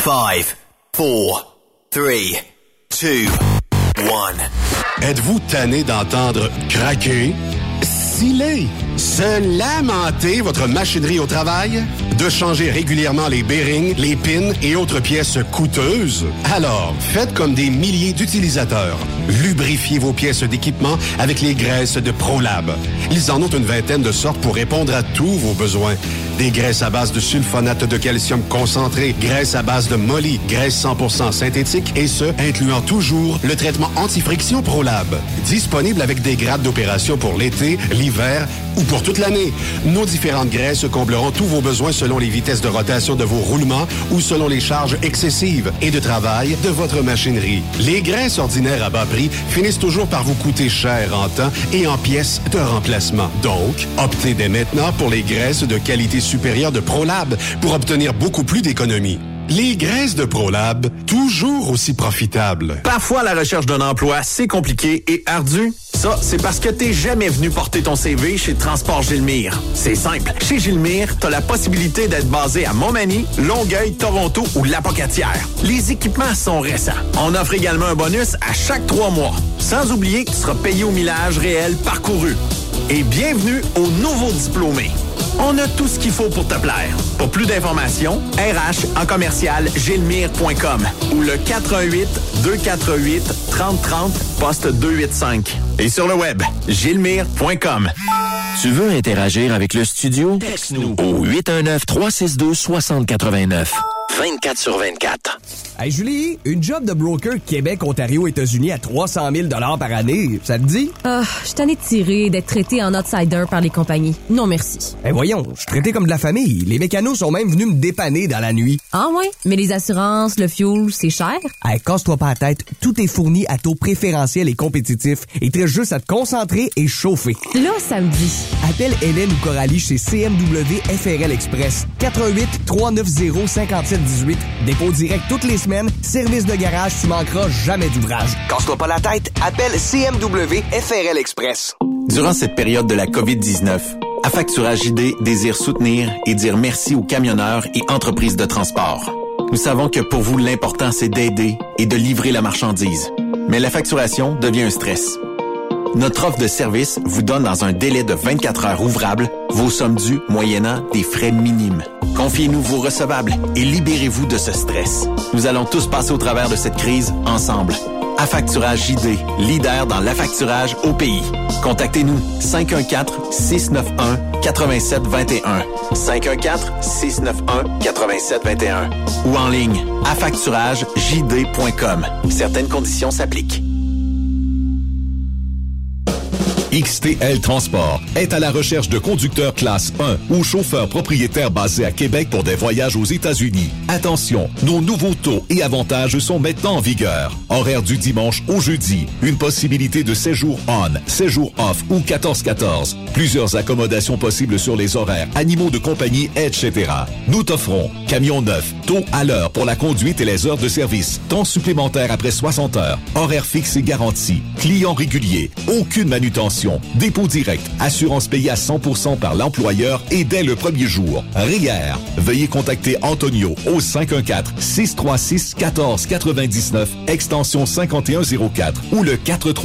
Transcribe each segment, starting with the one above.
5, 4, 3, 2, 1. Êtes-vous tanné d'entendre craquer, sciller, se lamenter votre machinerie au travail? De changer régulièrement les bearings, les pins et autres pièces coûteuses? Alors, faites comme des milliers d'utilisateurs. Lubrifiez vos pièces d'équipement avec les graisses de ProLab. Ils en ont une vingtaine de sortes pour répondre à tous vos besoins. Des graisses à base de sulfonate de calcium concentré, graisses à base de molly, graisse 100% synthétique et ce, incluant toujours le traitement anti-friction ProLab. Disponible avec des grades d'opération pour l'été, l'hiver ou pour toute l'année. Nos différentes graisses combleront tous vos besoins selon les vitesses de rotation de vos roulements ou selon les charges excessives et de travail de votre machinerie. Les graisses ordinaires à bas prix finissent toujours par vous coûter cher en temps et en pièces de remplacement. Donc, optez dès maintenant pour les graisses de qualité supérieure de ProLab pour obtenir beaucoup plus d'économies. Les graisses de ProLab, toujours aussi profitables. Parfois, la recherche d'un emploi, c'est compliqué et ardu. Ça, c'est parce que t'es jamais venu porter ton CV chez Transport Gilmire. C'est simple. Chez Gilmire, t'as la possibilité d'être basé à Montmagny, Longueuil, Toronto ou Lapocatière. Les équipements sont récents. On offre également un bonus à chaque 3 mois. Sans oublier que tu seras payé au millage réel parcouru. Et bienvenue aux nouveaux diplômés. On a tout ce qu'il faut pour te plaire. Pour plus d'informations, RH en commercial gilmire.com ou le 418-248-3030 poste 285. Et sur le web, gilmire.com. Tu veux interagir avec le studio? Texte-nous au 819-362-6089. 24/24. Hey Julie, une job de broker Québec, Ontario, États-Unis à 300 000 $ par année, ça te dit? Je suis tannée de tirer, d'être traité en outsider par les compagnies. Non merci. Voyons, je suis traité comme de la famille. Les mécanos sont même venus me dépanner dans la nuit. Ah ouais? Mais les assurances, le fuel, c'est cher? Casse-toi pas la tête, tout est fourni à taux préférentiel et compétitif. Il te reste juste à te concentrer et chauffer. Là, ça me dit. Appelle Hélène ou Coralie chez CMW FRL Express. 88-390-5718. Dépôt direct toutes les semaines. Service de garage, tu manqueras jamais d'ouvrage. Casse-toi pas la tête, appelle CMW FRL Express. Durant cette période de la COVID-19, Affacturage JD désire soutenir et dire merci aux camionneurs et entreprises de transport. Nous savons que pour vous, l'important, c'est d'aider et de livrer la marchandise. Mais la facturation devient un stress. Notre offre de service vous donne dans un délai de 24 heures ouvrables vos sommes dues moyennant des frais minimes. Confiez-nous vos recevables et libérez-vous de ce stress. Nous allons tous passer au travers de cette crise ensemble. Affacturage JD, leader dans l'affacturage au pays. Contactez-nous 514-691-8721. 514-691-8721. Ou en ligne, affacturagejd.com. Certaines conditions s'appliquent. XTL Transport est à la recherche de conducteurs classe 1 ou chauffeurs propriétaires basés à Québec pour des voyages aux États-Unis. Attention, nos nouveaux taux et avantages sont maintenant en vigueur. Horaire du dimanche au jeudi. Une possibilité de séjour on, séjour off ou 14-14. Plusieurs accommodations possibles sur les horaires, animaux de compagnie, etc. Nous t'offrons camion neuf, taux à l'heure pour la conduite et les heures de service, temps supplémentaire après 60 heures, horaire fixe et garanti, client régulier, aucune manutention, dépôt direct, assurance payée à 100% par l'employeur et dès le premier jour. REER. Veuillez contacter Antonio au 514-636-1499, extension 5104 ou le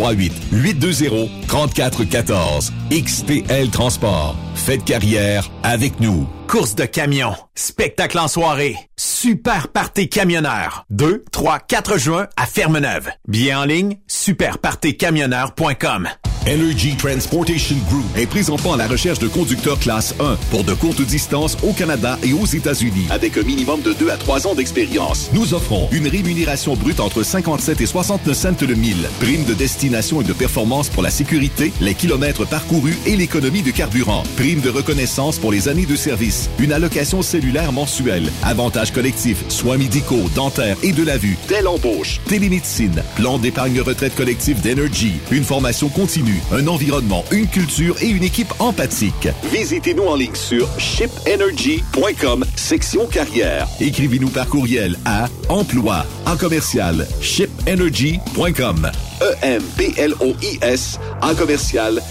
438-820-3414. XTL Transport. Faites carrière avec nous. Course de camions, spectacle en soirée, super party camionneur. 2, 3, 4 juin à Fermeneuve. Billets en ligne, superpartycamionneur.com. Energy Transportation Group est présentement à la recherche de conducteurs classe 1 pour de courtes distances au Canada et aux États-Unis avec un minimum de 2 à 3 ans d'expérience. Nous offrons une rémunération brute entre 57 et 69 cents le mille, prime de destination et de performance pour la sécurité, les kilomètres parcourus et l'économie de carburant, prime de reconnaissance pour les années de service, une allocation cellulaire mensuelle, avantages collectifs, soins médicaux, dentaires et de la vue, dès l'embauche, télémédecine, plan d'épargne retraite collective d'Energy, une formation continue, un environnement, une culture et une équipe empathique. Visitez-nous en ligne sur shipenergy.com, section carrière. Écrivez-nous par courriel à emploi en commercial shipenergy.com. EMPLOIS en commercial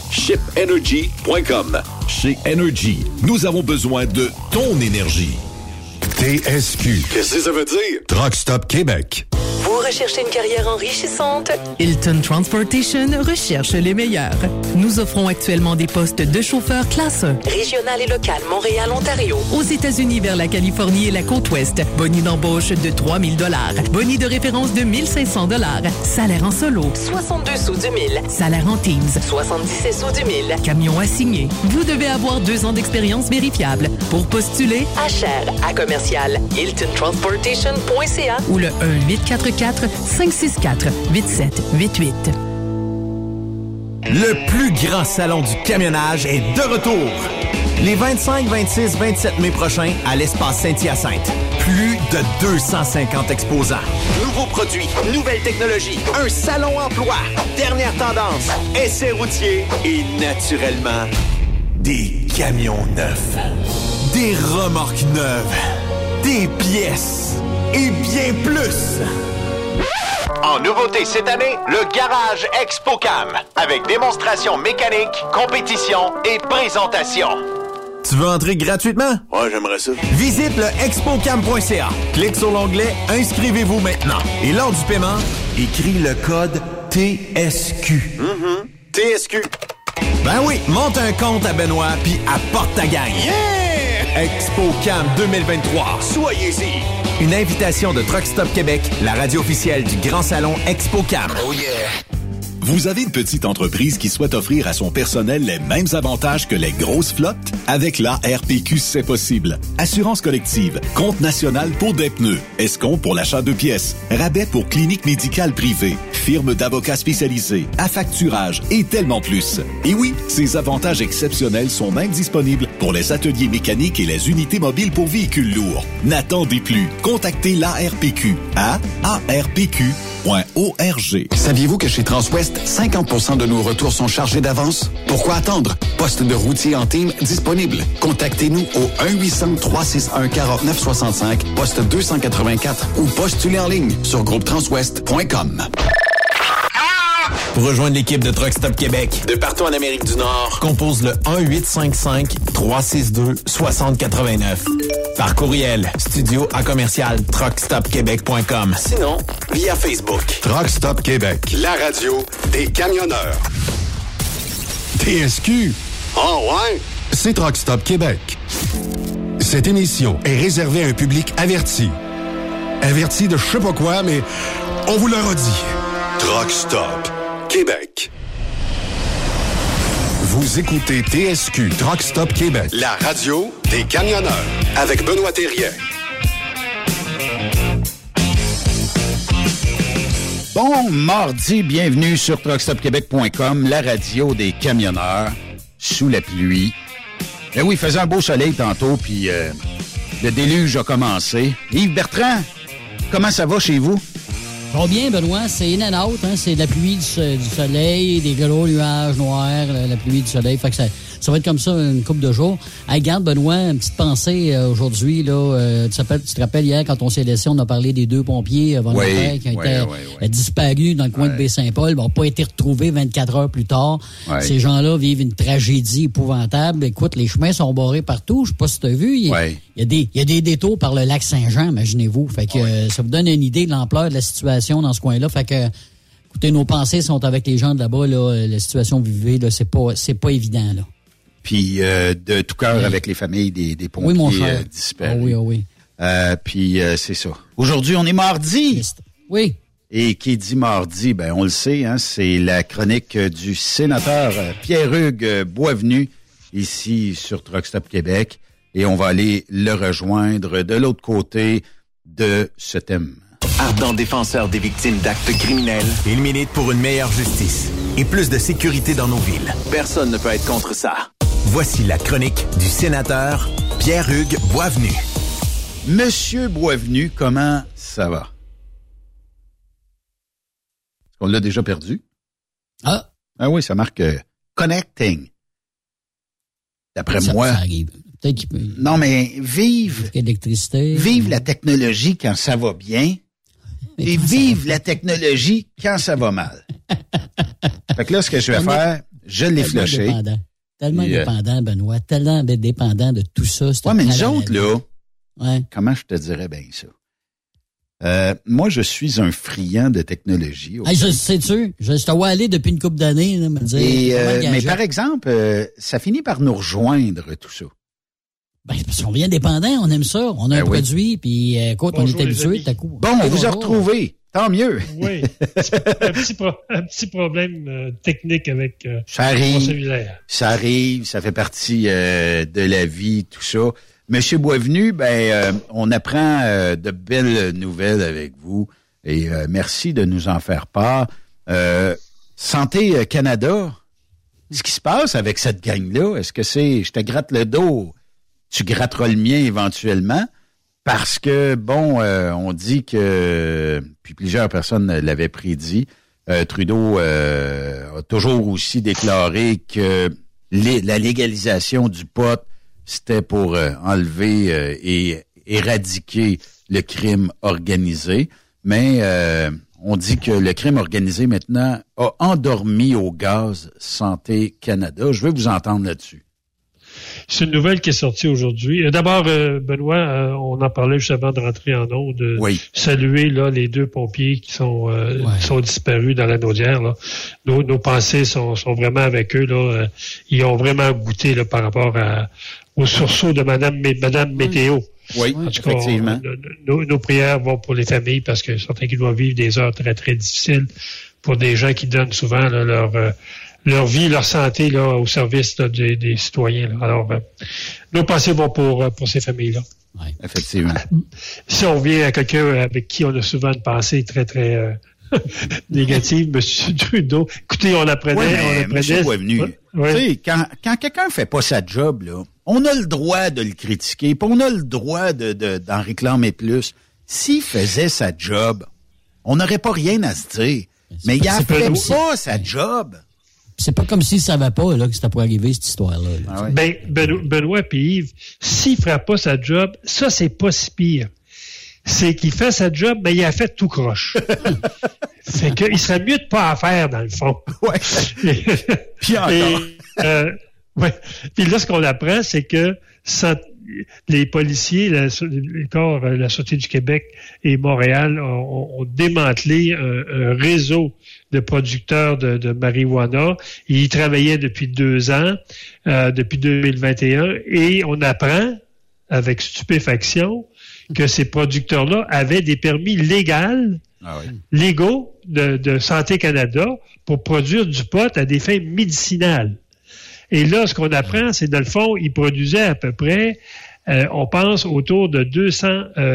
shipenergy.com. Chez Energy, nous avons besoin de ton énergie. TSQ. Qu'est-ce que ça veut dire? Truck Stop Québec. Vous recherchez une carrière enrichissante? Hilton Transportation recherche les meilleurs. Nous offrons actuellement des postes de chauffeur classe 1. Régional et local, Montréal, Ontario. Aux États-Unis vers la Californie et la côte ouest. Boni d'embauche de 3 000 $. Boni de référence de 1 500 $. Salaire en solo. 62 sous du 1000. Salaire en Teams. 77 sous du 1000. Camion assigné. Vous devez avoir 2 ans d'expérience vérifiable. Pour postuler, À Cher, à commercial, HiltonTransportation.ca ou le 1-844-564-8788. Le plus grand salon du camionnage est de retour. Les 25, 26, 27 mai prochains à l'espace Saint-Hyacinthe. Plus de 250 exposants. Nouveaux produits, nouvelles technologies, un salon emploi, dernière tendance, essais routiers et naturellement, des camions neufs, des remorques neuves, des pièces et bien plus. En nouveauté cette année, le Garage ExpoCam, avec démonstration mécanique, compétition et présentation. Tu veux entrer gratuitement? Ouais, j'aimerais ça. Visite le expocam.ca. Clique sur l'onglet « Inscrivez-vous maintenant » et lors du paiement, écris le code TSQ. TSQ. Ben oui, monte un compte à Benoît puis apporte ta gang. Yeah! ExpoCam 2023. Soyez-y. Une invitation de Truck Stop Québec, la radio officielle du Grand Salon ExpoCam. Oh yeah! Vous avez une petite entreprise qui souhaite offrir à son personnel les mêmes avantages que les grosses flottes? Avec la RPQ, c'est possible. Assurance collective, compte national pour des pneus, escompte pour l'achat de pièces, rabais pour clinique médicale privée, firme d'avocats spécialisés, affacturage et tellement plus. Et oui, ces avantages exceptionnels sont même disponibles pour les ateliers mécaniques et les unités mobiles pour véhicules lourds. N'attendez plus. Contactez l'ARPQ à arpq.org. Saviez-vous que chez Transwest, 50% de nos retours sont chargés d'avance? Pourquoi attendre? Poste de routier en team disponible. Contactez-nous au 1-800-361-4965, poste 284 ou postulez en ligne sur groupetranswest.com. Pour rejoindre l'équipe de Truck Stop Québec, de partout en Amérique du Nord, compose le 1-855-362-6089. Par courriel, studio@truckstopquebec.com. Sinon, via Facebook. Truck Stop Québec, la radio des camionneurs. TSQ. Oh ouais? C'est Truck Stop Québec. Cette émission est réservée à un public averti. Averti de je sais pas quoi, mais on vous le redit. Truck Stop Québec. Vous écoutez TSQ Truck Stop Québec, la radio des camionneurs avec Benoît Thérien. Bon mardi, bienvenue sur truckstopquebec.com, la radio des camionneurs, sous la pluie. Ben oui, il faisait un beau soleil tantôt, puis le déluge a commencé. Yves Bertrand, comment ça va chez vous? Ça va bien, Benoît. C'est in and out, hein? C'est de la pluie, du soleil, des gros nuages noirs, la pluie, du soleil. Fait que ça va être comme ça une couple de jours. Hey, garde, Benoît, une petite pensée aujourd'hui. Là, tu te rappelles hier, quand on s'est laissé, on a parlé des 2 pompiers volontaires qui ont été disparus dans le coin de Baie-Saint-Paul. Ils n'ont pas été retrouvés 24 heures plus tard. Ouais. Ces gens-là vivent une tragédie épouvantable. Écoute, les chemins sont barrés partout. Je sais pas si tu as vu. Il y a des détours par le lac Saint-Jean, imaginez-vous. Fait que ça vous donne une idée de l'ampleur de la situation dans ce coin-là. Fait que, écoutez, nos pensées sont avec les gens de là-bas. Là, la situation que vous vivez, là, c'est pas évident, là. Puis de tout cœur avec les familles des pompiers disparus. Oui. Puis c'est ça. Aujourd'hui, on est mardi. Oui. Et qui dit mardi, ben on le sait, hein, c'est la chronique du sénateur Pierre-Hugues Boisvenu, ici sur Truck Stop Québec. Et on va aller le rejoindre de l'autre côté de ce thème. Ardent défenseur des victimes d'actes criminels, il milite pour une meilleure justice et plus de sécurité dans nos villes. Personne ne peut être contre ça. Voici la chronique du sénateur Pierre-Hugues Boisvenu. Monsieur Boisvenu, comment ça va? Est-ce qu'on l'a déjà perdu? Ah oui, ça marque connecting. D'après moi... Ça arrive. Peut-être qu'il peut... Non, mais vive la technologie quand ça va bien et vive la technologie quand ça va mal. Fait que là, ce que je vais faire, je l'ai flushé. Tellement dépendant, Benoît. Tellement dépendant de tout ça. Ouais, mais nous autres, là, Comment je te dirais bien ça? Moi, je suis un friand de technologie. Hey, sais-tu? Je te vois aller depuis une couple d'années, là, me dire. Mais par exemple, ça finit par nous rejoindre, tout ça. Ben, parce qu'on vient dépendant, on aime ça. On a un produit, puis écoute, on est habitué, t'as coup. Bon, on vous a retrouvé. Tant mieux. Oui. un petit problème technique avec ça arrive, ça fait partie de la vie, tout ça. Monsieur Boisvenu, on apprend de belles nouvelles avec vous et merci de nous en faire part. Santé Canada, ce qui se passe avec cette gang-là, est-ce que c'est je te gratte le dos, tu gratteras le mien éventuellement? Parce que, on dit que, puis plusieurs personnes l'avaient prédit, Trudeau a toujours aussi déclaré que la légalisation du pot, c'était pour enlever et éradiquer le crime organisé. Mais on dit que le crime organisé, maintenant, a endormi au gaz Santé Canada. Je veux vous entendre là-dessus. C'est une nouvelle qui est sortie aujourd'hui. D'abord, Benoît, on en parlait juste avant de rentrer en eau, de saluer là les 2 pompiers qui sont disparus dans la Naudière. Là. Nos pensées sont vraiment avec eux. Là. Ils ont vraiment goûté là, par rapport au sursaut de Madame Météo. Oui, en tout cas, effectivement. Nos prières vont pour les familles parce que certains qui doivent vivre des heures très, très difficiles pour des gens qui donnent souvent là, leur vie, leur santé là, au service là, des citoyens. Là. Alors, nos pensées vont pour ces familles-là. Oui, effectivement. Si on vient à quelqu'un avec qui on a souvent une pensée très, très négative, M. Trudeau, écoutez, on apprenait... M. Boisvenu, tu sais, quand quelqu'un fait pas sa job, là, on a le droit de le critiquer, puis on a le droit d'en réclamer plus. S'il faisait sa job, on n'aurait pas rien à se dire. Mais il a fait pas sa job. C'est pas comme s'il savait pas là, que c'était pour arriver, cette histoire-là. Là. Ah oui. Benoît puis Yves, s'il ne fera pas sa job, ça, c'est pas si pire. C'est qu'il fait sa job, mais il a fait tout croche. Fait qu'il serait mieux de pas en faire, dans le fond. Ouais. Puis encore. Puis là, ce qu'on apprend, c'est que les policiers, la Sûreté du Québec et Montréal ont démantelé un réseau de producteurs de marijuana. Ils y travaillaient depuis 2 ans, depuis 2021, et on apprend, avec stupéfaction, que ces producteurs-là avaient des permis légaux de Santé Canada pour produire du pot à des fins médicinales. Et là, ce qu'on apprend, c'est dans le fond, ils produisaient à peu près, on pense, autour de 200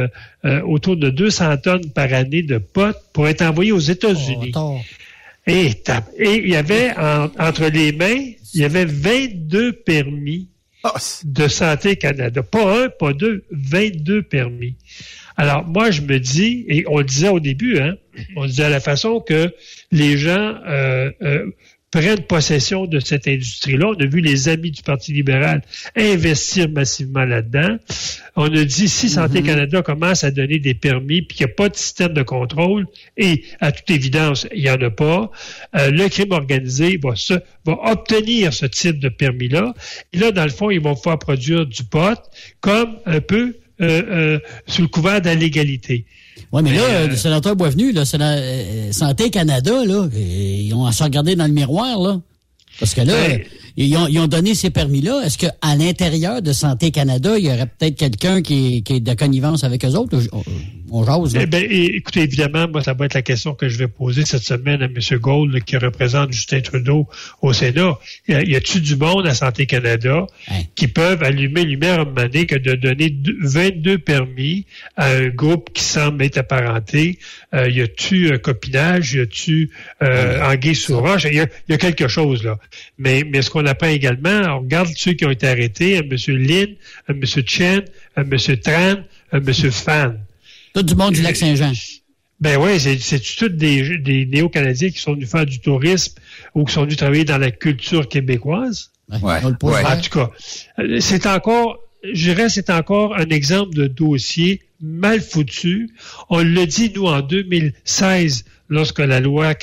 tonnes par année de pot pour être envoyés aux États-Unis. Et il y avait, entre les mains, il y avait 22 permis de Santé Canada. Pas 1, pas 2, 22 permis. Alors, moi, je me dis, et on le disait au début, on disait à la façon que les gens prennent possession de cette industrie-là. On a vu les amis du Parti libéral investir massivement là-dedans. On a dit, si Santé Canada commence à donner des permis puis qu'il n'y a pas de système de contrôle, et à toute évidence, il n'y en a pas, le crime organisé va obtenir ce type de permis-là. Et là, dans le fond, ils vont pouvoir produire du pot comme un peu sous le couvert de la légalité. Oui, mais là, le sénateur Boisvenu, là, Santé Canada, là, ils ont à se regarder dans le miroir, là. Parce que là, ils ont donné ces permis-là. Est-ce qu'à l'intérieur de Santé Canada, il y aurait peut-être quelqu'un qui est de connivence avec eux autres? On jase, là. Écoutez, évidemment, moi, ça va être la question que je vais poser cette semaine à M. Gould, là, qui représente Justin Trudeau au Sénat. Y a-t-il du monde à Santé Canada qui peuvent allumer lumière à un moment donné que de donner 22 permis à un groupe qui semble être apparenté? Y a-t-il un copinage? Y a-t-il anguille sous roche? Il y a quelque chose, là. Mais ce qu'on apprend également, on regarde ceux qui ont été arrêtés, M. Lin, M. Chen, M. Tran, M. Fan. Tout du monde du Lac-Saint-Jean. Ben oui, c'est tous des Néo-Canadiens qui sont venus faire du tourisme ou qui sont venus travailler dans la culture québécoise. Ouais. En tout cas, c'est encore un exemple de dossier mal foutu. On l'a dit, nous, en 2016, lorsque la loi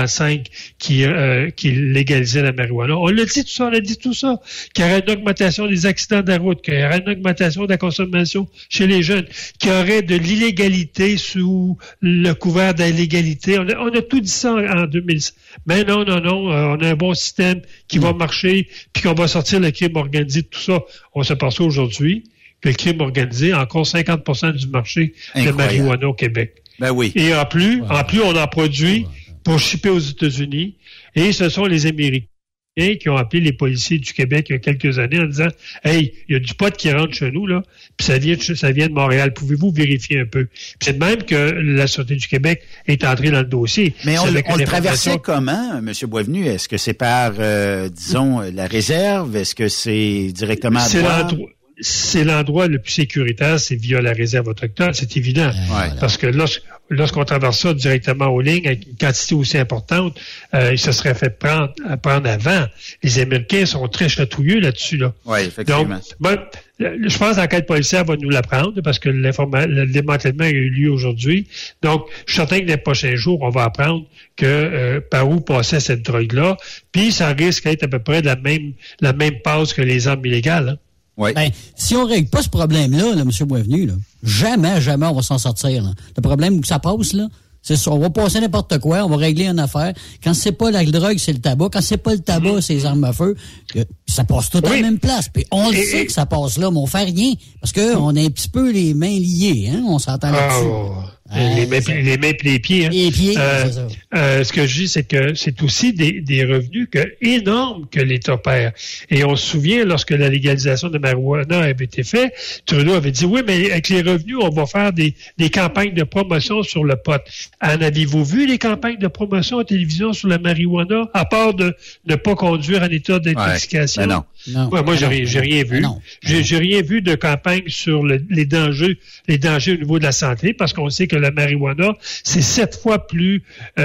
45 qui légalisait la marijuana. On a dit tout ça, qu'il y aurait une augmentation des accidents de la route, qu'il y aurait une augmentation de la consommation chez les jeunes, qu'il y aurait de l'illégalité sous le couvert de la légalité. On a tout dit ça en 2000. Mais non, on a un bon système qui va marcher, puis qu'on va sortir le crime organisé de tout ça. On s'aperçoit aujourd'hui que le crime organisé a encore 50% du marché de marijuana au Québec. Ben oui. Et en plus, on en produit pour shipper aux États-Unis. Et ce sont les Américains qui ont appelé les policiers du Québec il y a quelques années en disant « Hey, il y a du pot qui rentre chez nous, là, puis ça vient de Montréal. Pouvez-vous vérifier un peu? » Puis c'est de même que la Sûreté du Québec est entrée dans le dossier. Mais on le traversait comment, M. Boisvenu? Est-ce que c'est par, disons, la réserve? Est-ce que c'est directement à droite? C'est l'endroit le plus sécuritaire, c'est via la réserve autochtone, c'est évident. Parce que lorsqu'on traverse ça directement aux lignes, avec une quantité aussi importante, il se serait fait prendre avant. Les Américains sont très chatouilleux là-dessus. Là. Oui, effectivement. Donc, je pense que l'enquête policière va nous l'apprendre parce que le démantèlement a eu lieu aujourd'hui. Donc, je suis certain que dans les prochains jours, on va apprendre que par où passait cette drogue-là. Puis, ça risque d'être à peu près la même passe que les armes illégales. Hein. Oui. Ben, si on règle pas ce problème-là, M. Boisvenu, là, jamais on va s'en sortir. Là. Le problème où ça passe, là, c'est ça. On va passer n'importe quoi, on va régler une affaire. Quand c'est pas la drogue, c'est le tabac. Quand c'est pas le tabac, c'est les armes à feu. Ça passe tout à la même place. Puis on le sait que ça passe là, mais on fait rien. Parce que on a un petit peu les mains liées, hein. On s'entend là-dessus. Les mains et les pieds. Hein. Les pieds, c'est ça. Ce que je dis, c'est que c'est aussi des revenus énormes que l'État perd. Et on se souvient, lorsque la légalisation de marijuana avait été faite, Trudeau avait dit, oui, mais avec les revenus, on va faire des campagnes de promotion sur le pot. En avez-vous vu les campagnes de promotion à télévision sur la marijuana, à part de ne pas conduire en état d'intoxication? Ben non. Ouais, moi, j'ai rien vu. J'ai rien vu de campagne sur les dangers au niveau de la santé, parce qu'on sait que la marijuana, c'est 7 fois plus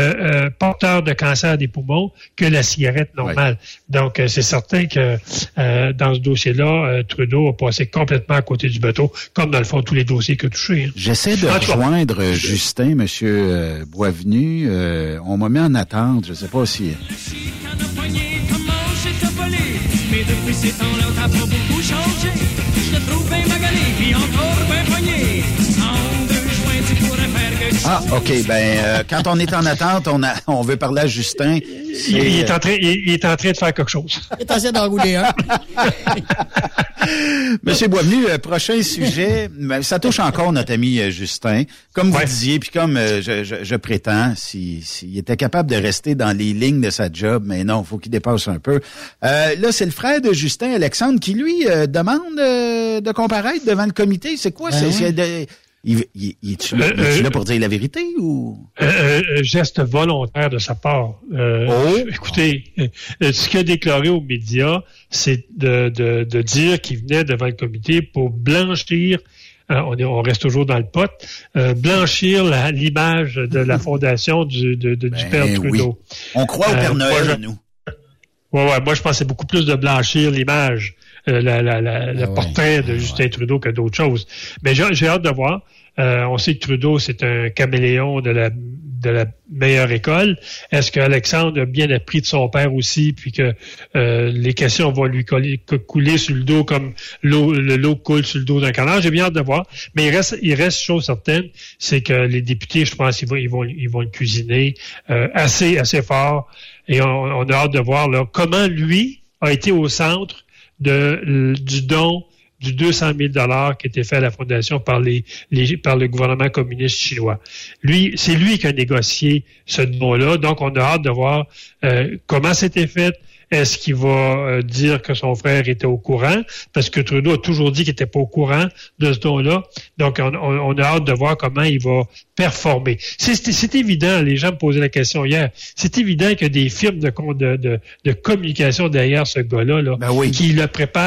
porteur de cancer des poumons que la cigarette normale. Ouais. Donc, c'est certain que dans ce dossier-là, Trudeau a passé complètement à côté du bateau, comme dans le fond tous les dossiers qu'il a touchés. Hein. J'essaie de rejoindre Justin, M. Boisvenu. On m'a mis en attente. Je ne sais pas si... Mais depuis ces temps-là, t'as pas beaucoup changé. Je te trouve bien magané, puis encore bien poigné. En 2 juin, tu pourrais faire quelque chose. Ah, OK. Quand on est en attente, on veut parler à Justin. Il est en train de faire quelque chose. Il est en train d'enrouler un. Monsieur Boisvenu, prochain sujet. Ça touche encore notre ami Justin. Comme vous disiez, puis comme je prétends, s'il était capable de rester dans les lignes de sa job, mais non, il faut qu'il dépasse un peu. Là, c'est le frère de Justin, Alexandre, qui lui demande de comparaître devant le comité. C'est quoi? Es-tu là pour dire la vérité ou? Un geste volontaire de sa part. Écoutez, ce qu'il a déclaré aux médias, c'est de dire qu'il venait devant le comité pour blanchir, on reste toujours dans le pot, blanchir l'image de la fondation du père Trudeau. Oui. On croit au Père Noël, nous. Moi, je pensais beaucoup plus de blanchir l'image, le portrait de Justin Trudeau que d'autres choses. Mais j'ai hâte de voir. On sait que Trudeau, c'est un caméléon de la meilleure école. Est-ce qu'Alexandre a bien appris de son père aussi, puis que les questions vont lui couler sur le dos comme l'eau coule sur le dos d'un canard? J'ai bien hâte de voir. Mais il reste chose certaine, c'est que les députés, je pense, ils vont le cuisiner assez fort. Et on a hâte de voir là, comment lui a été au centre du don du 200 000 $ qui a été fait à la Fondation par le gouvernement communiste chinois. C'est lui qui a négocié ce don-là. Donc, on a hâte de voir comment c'était fait. Est-ce qu'il va dire que son frère était au courant? Parce que Trudeau a toujours dit qu'il n'était pas au courant de ce don-là. Donc, on a hâte de voir comment il va performer. C'est évident, les gens me posaient la question hier, c'est évident qu'il y a des firmes de communication derrière ce gars-là, qui le préparent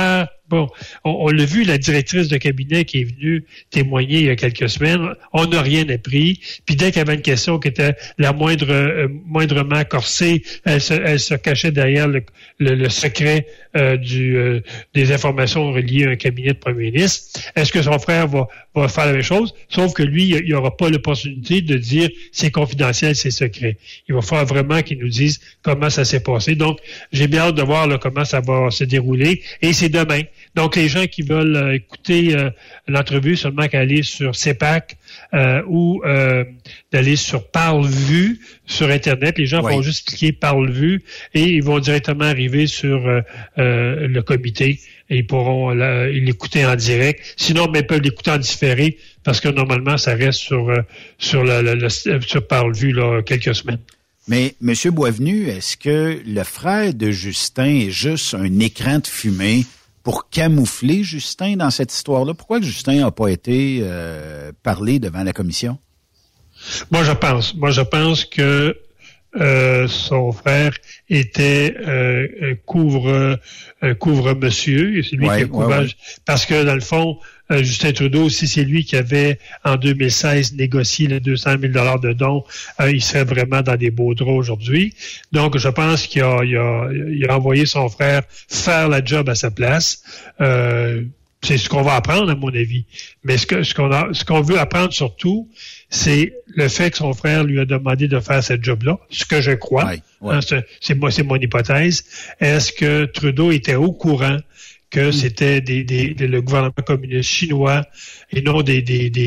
Bon, on l'a vu, la directrice de cabinet qui est venue témoigner il y a quelques semaines, on n'a rien appris. Puis dès qu'il y avait une question qui était la moindrement corsée, elle se cachait derrière le secret des informations reliées à un cabinet de premier ministre. Est-ce que son frère va faire la même chose? Sauf que lui, il n'aura pas l'opportunité de dire c'est confidentiel, c'est secret. Il va falloir vraiment qu'il nous dise comment ça s'est passé. Donc, j'ai bien hâte de voir là, comment ça va se dérouler. Et c'est demain. Donc, les gens qui veulent écouter l'entrevue, seulement qu'à aller sur CEPAC ou d'aller sur Parle-Vue sur Internet. Les gens vont juste cliquer Parle-Vue et ils vont directement arriver sur le comité et ils pourront l'écouter en direct. Sinon, ils peuvent l'écouter en différé parce que normalement, ça reste sur Parle-Vue là, quelques semaines. Mais, M. Boisvenu, est-ce que le frère de Justin est juste un écran de fumée pour camoufler Justin dans cette histoire-là? Pourquoi que Justin n'a pas été parlé devant la commission? Moi, je pense que son frère était couvre-monsieur, et c'est lui qui a le couvage. Parce que, dans le fond, Justin Trudeau, si c'est lui qui avait, en 2016, négocié les 200 000 $ de dons, il serait vraiment dans des beaux draps aujourd'hui. Donc, je pense qu'il a envoyé son frère faire la job à sa place. C'est ce qu'on va apprendre, à mon avis. Mais ce qu'on veut apprendre surtout, c'est le fait que son frère lui a demandé de faire cette job-là, ce que je crois. Hein, c'est mon hypothèse. Est-ce que Trudeau était au courant que c'était le gouvernement communiste chinois et non des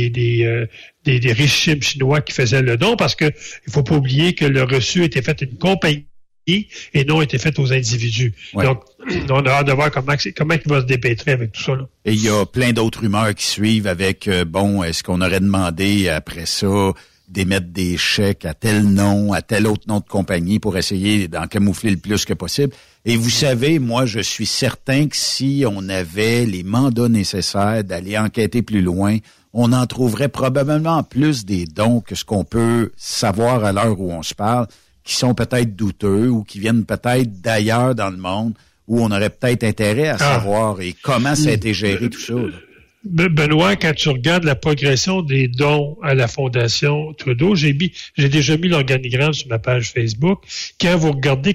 régimes chinois qui faisaient le don? Parce que il faut pas oublier que le reçu était fait à une compagnie et non était fait aux individus. Donc, on a hâte de voir comment il va se dépêtrer avec tout ça. Là. Et il y a plein d'autres rumeurs qui suivent avec, est-ce qu'on aurait demandé après ça d'émettre des chèques à tel nom, à tel autre nom de compagnie pour essayer d'en camoufler le plus que possible. Et vous savez, moi, je suis certain que si on avait les mandats nécessaires d'aller enquêter plus loin, on en trouverait probablement plus des dons que ce qu'on peut savoir à l'heure où on se parle, qui sont peut-être douteux ou qui viennent peut-être d'ailleurs dans le monde, où on aurait peut-être intérêt à savoir et comment ça a été géré tout ça. Là. Benoît, quand tu regardes la progression des dons à la Fondation Trudeau, j'ai déjà mis l'organigramme sur ma page Facebook. Quand vous regardez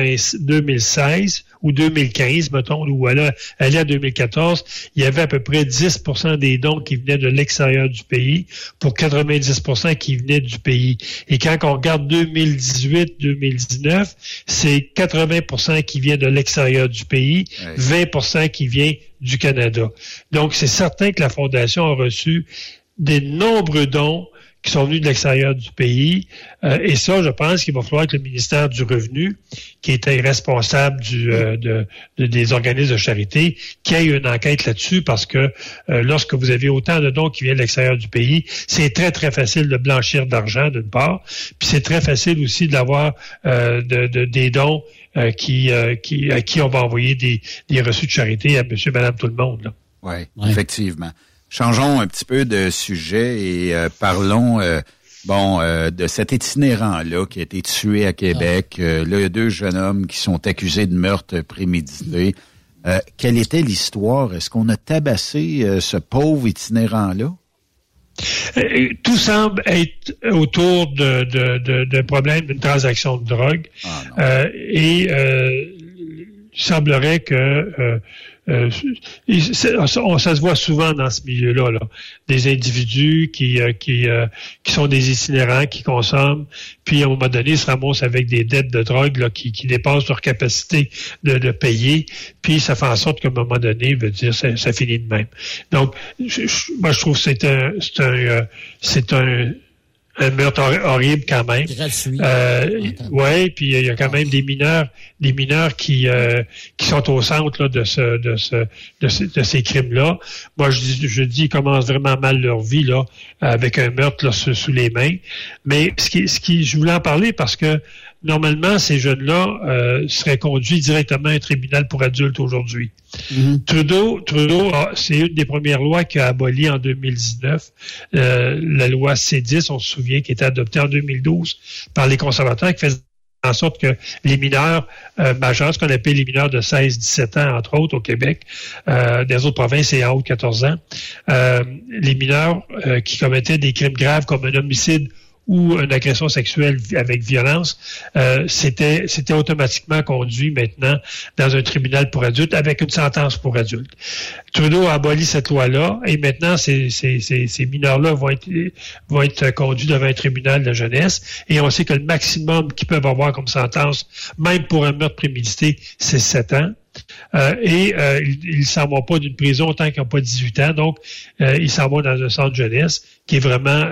2016 ou 2015, mettons, ou elle est à 2014, il y avait à peu près 10% des dons qui venaient de l'extérieur du pays pour 90% qui venaient du pays. Et quand on regarde 2018-2019, c'est 80% qui vient de l'extérieur du pays, 20% qui vient du Canada. Donc, c'est certain que la Fondation a reçu des nombreux dons qui sont venus de l'extérieur du pays. Et ça, je pense qu'il va falloir que le ministère du Revenu, qui était responsable des organismes de charité, qu'il y ait une enquête là-dessus, parce que lorsque vous avez autant de dons qui viennent de l'extérieur du pays, c'est très, très facile de blanchir d'argent, d'une part, puis c'est très facile aussi d'avoir des dons à qui on va envoyer des reçus de charité à monsieur, madame, tout le monde. Oui, effectivement. Changeons un petit peu de sujet et parlons de cet itinérant-là qui a été tué à Québec. Là, il y a 2 jeunes hommes qui sont accusés de meurtre prémédité. Quelle était l'histoire? Est-ce qu'on a tabassé ce pauvre itinérant-là? Tout semble être autour d'un problème, d'une transaction de drogue. Il semblerait que ça se voit souvent dans ce milieu-là, des individus qui sont des itinérants, qui consomment, puis à un moment donné, ils se ramassent avec des dettes de drogue là, qui dépassent leur capacité de payer, puis ça fait en sorte qu'à un moment donné, veut dire ça finit de même. Donc, moi, je trouve que c'est un meurtre horrible quand même. Ouais, puis il y a quand même des mineurs qui sont au centre là, de ces crimes-là. Moi, je dis, ils commencent vraiment mal leur vie là, avec un meurtre là, sous les mains. Mais je voulais en parler parce que normalement, ces jeunes-là seraient conduits directement à un tribunal pour adultes aujourd'hui. Mm-hmm. Trudeau, c'est une des premières lois qu'il a abolies en 2019, la loi C-10, on se souvient, qui était adoptée en 2012 par les conservateurs, qui faisait en sorte que les mineurs majeurs, ce qu'on appelle les mineurs de 16-17 ans, entre autres, au Québec, dans les autres provinces, c'est en haut de 14 ans, les mineurs qui commettaient des crimes graves comme un homicide ou une agression sexuelle avec violence, c'était automatiquement conduit maintenant dans un tribunal pour adultes avec une sentence pour adultes. Trudeau a aboli cette loi-là et maintenant ces mineurs-là vont être conduits devant un tribunal de jeunesse et on sait que le maximum qu'ils peuvent avoir comme sentence, même pour un meurtre prémédité, c'est 7 ans. Ils s'en vont pas d'une prison tant qu'ils n'ont pas 18 ans, donc ils s'en vont dans un centre de jeunesse qui est vraiment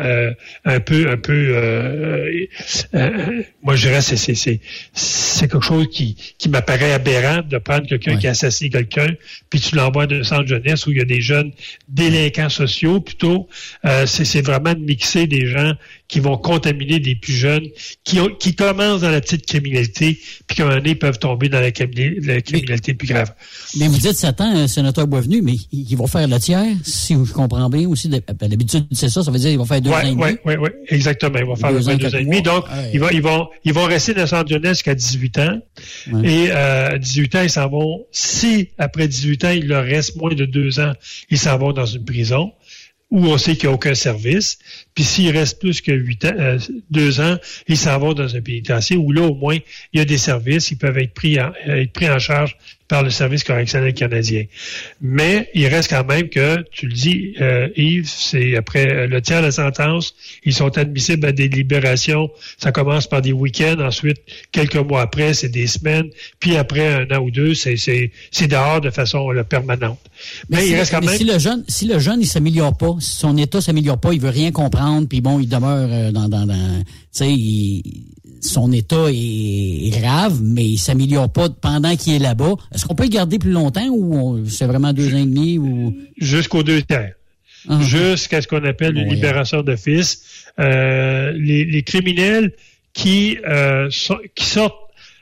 moi je dirais c'est quelque chose qui m'apparaît aberrant de prendre quelqu'un qui a assassiné quelqu'un puis tu l'envoies dans un centre de jeunesse où il y a des jeunes délinquants sociaux plutôt. C'est vraiment de mixer des gens qui vont contaminer des plus jeunes qui commencent dans la petite criminalité puis qu'à un moment donné peuvent tomber dans la criminalité plus grave. Mais vous dites 7 ans, sénateur Boisvenu, mais ils vont faire le tiers, si je comprends bien aussi. D'habitude, c'est ça veut dire qu'ils vont faire 2 ans et demi. Oui, exactement. Ils vont faire 2 ans et demi. Donc, ils vont rester dans le centre de jeunesse jusqu'à 18 ans. Ouais. Et à 18 ans, ils s'en vont. Si, après 18 ans, il leur reste moins de 2 ans, ils s'en vont dans une prison où on sait qu'il n'y a aucun service. Puis s'il reste plus que 2 ans, ils s'en vont dans un pénitencier où là, au moins, il y a des services, ils peuvent être pris en charge par le service correctionnel canadien. Mais il reste quand même que, tu le dis, Yves, c'est après le tiers de la sentence, ils sont admissibles à des libérations. Ça commence par des week-ends, ensuite, quelques mois après, c'est des semaines, puis après 1 an ou 2, c'est dehors de façon permanente. Mais il reste quand même... Si le jeune, il s'améliore pas, si son état s'améliore pas, il veut rien comprendre, puis bon, il demeure tu sais, son état est grave, mais il s'améliore pas pendant qu'il est là-bas. Est-ce qu'on peut le garder plus longtemps ou c'est vraiment 2 ans et demi ou... Jusqu'aux 2 tiers. Jusqu'à ce qu'on appelle une libération d'office. Les criminels qui sortent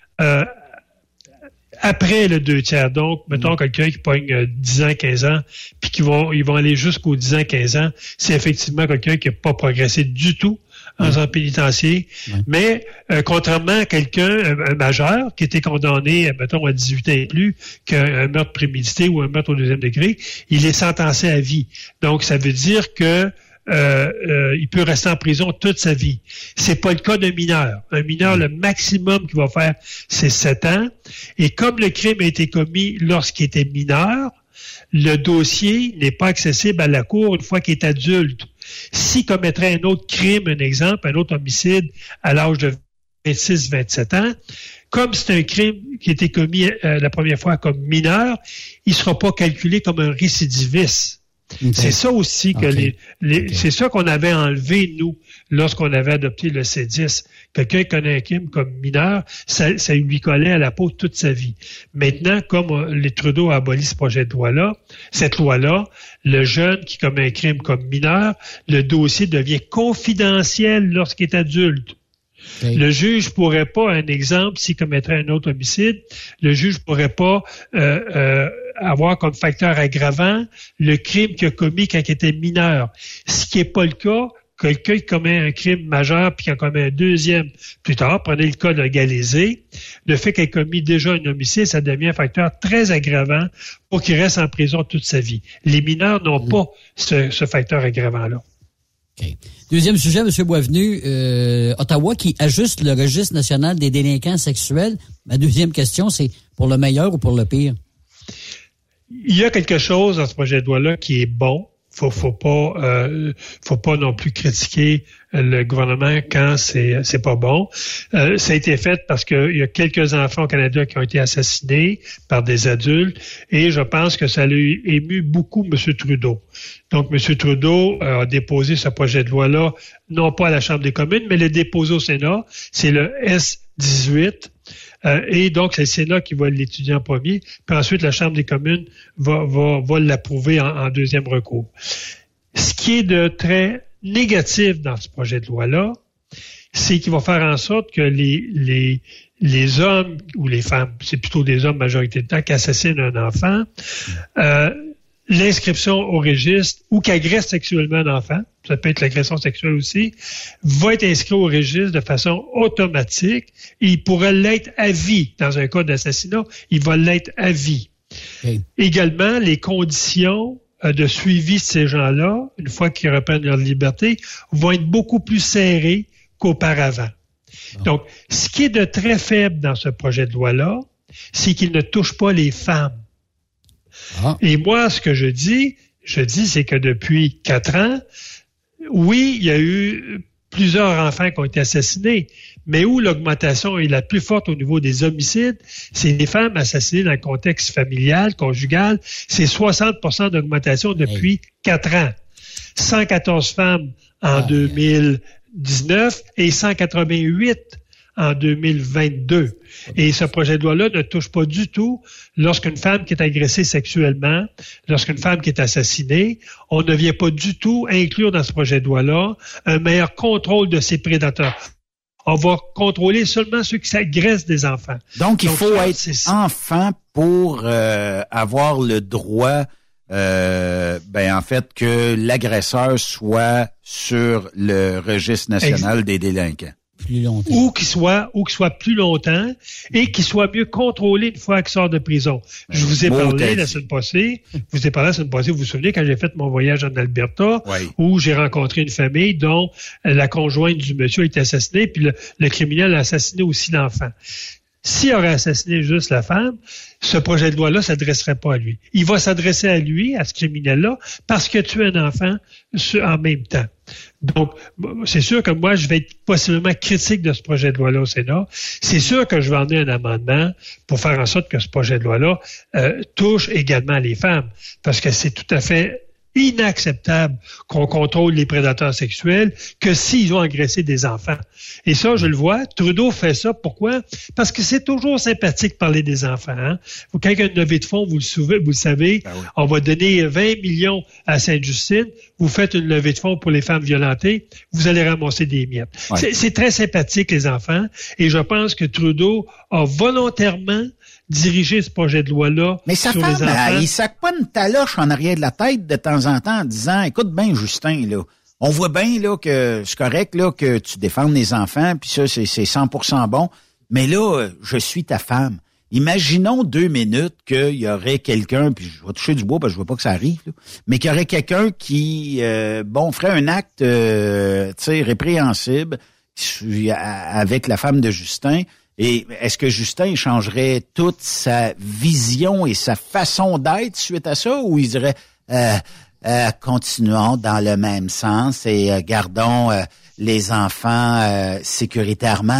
après le 2 tiers. Donc, mettons quelqu'un qui pogne 10 ans, 15 ans, puis ils vont aller jusqu'aux 10 ans, 15 ans, c'est effectivement quelqu'un qui n'a pas progressé du tout en centre pénitentiaire. Mais contrairement à quelqu'un, un majeur, qui était condamné, mettons, à 18 ans et plus, qu'un meurtre prémédité ou un meurtre au 2e degré, il est sentencé à vie. Donc, ça veut dire que il peut rester en prison toute sa vie. C'est pas le cas d'un mineur. Un mineur, le maximum qu'il va faire, c'est 7 ans. Et comme le crime a été commis lorsqu'il était mineur, le dossier n'est pas accessible à la cour une fois qu'il est adulte. S'il commettrait un autre crime, un exemple, un autre homicide à l'âge de 26-27 ans, comme c'est un crime qui a été commis la première fois comme mineur, il ne sera pas calculé comme un récidiviste. Okay. C'est ça aussi que c'est ça qu'on avait enlevé, nous, lorsqu'on avait adopté le C10. Quelqu'un qui connaît un crime comme mineur, ça lui collait à la peau toute sa vie. Maintenant, comme les Trudeau a aboli ce projet de loi-là, cette loi-là, le jeune qui commet un crime comme mineur, le dossier devient confidentiel lorsqu'il est adulte. Okay. Le juge pourrait pas, un exemple, s'il commettrait un autre homicide, le juge pourrait pas avoir comme facteur aggravant le crime qu'il a commis quand il était mineur. Ce qui n'est pas le cas, quelqu'un qui commet un crime majeur puis qui en commet un deuxième plus tard, prenez le cas de Galézé, le fait qu'il ait commis déjà un homicide, ça devient un facteur très aggravant pour qu'il reste en prison toute sa vie. Les mineurs n'ont pas ce facteur aggravant-là. Okay. Deuxième sujet, M. Boisvenu, Ottawa qui ajuste le registre national des délinquants sexuels. Ma deuxième question, c'est pour le meilleur ou pour le pire? Il y a quelque chose dans ce projet de loi-là qui est bon. Faut pas non plus critiquer le gouvernement quand c'est pas bon. Ça a été fait parce qu'il y a quelques enfants au Canada qui ont été assassinés par des adultes et je pense que ça a ému beaucoup M. Trudeau. Donc, M. Trudeau a déposé ce projet de loi-là, non pas à la Chambre des communes, mais l'a déposé au Sénat. C'est le S-18. Et donc, c'est le Sénat qui va l'étudier en premier, puis ensuite, la Chambre des communes va l'approuver en deuxième recours. Ce qui est de très négatif dans ce projet de loi-là, c'est qu'il va faire en sorte que les hommes ou les femmes, c'est plutôt des hommes majorité de temps, qui assassinent un enfant, l'inscription au registre ou qui agresse sexuellement un enfant, ça peut être l'agression sexuelle aussi, va être inscrit au registre de façon automatique et il pourrait l'être à vie. Dans un cas d'assassinat, il va l'être à vie. Okay. Également, les conditions de suivi de ces gens-là, une fois qu'ils reprennent leur liberté, vont être beaucoup plus serrées qu'auparavant. Donc, ce qui est de très faible dans ce projet de loi-là, c'est qu'il ne touche pas les femmes. Et moi, ce que je dis, c'est que depuis 4 ans, oui, il y a eu plusieurs enfants qui ont été assassinés, mais où l'augmentation est la plus forte au niveau des homicides, c'est les femmes assassinées dans le contexte familial, conjugal, c'est 60% d'augmentation depuis 4 ans. 114 femmes en 2019 et 188 en 2022. Et ce projet de loi-là ne touche pas du tout lorsqu'une femme qui est agressée sexuellement, lorsqu'une femme qui est assassinée, on ne vient pas du tout inclure dans ce projet de loi-là un meilleur contrôle de ces prédateurs. On va contrôler seulement ceux qui agressent des enfants. Donc il faut être enfant pour avoir le droit, en fait, que l'agresseur soit sur le registre national des délinquants. Plus longtemps. Ou qu'il soit plus longtemps et qu'il soit mieux contrôlé une fois qu'il sort de prison. Je vous ai parlé la semaine passée. Vous vous souvenez quand j'ai fait mon voyage en Alberta, où j'ai rencontré une famille dont la conjointe du monsieur a été assassinée, puis le criminel a assassiné aussi l'enfant. S'il aurait assassiné juste la femme, ce projet de loi-là ne s'adresserait pas à lui. Il va s'adresser à lui, à ce criminel-là, parce qu'il a tué un enfant en même temps. Donc, c'est sûr que moi, je vais être possiblement critique de ce projet de loi-là au Sénat. C'est sûr que je vais emmener un amendement pour faire en sorte que ce projet de loi-là touche également les femmes, parce que c'est tout à fait inacceptable qu'on contrôle les prédateurs sexuels que s'ils ont agressé des enfants. Et ça, je le vois, Trudeau fait ça. Pourquoi? Parce que c'est toujours sympathique de parler des enfants. Hein? Quand il y a une levée de fonds, vous le savez, on va donner 20 millions à Sainte-Justine, vous faites une levée de fonds pour les femmes violentées, vous allez ramasser des miettes. Ouais. C'est très sympathique, les enfants, et je pense que Trudeau a volontairement diriger ce projet de loi-là. Mais sa femme, il sac pas une taloche en arrière de la tête de temps en temps en disant, écoute bien, Justin, là, on voit bien là que c'est correct là que tu défendes les enfants, puis ça, c'est 100% bon, mais là, je suis ta femme. Imaginons 2 minutes qu'il y aurait quelqu'un, puis je vais toucher du bois parce que je veux pas que ça arrive, là, mais qu'il y aurait quelqu'un qui, ferait un acte, répréhensible avec la femme de Justin. Et est-ce que Justin changerait toute sa vision et sa façon d'être suite à ça, ou il dirait continuons dans le même sens et gardons les enfants sécuritairement?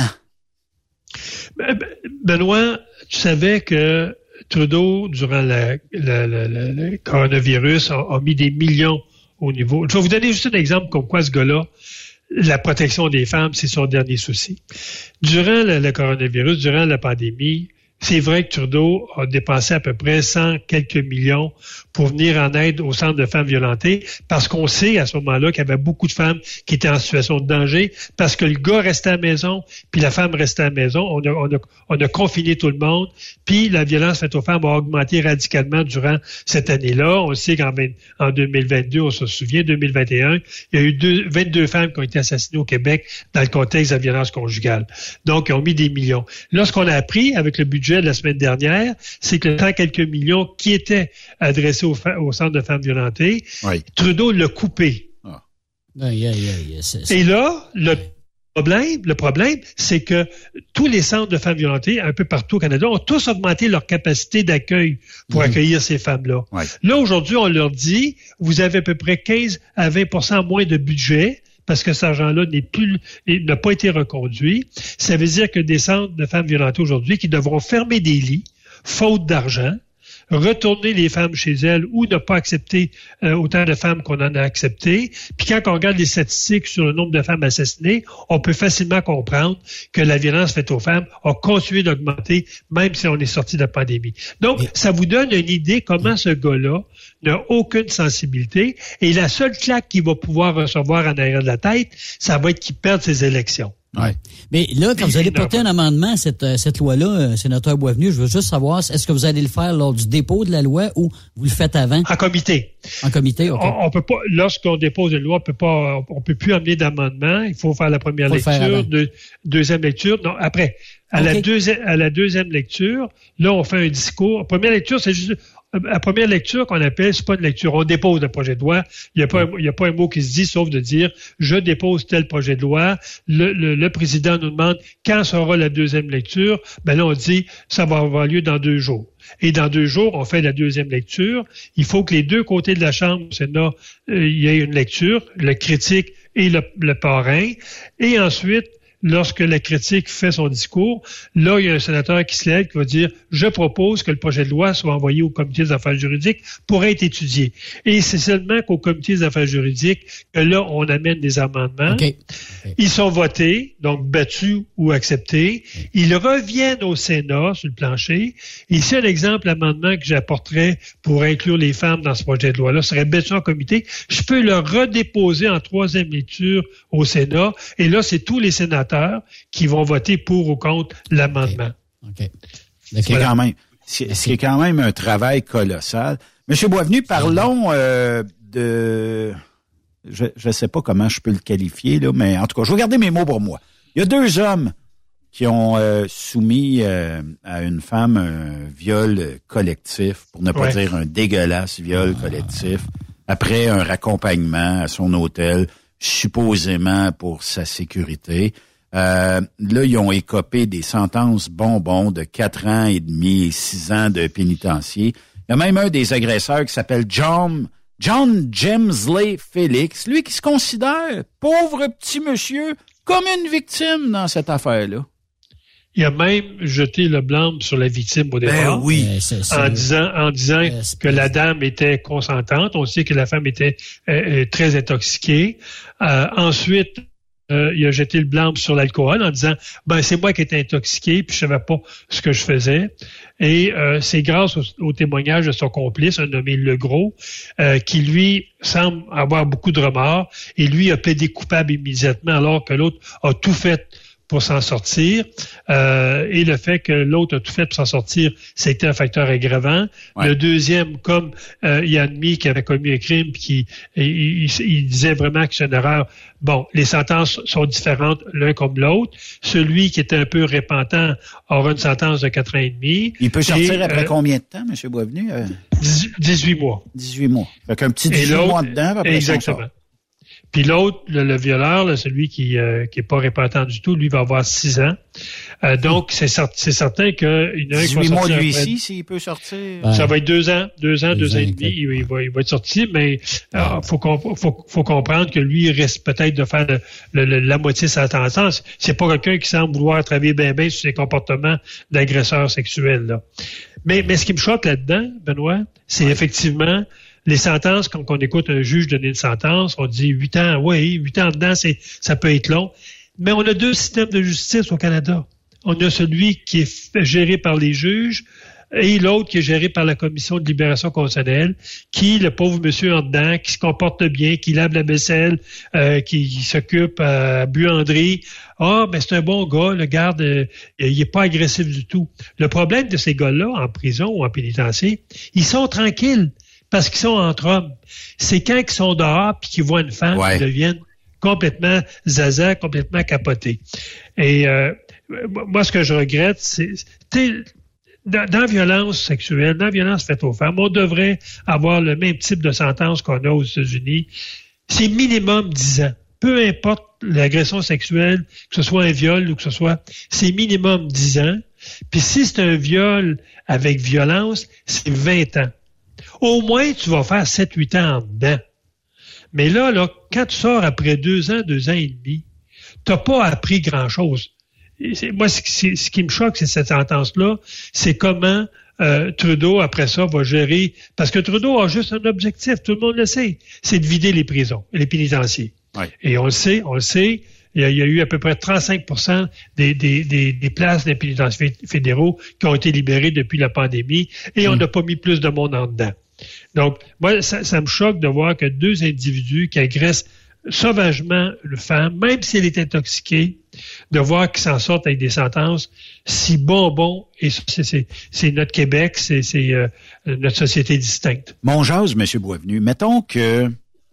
Benoît, tu savais que Trudeau, durant le coronavirus, a mis des millions au niveau. Je vais vous donner juste un exemple comme quoi ce gars-là, la protection des femmes, c'est son dernier souci. Durant le coronavirus, durant la pandémie, c'est vrai que Trudeau a dépensé à peu près 100 quelques millions pour venir en aide aux centres de femmes violentées, parce qu'on sait à ce moment-là qu'il y avait beaucoup de femmes qui étaient en situation de danger, parce que le gars restait à la maison, puis la femme restait à la maison. On a confiné tout le monde, puis la violence faite aux femmes a augmenté radicalement durant cette année-là. On sait qu'en 2022, on se souvient, 2021, il y a eu 22 femmes qui ont été assassinées au Québec dans le contexte de la violence conjugale. Donc, ils ont mis des millions. Là, ce qu'on a appris avec le budget de la semaine dernière, c'est que le 100 quelques millions qui étaient adressés au centre de femmes violentées, Trudeau l'a coupé. Et là, le problème, c'est que tous les centres de femmes violentées, un peu partout au Canada, ont tous augmenté leur capacité d'accueil pour accueillir ces femmes-là. Là, aujourd'hui, on leur dit, vous avez à peu près 15 à 20% moins de budget, parce que cet argent-là n'a pas été reconduit. Ça veut dire que des centres de femmes violentées aujourd'hui qui devront fermer des lits, faute d'argent, retourner les femmes chez elles ou ne pas accepter autant de femmes qu'on en a acceptées. Puis quand on regarde les statistiques sur le nombre de femmes assassinées, on peut facilement comprendre que la violence faite aux femmes a continué d'augmenter, même si on est sorti de la pandémie. Donc, ça vous donne une idée comment ce gars-là n'a aucune sensibilité, et la seule claque qu'il va pouvoir recevoir en arrière de la tête, ça va être qu'il perde ses élections. Ouais. Mais là, quand vous allez porter un amendement à cette loi-là, sénateur Boisvenu, je veux juste savoir, est-ce que vous allez le faire lors du dépôt de la loi ou vous le faites avant? En comité. En comité, OK. On peut pas, lorsqu'on dépose une loi, on peut plus amener d'amendement. Il faut faire la première lecture, deuxième lecture. Non, après. À la deuxième lecture, là, on fait un discours. Première lecture, c'est juste la première lecture qu'on appelle, c'est pas une lecture. On dépose le projet de loi. Il y a pas un mot qui se dit, sauf de dire, je dépose tel projet de loi. Le président nous demande quand sera la deuxième lecture. Ben là, on dit, ça va avoir lieu dans 2 jours. Et dans 2 jours, on fait la deuxième lecture. Il faut que les deux côtés de la Chambre au Sénat, il y ait une lecture, le critique et le parrain. Et ensuite, lorsque la critique fait son discours, là, il y a un sénateur qui se lève qui va dire « Je propose que le projet de loi soit envoyé au comité des affaires juridiques pour être étudié. » Et c'est seulement qu'au comité des affaires juridiques que là, on amène des amendements. Okay. Ils sont votés, donc battus ou acceptés. Ils reviennent au Sénat sur le plancher. Ici, un exemple, l'amendement que j'apporterais pour inclure les femmes dans ce projet de loi-là serait battu en comité. Je peux le redéposer en 3e lecture au Sénat. Et là, c'est tous les sénateurs qui vont voter pour ou contre l'amendement. OK. C'est quand même un travail colossal. Monsieur Boisvenu, parlons de... Je ne sais pas comment je peux le qualifier, là, mais en tout cas, je vais garder mes mots pour moi. Il y a 2 hommes qui ont soumis à une femme un viol collectif, pour ne pas dire un dégueulasse viol collectif, après un raccompagnement à son hôtel, supposément pour sa sécurité. Là, ils ont écopé des sentences bonbons de 4 ans et demi et 6 ans de pénitencier. Il y a même un des agresseurs qui s'appelle John Jemsley Félix, lui qui se considère, pauvre petit monsieur, comme une victime dans cette affaire-là. Il a même jeté le blâme sur la victime au départ. Ben oui. En disant que la dame était consentante. On sait que la femme était très intoxiquée. Ensuite, il a jeté le blâme sur l'alcool en disant c'est moi qui étais intoxiqué puis je savais pas ce que je faisais. Et c'est grâce au témoignage de son complice, un nommé Legros, qui lui semble avoir beaucoup de remords et lui a plaidé coupable immédiatement alors que l'autre a tout fait pour s'en sortir. Et le fait que l'autre a tout fait pour s'en sortir, c'était un facteur aggravant. Ouais. Le deuxième, comme il a admis qu'il avait commis un crime, puis il disait vraiment que c'est une erreur. Bon, les sentences sont différentes l'un comme l'autre. Celui qui était un peu repentant aura une sentence de 4 ans et demi. Il peut sortir après combien de temps, M. Boisvenu? 18 mois. 18 mois. Fait qu'un petit 18 mois dedans. Après exactement. Puis l'autre, le violeur, là, celui qui est pas repentant du tout, lui va avoir 6 ans. Donc, c'est certain que... 18 mois, lui ici, s'il peut sortir. Ça va être 2 ans et demi. Il va être sorti, mais faut comprendre que lui, il risque peut-être de faire la moitié de sa sentence. C'est pas quelqu'un qui semble vouloir travailler bien sur ses comportements d'agresseur sexuel, là. Mais ce qui me choque là-dedans, Benoît, c'est effectivement... Les sentences, quand on écoute un juge donner une sentence, on dit 8 ans, oui, 8 ans dedans, ça peut être long. Mais on a 2 systèmes de justice au Canada. On a celui qui est géré par les juges et l'autre qui est géré par la Commission de libération constitutionnelle, qui, le pauvre monsieur en dedans, qui se comporte bien, qui lave la vaisselle, qui s'occupe à buanderie. Mais c'est un bon gars, le garde, il est pas agressif du tout. Le problème de ces gars-là, en prison ou en pénitencier, ils sont tranquilles. Parce qu'ils sont entre hommes. C'est quand ils sont dehors puis qu'ils voient une femme, ils deviennent complètement zaza, complètement capotés. Et moi, ce que je regrette, c'est dans la violence sexuelle, dans la violence faite aux femmes, on devrait avoir le même type de sentence qu'on a aux États-Unis. C'est minimum 10 ans. Peu importe l'agression sexuelle, que ce soit un viol ou que ce soit, c'est minimum 10 ans. Puis si c'est un viol avec violence, c'est 20 ans. Au moins, tu vas faire 7-8 ans en dedans. Mais là, quand tu sors après 2 ans et demi, t'as pas appris grand-chose. Moi, ce qui me choque, c'est cette sentence-là, c'est comment Trudeau, après ça, va gérer... Parce que Trudeau a juste un objectif, tout le monde le sait, c'est de vider les prisons, les pénitenciers. Ouais. Et on le sait, il y a eu à peu près 35% des places des pénitenciers fédéraux qui ont été libérées depuis la pandémie et on n'a pas mis plus de monde en dedans. Donc, moi, ça me choque de voir que 2 individus qui agressent sauvagement une femme, même si elle est intoxiquée, de voir qu'ils s'en sortent avec des sentences si bonbons. Et c'est notre Québec, c'est notre société distincte. Mon jase, M. Boisvenu, mettons que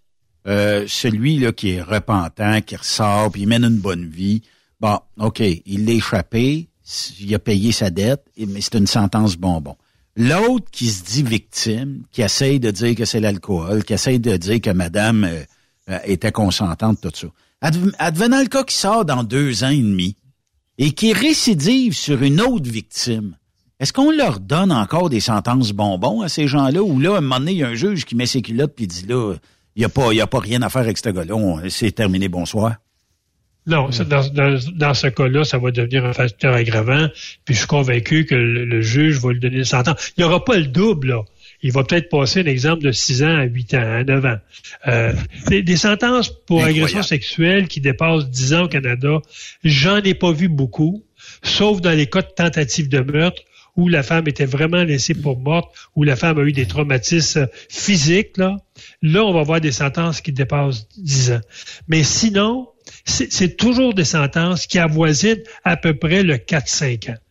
celui là qui est repentant, qui ressort, puis il mène une bonne vie, bon, OK, il l'a échappé, il a payé sa dette, mais c'est une sentence bonbon. L'autre qui se dit victime, qui essaye de dire que c'est l'alcool, qui essaye de dire que madame était consentante, tout ça. Advenant le cas qui sort dans 2 ans et demi et qui récidive sur une autre victime, est-ce qu'on leur donne encore des sentences bonbons à ces gens-là? Ou là, à un moment donné, il y a un juge qui met ses culottes puis dit là, il y a pas rien à faire avec ce gars-là, c'est terminé, bonsoir. Non, dans ce cas-là, ça va devenir un facteur aggravant, puis je suis convaincu que le juge va lui donner une sentence. Il n'y aura pas le double, là. Il va peut-être passer un exemple de 6 ans à 8 ans, à 9 ans. Des sentences pour agression sexuelle qui dépassent 10 ans au Canada, j'en ai pas vu beaucoup, sauf dans les cas de tentative de meurtre où la femme était vraiment laissée pour morte, où la femme a eu des traumatismes physiques. Là, on va avoir des sentences qui dépassent 10 ans. Mais sinon, c'est toujours des sentences qui avoisinent à peu près le 4-5 ans.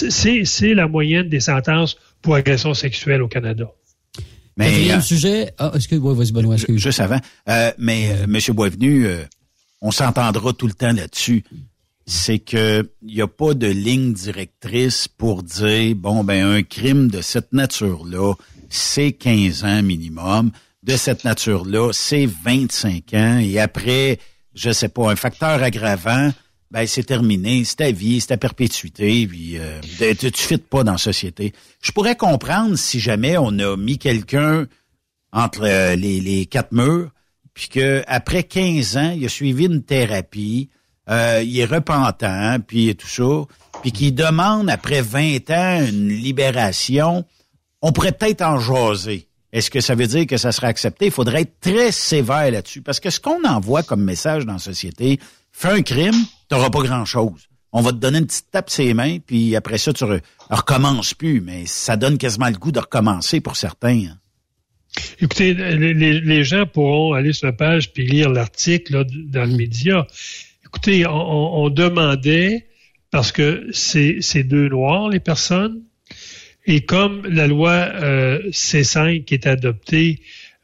C'est la moyenne des sentences pour agression sexuelle au Canada. Mais quatrième sujet. Ah, excuse-moi, vas-y, Benoît, excuse. Juste avant. Mais M. Boisvenu, on s'entendra tout le temps là-dessus. C'est que il n'y a pas de ligne directrice pour dire, bon, ben, un crime de cette nature-là, c'est 15 ans minimum. De cette nature-là, c'est 25 ans. Et après, je sais pas, un facteur aggravant, ben, c'est terminé, c'est ta vie, c'est ta perpétuité, puis tu fites pas dans la société. Je pourrais comprendre si jamais on a mis quelqu'un entre les 4 murs, puis que après 15 ans, il a suivi une thérapie, il est repentant, puis tout ça, puis qu'il demande après 20 ans une libération, on pourrait peut-être en jaser. Est-ce que ça veut dire que ça serait accepté? Il faudrait être très sévère là-dessus, parce que ce qu'on envoie comme message dans la société, fais un crime, t'auras pas grand-chose. On va te donner une petite tape sur les mains, puis après ça, tu recommences plus. Mais ça donne quasiment le goût de recommencer pour certains. Hein. Écoutez, les gens pourront aller sur la page puis lire l'article là, dans le média. Écoutez, on demandait, parce que c'est 2 Noirs, les personnes, et comme la loi C5 qui est adoptée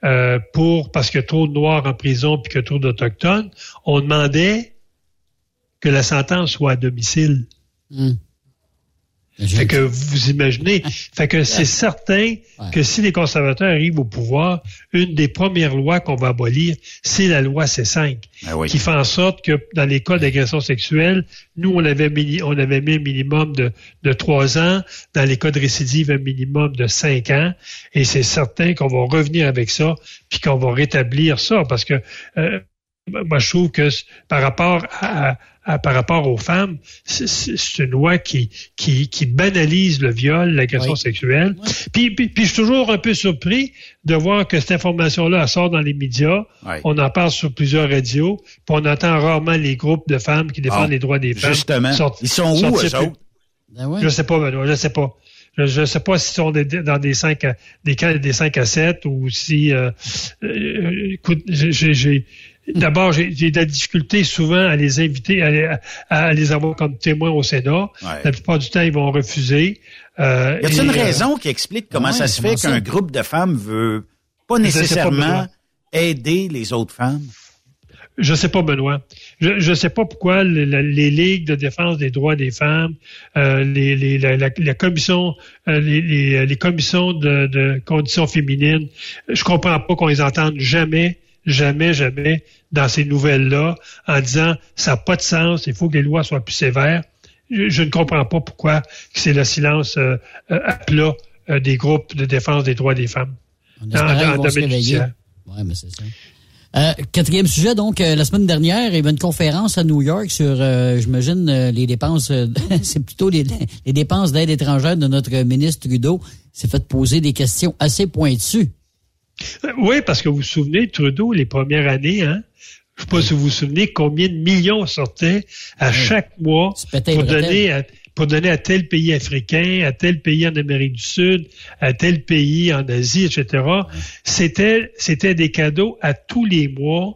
parce qu'il y a trop de Noirs en prison puis qu'il y a trop d'Autochtones, on demandait que la sentence soit à domicile. Fait que vous imaginez, fait que c'est certain que si les conservateurs arrivent au pouvoir, une des premières lois qu'on va abolir, c'est la loi C5, qui fait en sorte que dans les cas d'agression sexuelle, nous on avait mis un minimum de 3 ans, dans les cas de récidive un minimum de 5 ans, et c'est certain qu'on va revenir avec ça, puis qu'on va rétablir ça, parce que moi je trouve que par rapport aux femmes, c'est une loi qui banalise le viol, l'agression sexuelle. Puis je suis toujours un peu surpris de voir que cette information-là elle sort dans les médias. On en parle sur plusieurs radios, puis on entend rarement les groupes de femmes qui défendent les droits des femmes. Justement. Ils sont où, eux autres? Je sais pas, Benoît, je sais pas. Je sais pas s'ils sont dans des 5 à 7 ou si... écoute, D'abord, j'ai de la difficulté souvent à les inviter, à les avoir comme témoins au Sénat. La plupart du temps, ils vont refuser. Y a-t-il une raison qui explique comment ça se fait qu'un groupe de femmes veut pas nécessairement aider les autres femmes? Je sais pas, Benoît. Je sais pas pourquoi les ligues de défense des droits des femmes, la commission, les commissions de conditions féminines, je comprends pas qu'on les entende jamais dans ces nouvelles-là en disant ça n'a pas de sens, il faut que les lois soient plus sévères. Je ne comprends pas pourquoi c'est le silence à plat des groupes de défense des droits des femmes. dans le domaine judiciaire. Oui, mais c'est ça. Quatrième sujet, donc, la semaine dernière, il y avait une conférence à New York sur, j'imagine, les dépenses, c'est plutôt les dépenses d'aide étrangère de notre ministre Trudeau. Il s'est fait poser des questions assez pointues. Oui, parce que vous vous souvenez, Trudeau, les premières années, hein, je ne sais pas si vous vous souvenez combien de millions sortaient à chaque mois pour donner à tel pays africain, à tel pays en Amérique du Sud, à tel pays en Asie, etc. C'était des cadeaux à tous les mois.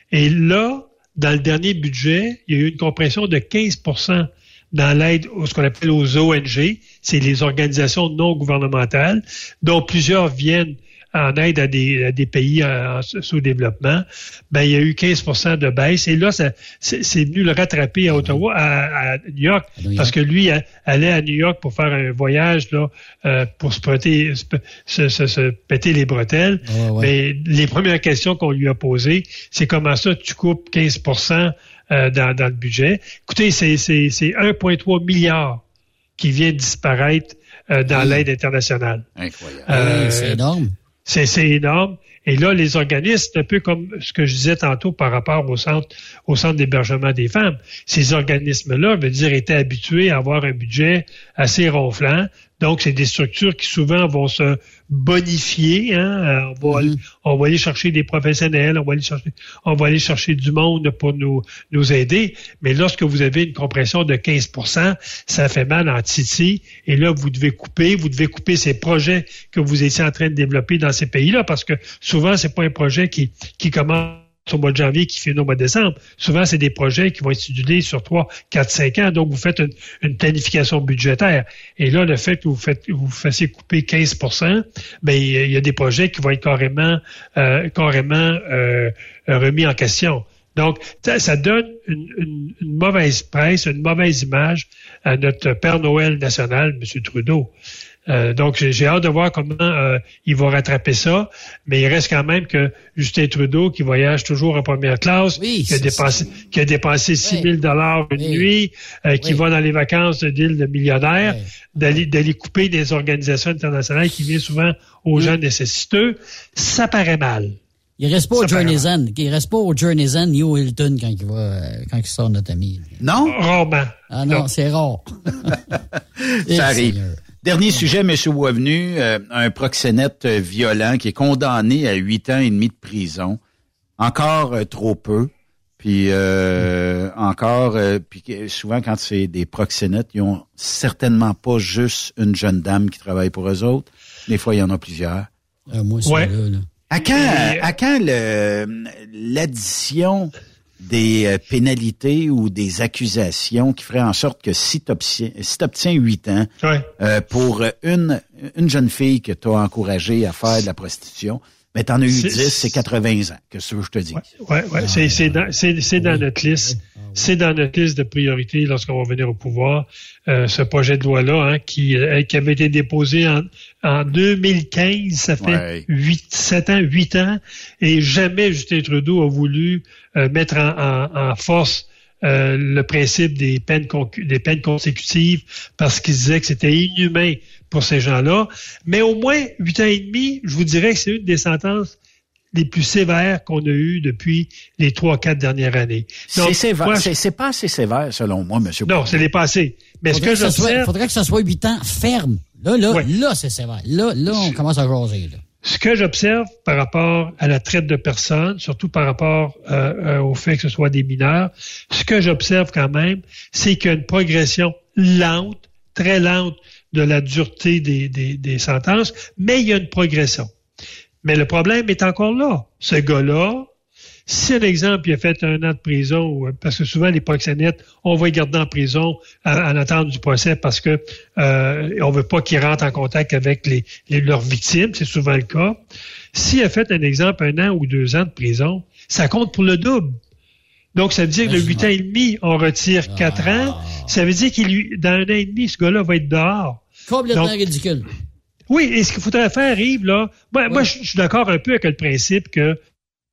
Et là, dans le dernier budget, il y a eu une compression de 15% dans l'aide ce qu'on appelle aux ONG, c'est les organisations non gouvernementales, dont plusieurs viennent en aide à des pays en sous-développement. Ben, il y a eu 15% de baisse. Et là, c'est venu le rattraper à Ottawa, à New York, parce que lui allait à New York pour faire un voyage là, pour se péter les bretelles. Mais les premières questions qu'on lui a posées, c'est comment ça tu coupes 15% dans le budget. Écoutez, c'est 1,3 milliard qui vient disparaître dans l'aide internationale. Incroyable. C'est énorme. C'est énorme. Et là, les organismes, un peu comme ce que je disais tantôt par rapport au centre d'hébergement des femmes, ces organismes-là, je veux dire, étaient habitués à avoir un budget assez ronflant. Donc, c'est des structures qui souvent vont se bonifier. Hein? On va aller chercher des professionnels, on va aller chercher du monde pour nous aider. Mais lorsque vous avez une compression de 15%, ça fait mal en titi. Et là, vous devez couper ces projets que vous étiez en train de développer dans ces pays-là, parce que souvent, c'est pas un projet qui commence au mois de janvier, qui finit au mois de décembre. Souvent, c'est des projets qui vont être étudiés sur 3, 4, 5 ans. Donc, vous faites une planification budgétaire. Et là, le fait que vous fassiez couper 15%, ben, il y a des projets qui vont être carrément remis en question. Donc, ça donne une mauvaise presse, une mauvaise image à notre Père Noël national, M. Trudeau. Donc, j'ai hâte de voir comment il va rattraper ça, mais il reste quand même que Justin Trudeau, qui voyage toujours en première classe, qui a dépensé 6 000 $ une nuit, qui va dans les vacances d'île de millionnaires, d'aller couper des organisations internationales qui viennent souvent aux gens nécessiteux, ça paraît mal. Il reste pas au Journey's End ni au Hilton quand il sort notre ami. Non? Rarement. Ah non, c'est rare. Ça arrive. Dernier sujet, M. Boisvenu, un proxénète violent qui est condamné à 8 ans et demi de prison. Encore trop peu. Puis puis souvent quand c'est des proxénètes, ils ont certainement pas juste une jeune dame qui travaille pour eux autres. Des fois, il y en a plusieurs. Moi, c'est là. À quand l'addition des pénalités ou des accusations qui feraient en sorte que si t'obtiens 8 ans pour une jeune fille que t'as encouragée à faire de la prostitution, ben t'en as eu 10, c'est 80 ans. Qu'est-ce que je te dis? C'est dans notre liste. C'est dans notre liste de priorités lorsqu'on va venir au pouvoir. Ce projet de loi-là, qui avait été déposé en 2015, ça fait 8 ans, et jamais Justin Trudeau a voulu mettre en force le principe des peines consécutives parce qu'il disait que c'était inhumain pour ces gens-là. Mais au moins 8 ans et demi, je vous dirais que c'est une des sentences les plus sévères qu'on a eues depuis les 3-4 dernières années. Donc, c'est sévère. C'est pas assez sévère, selon moi, M. Non, c'est les passés. Mais faudrait que ça soit 8 ans ferme. Là, c'est sévère. Là, on commence à jaser, là. Ce que j'observe par rapport à la traite de personnes, surtout par rapport au fait que ce soit des mineurs, ce que j'observe quand même, c'est qu'il y a une progression lente, très lente de la dureté des sentences, mais il y a une progression. Mais le problème est encore là. Ce gars-là, si un exemple, il a fait 1 an de prison, parce que souvent les proxénètes, on va les garder en prison en attente du procès parce que on veut pas qu'ils rentrent en contact avec leurs victimes, c'est souvent le cas. S'il a fait un exemple 1 an ou 2 ans de prison, ça compte pour le double. Donc, ça veut dire que de 8 ans et demi, on retire 4 ans. Ça veut dire dans 1 an et demi, ce gars-là va être dehors. Complètement ridicule. Oui, et ce qu'il faudrait faire, Yves, là, moi, je suis d'accord un peu avec le principe que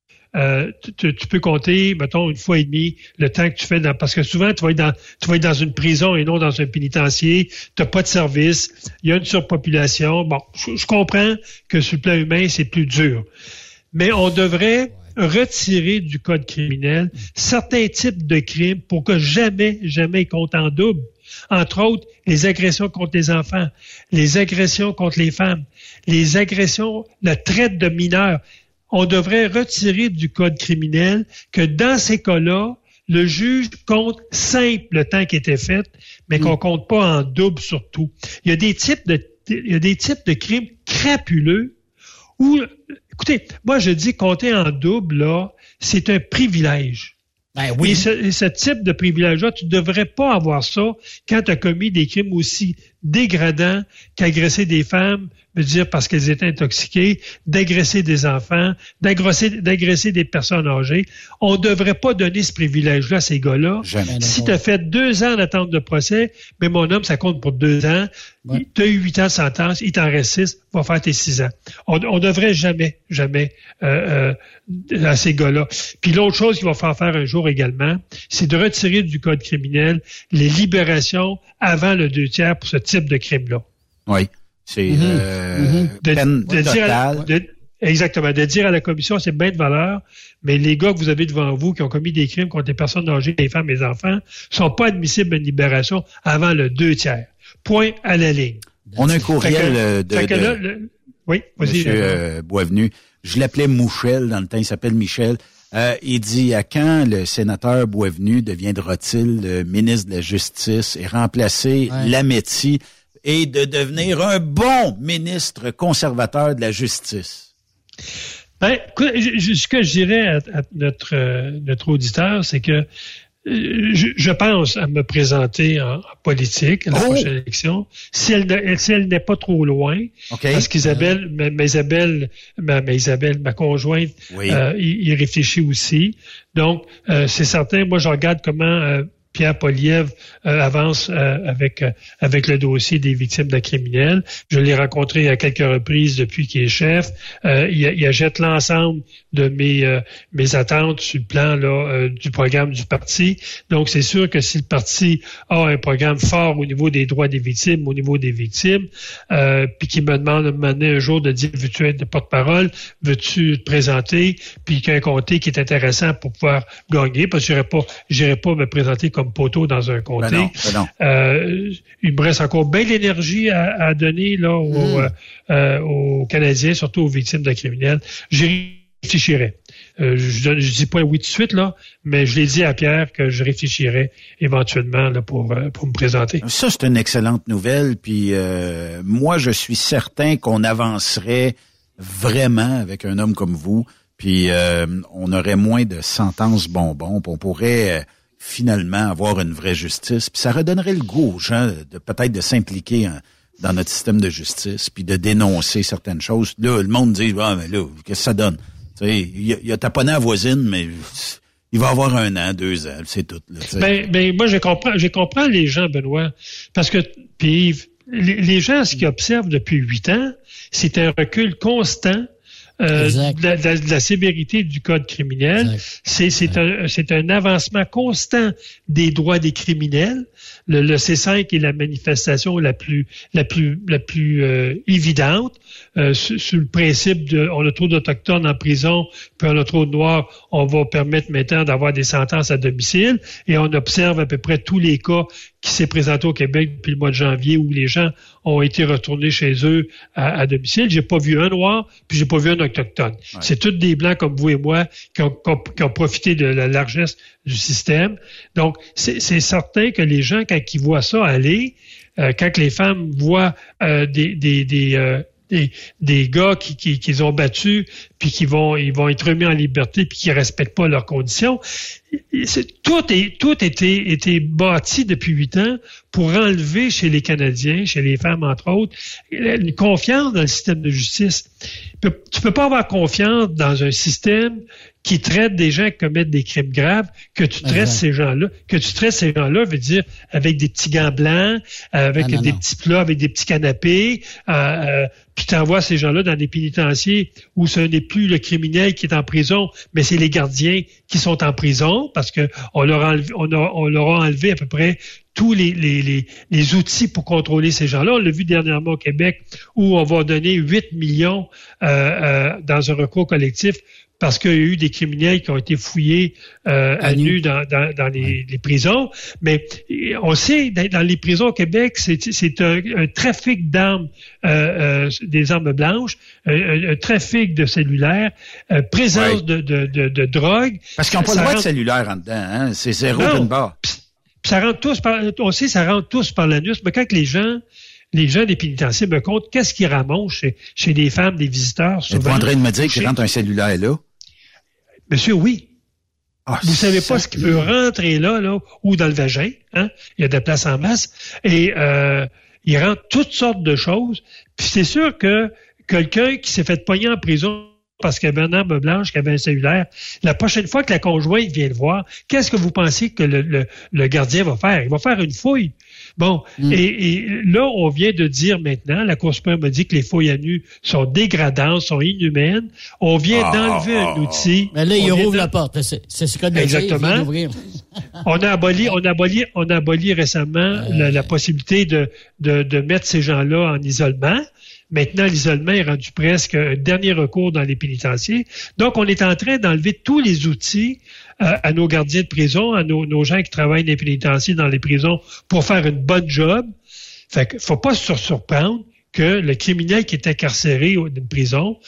tu peux compter, mettons, 1 fois et demi le temps que tu fais parce que souvent, tu vas être dans une prison et non dans un pénitencier. Tu n'as pas de service. Il y a une surpopulation. Bon, je comprends que sur le plan humain, c'est plus dur. Mais on devrait retirer du code criminel certains types de crimes pour que jamais ils comptent en double. Entre autres, les agressions contre les enfants, les agressions contre les femmes, les agressions, la traite de mineurs. On devrait retirer du code criminel que dans ces cas-là, le juge compte simple le temps qui était fait, mais qu'on compte pas en double surtout. Il y a des types de crimes crapuleux où, Écoutez, moi, je dis compter en double, là, c'est un privilège. Ben oui. Et ce type de privilège-là, tu ne devrais pas avoir ça quand tu as commis des crimes aussi dégradants qu'agresser des femmes, veut dire parce qu'elles étaient intoxiquées, d'agresser des enfants, d'agresser des personnes âgées. On ne devrait pas donner ce privilège-là à ces gars-là. Jamais. Si tu as fait 2 ans d'attente de procès, mais mon homme, ça compte pour 2 ans. Ouais. Tu as eu 8 ans de sentence, il t'en reste 6, va faire tes 6 ans. On ne devrait jamais à ces gars-là. Puis l'autre chose qu'il va faire un jour également, c'est de retirer du code criminel les libérations avant le 2/3 pour ce type de crime-là. Oui. C'est peine totale. Exactement. De dire à la commission, c'est bien de valeur, mais les gars que vous avez devant vous qui ont commis des crimes contre les personnes âgées, les femmes et les enfants, sont pas admissibles à une libération avant le 2/3. Point à la ligne. On a un courriel oui, vas-y. Monsieur Boisvenu. Je l'appelais Mouchel dans le temps, il s'appelle Michel. Il dit, à quand le sénateur Boisvenu deviendra-t-il le ministre de la Justice et remplacer Lametti et de devenir un bon ministre conservateur de la justice? Ben, écoute, ce que je dirais à notre auditeur, c'est que je pense à me présenter en politique à la prochaine élection, si elle n'est pas trop loin, parce qu'Isabelle, ma conjointe, y réfléchit aussi. Donc, c'est certain, moi je regarde comment Pierre Poilievre avance avec le dossier des victimes de criminels. Je l'ai rencontré à quelques reprises depuis qu'il est chef. Il achète l'ensemble de mes attentes sur le plan là du programme du parti. Donc, c'est sûr que si le parti a un programme fort au niveau des droits des victimes, puis qu'il me demande de me mener un jour de dire, veux-tu être de porte-parole, veux-tu te présenter, puis qu'il y a un comté qui est intéressant pour pouvoir gagner, parce que j'irai pas me présenter comme poteau dans un comté. Il me reste encore bien l'énergie à donner là aux Canadiens, surtout aux victimes de criminels. J'y réfléchirai. Je dis pas oui tout de suite, là, mais je l'ai dit à Pierre que je réfléchirais éventuellement là, pour me présenter. Ça, c'est une excellente nouvelle. Puis moi, je suis certain qu'on avancerait vraiment avec un homme comme vous. Puis on aurait moins de sentences bonbons. Puis on pourrait finalement avoir une vraie justice. Puis ça redonnerait le goût aux gens peut-être de s'impliquer dans notre système de justice, puis de dénoncer certaines choses. Là, le monde dit, mais là, qu'est-ce que ça donne? Tu sais, il a taponné à la voisine, mais il va avoir 1 an, 2 ans, c'est tout. Là, ben, moi, je comprends les gens, Benoît, parce que puis les gens, ce qu'ils observent depuis 8 ans, c'est un recul constant de la sévérité du code criminel. C'est un avancement constant des droits des criminels. Le C5 est la manifestation la plus évidente. Sur le principe on a trop d'Autochtones en prison, puis on a trop de Noirs, on va permettre maintenant d'avoir des sentences à domicile. Et on observe à peu près tous les cas qui s'est présenté au Québec depuis le mois de janvier où les gens ont été retournés chez eux à domicile. J'ai pas vu un Noir, puis j'ai pas vu un Autochtone. Ouais. C'est tous des Blancs comme vous et moi qui ont profité de la largesse du système. Donc, c'est certain que les gens, quand ils voient ça aller, quand les femmes voient des gars qu'ils ont battus, puis ils vont être remis en liberté, puis qui respectent pas leurs conditions. Tout a été bâti depuis 8 ans pour enlever chez les Canadiens, chez les femmes entre autres, une confiance dans le système de justice. Tu peux pas avoir confiance dans un système qui traite des gens qui commettent des crimes graves, que tu traites ces gens-là, veut dire avec des petits gants blancs, avec des petits plats, avec des petits canapés, puis tu envoies ces gens-là dans des pénitenciers où ce n'est plus le criminel qui est en prison, mais c'est les gardiens qui sont en prison parce que on leur a enlevé à peu près tous les outils pour contrôler ces gens-là. On l'a vu dernièrement au Québec où on va donner 8 millions dans un recours collectif parce qu'il y a eu des criminels qui ont été fouillés à nu dans les prisons. Mais on sait, dans les prisons au Québec, c'est un trafic d'armes, des armes blanches, un trafic de cellulaires, présence de drogue. Parce qu'ils n'ont pas le droit de cellulaire en dedans, hein? C'est zéro d'une barre. Ça rentre tous par l'anus, mais quand les gens les gens des pénitenciers me comptent qu'est-ce qu'ils ramassent chez les femmes, des visiteurs. Êtes-vous en train de me dire qu'il rentre un cellulaire là? Monsieur, oui. Vous savez pas ce qui peut rentrer là, ou dans le vagin. Hein? Il y a de la place en masse. Et il rentre toutes sortes de choses. Puis c'est sûr que quelqu'un qui s'est fait pogner en prison parce qu'il y avait une arme blanche, qu'il avait un cellulaire, la prochaine fois que la conjointe vient le voir, qu'est-ce que vous pensez que le gardien va faire? Il va faire une fouille. Bon, et là, on vient de dire maintenant, la Cour suprême a dit que les fouilles à nu sont dégradantes, sont inhumaines. On vient d'enlever un outil. Mais là, il rouvre la porte. C'est ce qu'on a dit. Exactement. On a aboli récemment la possibilité de mettre ces gens-là en isolement. Maintenant, l'isolement est rendu presque un dernier recours dans les pénitenciers. Donc, on est en train d'enlever tous les outils à nos gardiens de prison, à nos gens qui travaillent dans les pénitenciers, dans les prisons, pour faire une bonne job. Fait que faut pas se surprendre que le criminel qui est incarcéré d'une prison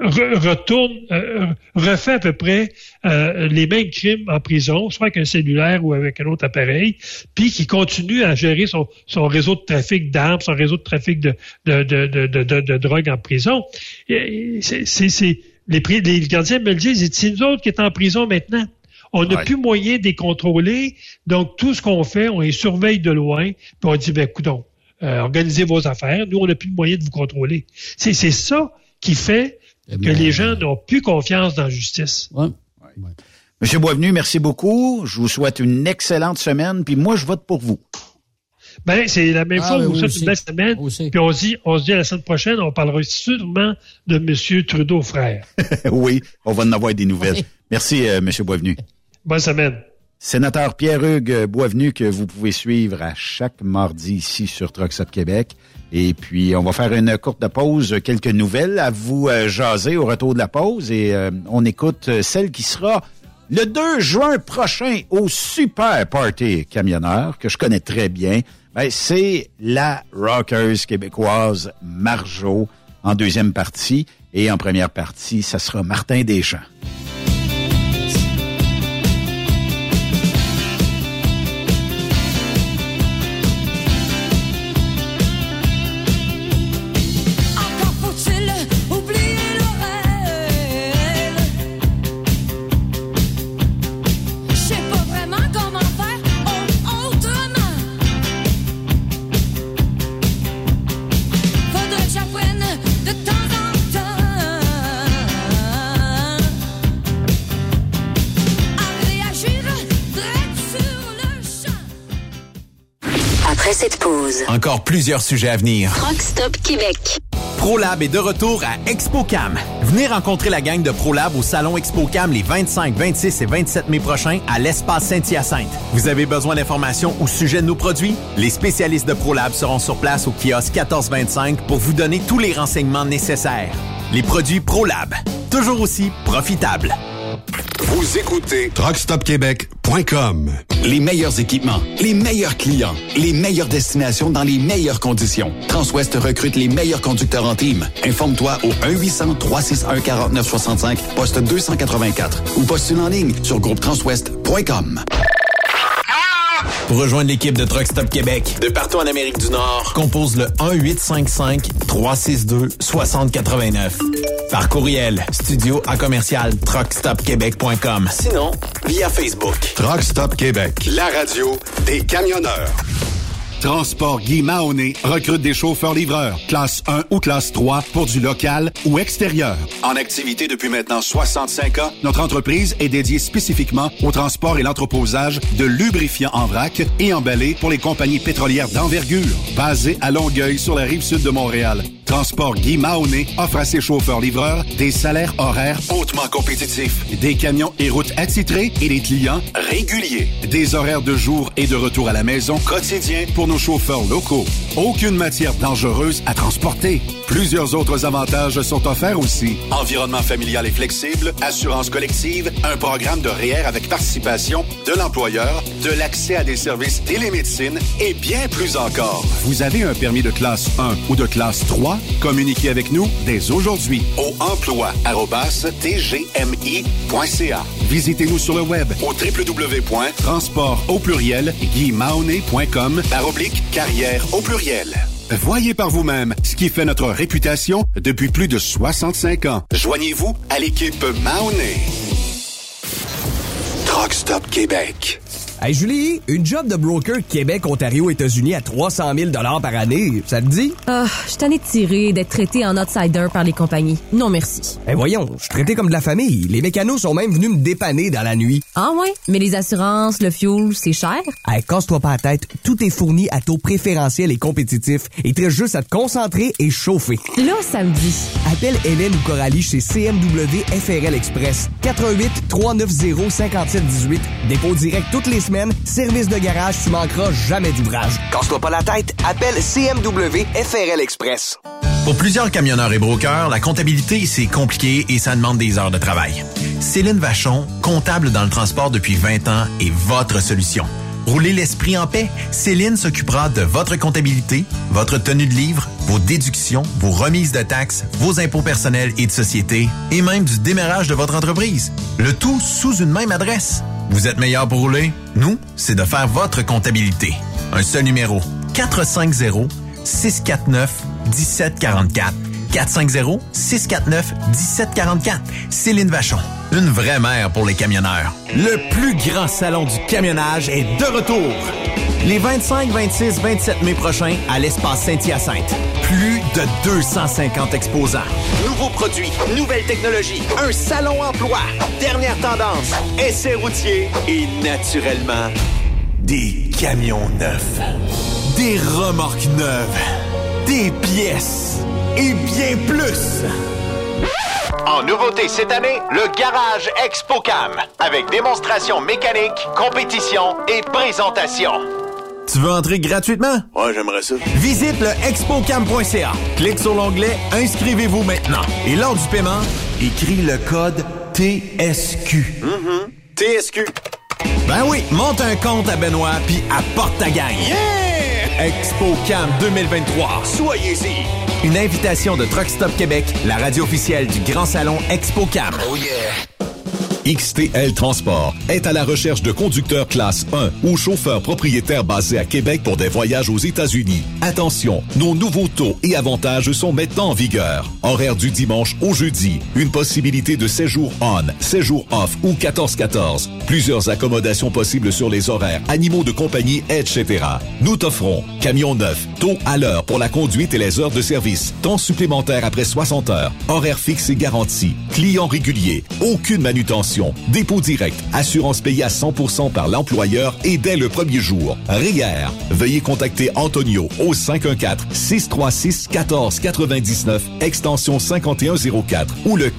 refait à peu près les mêmes crimes en prison, soit avec un cellulaire ou avec un autre appareil, puis qui continue à gérer son réseau de trafic d'armes, son réseau de trafic de drogue en prison. Les gardiens me le disent, c'est nous autres qui est en prison maintenant. On n'a plus moyen de les contrôler, donc tout ce qu'on fait, on les surveille de loin, puis on dit, coudonc, organisez vos affaires, nous, on n'a plus de moyen de vous contrôler. C'est ça qui fait que les gens n'ont plus confiance dans la justice. Ouais. Monsieur Boisvenu, merci beaucoup. Je vous souhaite une excellente semaine, puis moi, je vote pour vous. C'est la même chose. Vous souhaite une belle semaine. Puis on se dit à la semaine prochaine, on parlera sûrement de M. Trudeau, frère. Oui, on va en avoir des nouvelles. Oui. Merci, M. Boisvenu. Bonne semaine. Sénateur Pierre-Hugues Boisvenu, que vous pouvez suivre à chaque mardi ici sur Truck Stop Québec. Et puis, on va faire une courte pause, quelques nouvelles à vous jaser au retour de la pause. Et on écoute celle qui sera le 2 juin prochain au Super Party Camionneur, que je connais très bien. C'est la rockeuse québécoise Marjo en deuxième partie. Et en première partie, ça sera Martin Deschamps. Cette pause. Encore plusieurs sujets à venir. Truck Stop Québec. ProLab est de retour à ExpoCam. Venez rencontrer la gang de ProLab au salon ExpoCam les 25, 26 et 27 mai prochains à l'Espace Saint-Hyacinthe. Vous avez besoin d'informations au sujet de nos produits? Les spécialistes de ProLab seront sur place au kiosque 1425 pour vous donner tous les renseignements nécessaires. Les produits ProLab, toujours aussi profitables. Vous écoutez TruckStopQuébec.com. Les meilleurs équipements, les meilleurs clients, les meilleures destinations dans les meilleures conditions. Transwest recrute les meilleurs conducteurs en team. Informe-toi au 1-800-361-4965, poste 284 ou postule en ligne sur groupetranswest.com. Pour rejoindre l'équipe de Truck Stop Québec, de partout en Amérique du Nord, compose le 1-855-362-6089. Par courriel, studio@truckstopquebec.com. Sinon, via Facebook. Truck Stop Québec, la radio des camionneurs. Transport Guy Mahoney recrute des chauffeurs-livreurs, classe 1 ou classe 3 pour du local ou extérieur. En activité depuis maintenant 65 ans, notre entreprise est dédiée spécifiquement au transport et l'entreposage de lubrifiants en vrac et emballés pour les compagnies pétrolières d'envergure. Basé à Longueuil sur la rive sud de Montréal, Transport Guy Mahoney offre à ses chauffeurs-livreurs des salaires horaires hautement compétitifs, des camions et routes attitrés et des clients réguliers. Des horaires de jour et de retour à la maison quotidiens pour nos chauffeurs locaux. Aucune matière dangereuse à transporter. Plusieurs autres avantages sont offerts aussi. Environnement familial et flexible, assurance collective, un programme de REER avec participation de l'employeur, de l'accès à des services télémédecine et bien plus encore. Vous avez un permis de classe 1 ou de classe 3? Communiquez avec nous dès aujourd'hui au emploi@tgmi.ca. Visitez-nous sur le web au www.transport@guymahoney.com/carrière au pluriel. Voyez par vous-même ce qui fait notre réputation depuis plus de 65 ans. Joignez-vous à l'équipe Mahoney. Truck Stop Québec. Hey Julie, une job de broker Québec, Ontario, États-Unis à 300 000 par année, ça te dit? Ah, je suis tanné de tirer, d'être traité en outsider par les compagnies. Non merci. Eh voyons, je suis traité comme de la famille. Les mécanos sont même venus me dépanner dans la nuit. Ah ouais? Mais les assurances, le fuel, c'est cher? Hey, casse-toi pas la tête, tout est fourni à taux préférentiel et compétitif. Il te reste juste à te concentrer et chauffer. Là, ça me dit. Appelle Hélène ou Coralie chez CMW FRL Express. 88 390 5718. Dépôt direct toutes les semaines. Service de garage, tu manqueras jamais d'ouvrage. Casse-toi pas la tête, appelle CMW FRL Express. Pour plusieurs camionneurs et brokers, la comptabilité, c'est compliqué et ça demande des heures de travail. Céline Vachon, comptable dans le transport depuis 20 ans, est votre solution. Roulez l'esprit en paix. Céline s'occupera de votre comptabilité, votre tenue de livre, vos déductions, vos remises de taxes, vos impôts personnels et de société, et même du démarrage de votre entreprise. Le tout sous une même adresse. Vous êtes meilleur pour rouler? Nous, c'est de faire votre comptabilité. Un seul numéro. 450-649-1744. 450-649-1744. Céline Vachon. Une vraie mère pour les camionneurs. Le plus grand salon du camionnage est de retour. Les 25, 26, 27 mai prochains à l'espace Saint-Hyacinthe. Plus de 250 exposants. Nouveaux produits, nouvelles technologies, un salon emploi, dernière tendance, essais routiers et naturellement, des camions neufs, des remorques neuves, des pièces et bien plus. En nouveauté cette année, le Garage ExpoCam, avec démonstration mécanique, compétition et présentation. Tu veux entrer gratuitement? Ouais, j'aimerais ça. Visite le expocam.ca. Clique sur l'onglet « Inscrivez-vous maintenant » et lors du paiement, écris le code TSQ. TSQ. Ben oui, monte un compte à Benoît puis apporte ta gang. Yeah! ExpoCam 2023. Soyez-y. Une invitation de Truck Stop Québec, la radio officielle du Grand Salon ExpoCam. Oh yeah! XTL Transport est à la recherche de conducteurs classe 1 ou chauffeurs propriétaires basés à Québec pour des voyages aux États-Unis. Attention, nos nouveaux taux et avantages sont maintenant en vigueur. Horaire du dimanche au jeudi. Une possibilité de séjour on, séjour off ou 14-14. Plusieurs accommodations possibles sur les horaires, animaux de compagnie, etc. Nous t'offrons camion neuf, taux à l'heure pour la conduite et les heures de service, temps supplémentaire après 60 heures, horaire fixe et garanti, client régulier, aucune manutention, dépôt direct, assurance payée à 100% par l'employeur et dès le premier jour. REER. Veuillez contacter Antonio au 514-636-1499, extension 5104 ou le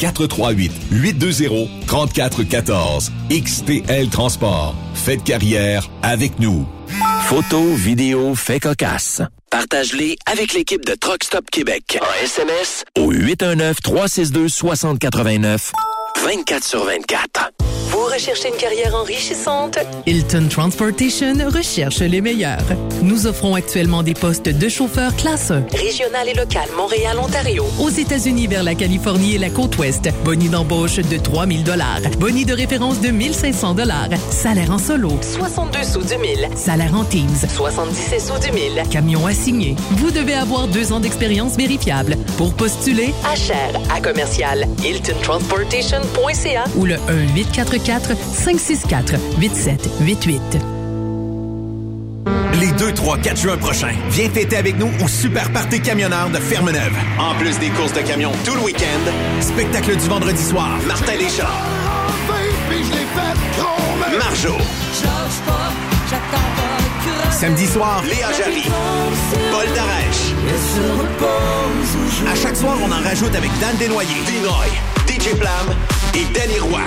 438-820-3414. XTL Transport. Faites carrière avec nous. Photos, vidéos, faits cocasses. Partage-les avec l'équipe de Truck Stop Québec. En SMS au 819-362-6089. 24/24. Vous recherchez une carrière enrichissante? Hilton Transportation recherche les meilleurs. Nous offrons actuellement des postes de chauffeur classe 1. Régional et local, Montréal, Ontario. Aux États-Unis vers la Californie et la côte ouest. Boni d'embauche de 3 000 $. Boni de référence de 1 500 $. Salaire en solo. 62 sous du 1000. Salaire en Teams. 77 sous du 1000. Camion assigné. Vous devez avoir 2 ans d'expérience vérifiable. Pour postuler, HR@commercial hiltontransportation.ca ou le 1-844-564-8788. Les 2, 3, 4 juin prochains, viens fêter avec nous au Super Party Camionneur de Fermeneuve. En plus des courses de camions tout le week-end, spectacle du vendredi soir, Martin Deschamps, Marjo. Samedi soir, Léa Jarry, Paul Darèche. À chaque soir, on en rajoute avec Dan Desnoyers, Dinoy, DJ Plam et Danny Roy.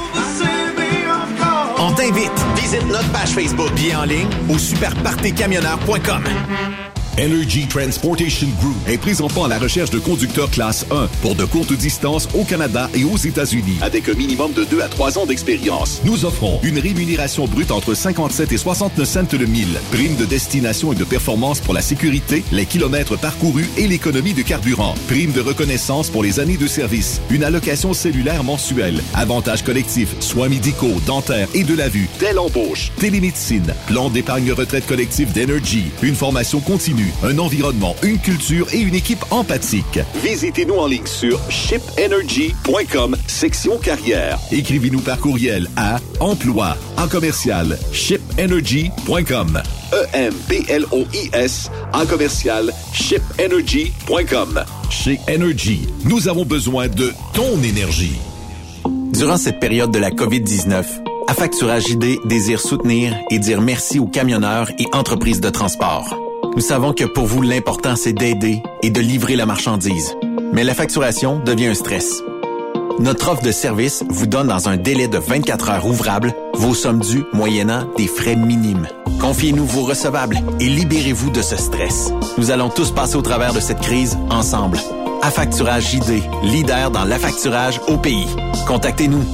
On t'invite. Visite notre page Facebook. Billets en ligne au superpartycamionneur.com. Energy Transportation Group est présentement à la recherche de conducteurs classe 1 pour de courtes distances au Canada et aux États-Unis avec un minimum de 2 à 3 ans d'expérience. Nous offrons une rémunération brute entre 57 et 69 cents le mille, prime de destination et de performance pour la sécurité, les kilomètres parcourus et l'économie de carburant, prime de reconnaissance pour les années de service, une allocation cellulaire mensuelle, avantages collectifs, soins médicaux, dentaires et de la vue, telle embauche, télémédecine, plan d'épargne retraite collectif d'Energy, une formation continue, continu, un environnement, une culture et une équipe empathique. Visitez-nous en ligne sur shipenergy.com, section carrière. Écrivez-nous par courriel à emploi en commercial shipenergy.com. EMPLOIS en commercial shipenergy.com. Chez Energy, nous avons besoin de ton énergie. Durant cette période de la COVID-19, Affacturage ID désire soutenir et dire merci aux camionneurs et entreprises de transport. Nous savons que pour vous, l'important, c'est d'aider et de livrer la marchandise. Mais la facturation devient un stress. Notre offre de service vous donne dans un délai de 24 heures ouvrables vos sommes dues moyennant des frais minimes. Confiez-nous vos recevables et libérez-vous de ce stress. Nous allons tous passer au travers de cette crise ensemble. Affacturage JD, leader dans l'affacturage au pays. Contactez-nous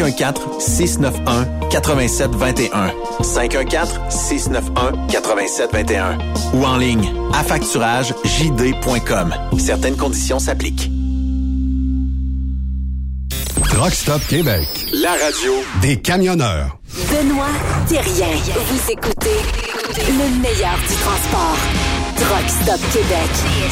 514-691-8721. 514-691-8721. Ou en ligne, affacturagejd.com. Certaines conditions s'appliquent. Truck Stop Québec. La radio des camionneurs. Benoît Thérien. Vous écoutez le meilleur du transport. Truck Stop Québec.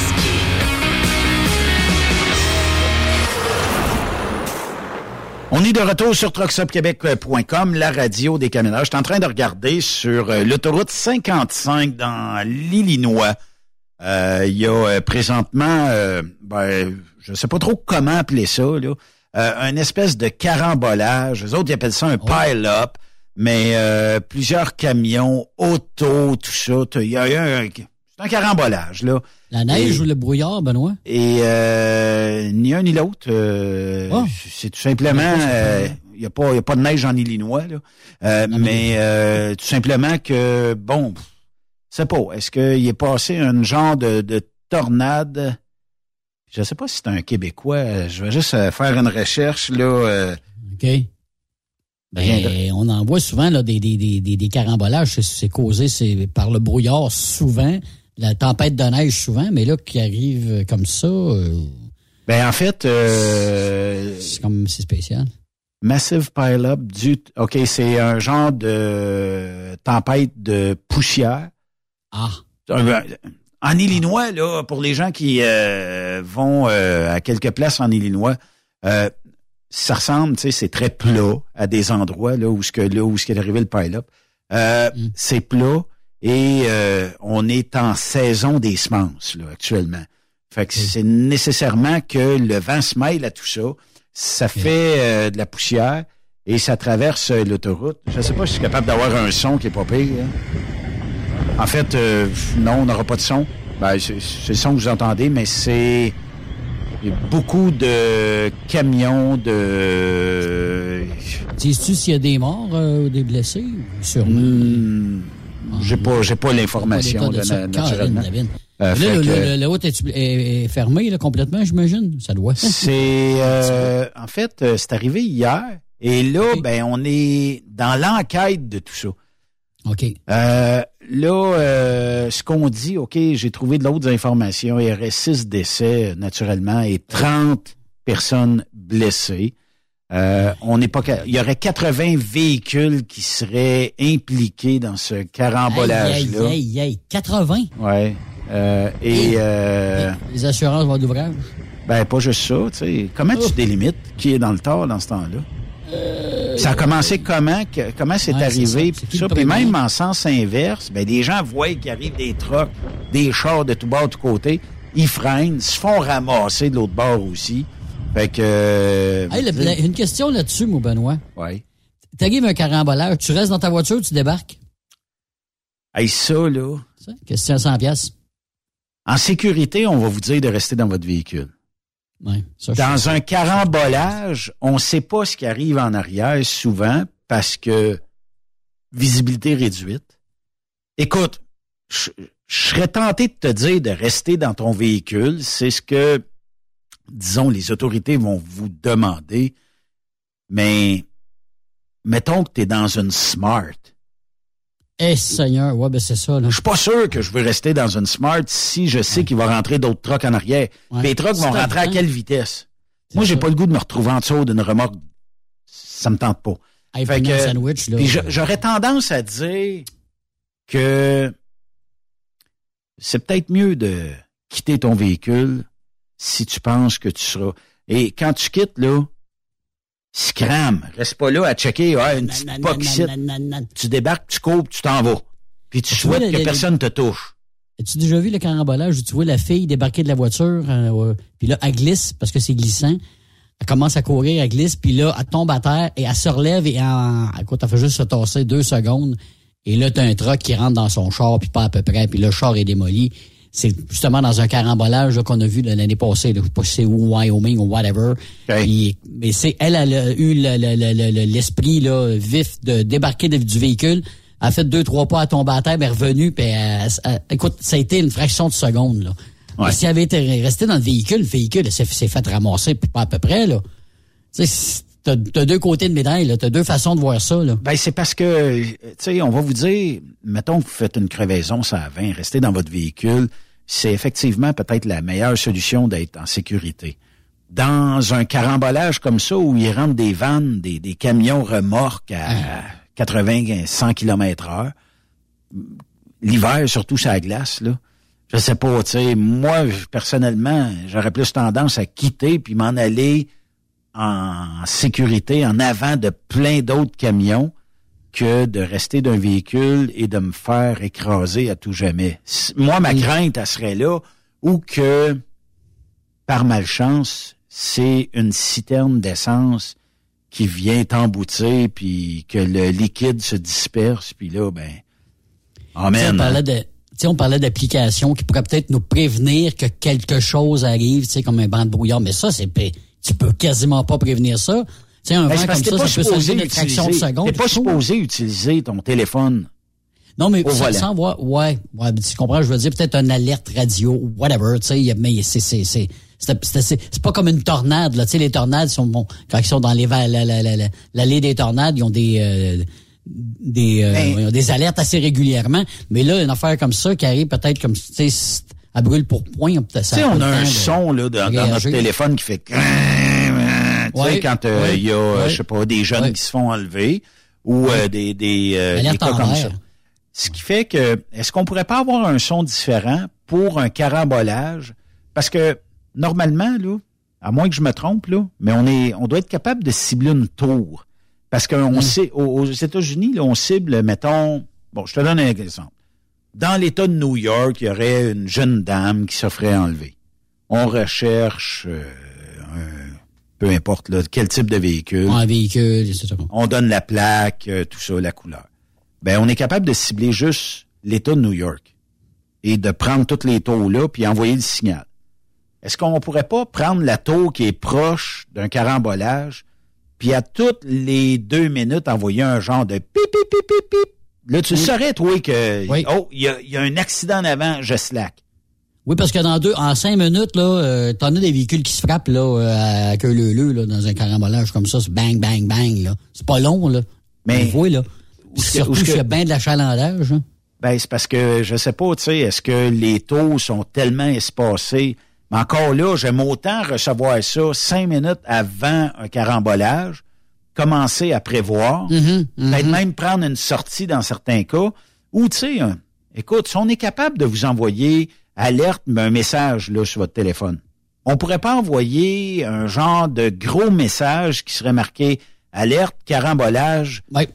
On est de retour sur truckstopquebec.com, la radio des camionneurs. Je suis en train de regarder sur l'autoroute 55 dans l'Illinois. Il y a présentement, je sais pas trop comment appeler ça, là, un espèce de carambolage. Les autres, ils appellent ça un pile-up, mais plusieurs camions, autos, tout ça. Il y a c'est un carambolage, là. La neige ou le brouillard, Benoît? Et ni un ni l'autre. C'est tout simplement... Il n'y a pas de neige en Illinois, là. Mais tout simplement que, bon, je sais pas, est-ce qu'il est passé un genre de tornade? Je sais pas si c'est un Québécois. Je vais juste faire une recherche, là. OK. Ben, on en voit souvent là, des carambolages. C'est causé par le brouillard souvent. La tempête de neige souvent, mais là, qui arrive comme ça... Ben, en fait... c'est spécial. Massive pile-up OK, c'est un genre de tempête de poussière. Ah. En Illinois, là, pour les gens qui vont à quelques places en Illinois, ça ressemble, tu sais, c'est très plat à des endroits là où est arrivé le pile-up. C'est plat. Et on est en saison des semences là, actuellement. Fait que c'est nécessairement que le vent se mêle à tout ça. Ça fait de la poussière et ça traverse l'autoroute. Je sais pas si je suis capable d'avoir un son qui est pas pire. Hein. En fait, non, on n'aura pas de son. Ben, c'est le son que vous entendez, mais c'est beaucoup de camions de... Sais-tu s'il y a des morts ou des blessés? Sûrement. J'ai pas l'information, là, naturellement. La route est fermée là, complètement, j'imagine? Ça doit. C'est en fait, c'est arrivé hier. Et là, on est dans l'enquête de tout ça. OK. Ce qu'on dit, OK, j'ai trouvé d'autres informations. Il y aurait 6 décès, naturellement, et 30 personnes blessées. Il y aurait 80 véhicules qui seraient impliqués dans ce carambolage-là. 80? Ouais. Les assurances vont d'ouvrage? Ben, pas juste ça, tu sais. Comment tu délimites qui est dans le tort dans ce temps-là? Ça a commencé comment c'est arrivé, puis tout ça. Puis même en sens inverse, ben, des gens voient qu'il arrive des trucks, des chars de tout bord, de tout côté. Ils freinent, se font ramasser de l'autre bord aussi. Fait que... une question là-dessus, mon Benoît. Oui. T'arrives un carambolage, tu restes dans ta voiture ou tu débarques? Ça, là... Question à 100$. En sécurité, on va vous dire de rester dans votre véhicule. Ouais, dans un carambolage, on ne sait pas ce qui arrive en arrière souvent parce que visibilité réduite. Écoute, je serais tenté de te dire de rester dans ton véhicule. C'est ce que, disons, les autorités vont vous demander. Mais mettons que tu es dans une Smart. Seigneur, ouais, ben c'est ça. Là. Je suis pas sûr que je veux rester dans une Smart si je sais qu'il va rentrer d'autres trucks en arrière. Ouais. Les trucks vont rentrer à quelle vitesse? Moi, j'ai pas le goût de me retrouver en dessous d'une remorque. Ça me tente pas. Fait que, sandwich, là, puis j'aurais tendance à dire que c'est peut-être mieux de quitter ton véhicule si tu penses que tu seras... Et quand tu quittes, là, scram. Reste pas là à checker, une petite poque ici. Tu débarques, tu coupes, tu t'en vas. Puis tu souhaites que personne te touche. As-tu déjà vu le carambolage où tu vois la fille débarquer de la voiture, puis là, elle glisse, parce que c'est glissant. Elle commence à courir, elle glisse, puis là, elle tombe à terre et elle se relève et écoute, elle fait juste se tasser 2 secondes. Et là, t'as un truck qui rentre dans son char, puis pas à peu près, puis le char est démoli. C'est justement dans un carambolage là, qu'on a vu l'année passée, là, je sais pas si c'est Wyoming ou whatever. Okay. Mais elle a eu l'esprit là, vif de débarquer du véhicule. Elle a fait 2-3 pas à tomber à terre, mais elle est revenue, puis écoute, ça a été une fraction de seconde, là. Ouais. Si elle avait été restée dans le véhicule s'est fait ramasser, puis pas à peu près, là. Tu sais, t'as 2 côtés de médaille, là. T'as 2 façons de voir ça, là. Ben, c'est parce que, tu sais, on va vous dire, mettons que vous faites une crevaison, ça à 20, restez dans votre véhicule. C'est effectivement peut-être la meilleure solution d'être en sécurité. Dans un carambolage comme ça, où il rentre des vannes, des camions remorques à 80-100 km/h, l'hiver, surtout sur la glace, là, je sais pas, tu sais, moi, personnellement, j'aurais plus tendance à quitter puis m'en aller en sécurité, en avant de plein d'autres camions, que de rester d'un véhicule et de me faire écraser à tout jamais. Moi, ma crainte, elle serait là, ou que, par malchance, c'est une citerne d'essence qui vient t'emboutir, puis que le liquide se disperse, puis là, ben, amen. On parlait d'applications qui pourraient peut-être nous prévenir que quelque chose arrive, tu sais, comme un banc de brouillard, mais ça, tu peux quasiment pas prévenir ça. Tu sais, un vent comme ça peut changer une fraction de seconde. T'es pas supposé utiliser ton téléphone. Non, mais sans voir, ouais, tu comprends, je veux dire, peut-être une alerte radio, ou whatever, tu sais, mais c'est pas comme une tornade, là, tu sais, les tornades quand ils sont dans l'allée des tornades, ils ont ils ont des alertes assez régulièrement, mais là, une affaire comme ça qui arrive peut-être comme, tu sais, à brûle pour point, tu sais, on a un son, là, dans notre téléphone qui fait tu sais, quand il y a, je sais pas, des jeunes qui se font enlever ou des cas comme ça. Ce qui fait que, est-ce qu'on pourrait pas avoir un son différent pour un carambolage? Parce que, normalement, là, à moins que je me trompe, là, mais on doit être capable de cibler une tour. Parce qu'on sait, aux États-Unis, là, on cible, mettons, bon, je te donne un exemple. Dans l'État de New York, il y aurait une jeune dame qui se ferait enlever. On recherche peu importe là, quel type de véhicule. Un véhicule, c'est ça. On donne la plaque, tout ça, la couleur. Ben, on est capable de cibler juste l'État de New York et de prendre toutes les taux là puis envoyer le signal. Est-ce qu'on pourrait pas prendre la tour qui est proche d'un carambolage puis à toutes les 2 minutes envoyer un genre de pip, pip, pip, pip, pip. Là, tu saurais, toi, que, il y a un accident en avant, je slack. Oui, parce que en 5 minutes, là, t'en as des véhicules qui se frappent, là, à queue leu-leu, là, dans un carambolage comme ça, c'est bang, bang, bang, là. C'est pas long, là. Mais. On voit, là. Surtout s'il y a bien de l'achalandage, hein. Ben, c'est parce que, je sais pas, tu sais, est-ce que les taux sont tellement espacés? Mais encore là, j'aime autant recevoir ça 5 minutes avant un carambolage, commencer à prévoir, peut-être même prendre une sortie dans certains cas, ou, tu sais, écoute, si on est capable de vous envoyer alerte, un message là sur votre téléphone. On pourrait pas envoyer un genre de gros message qui serait marqué alerte, carambolage. Oui.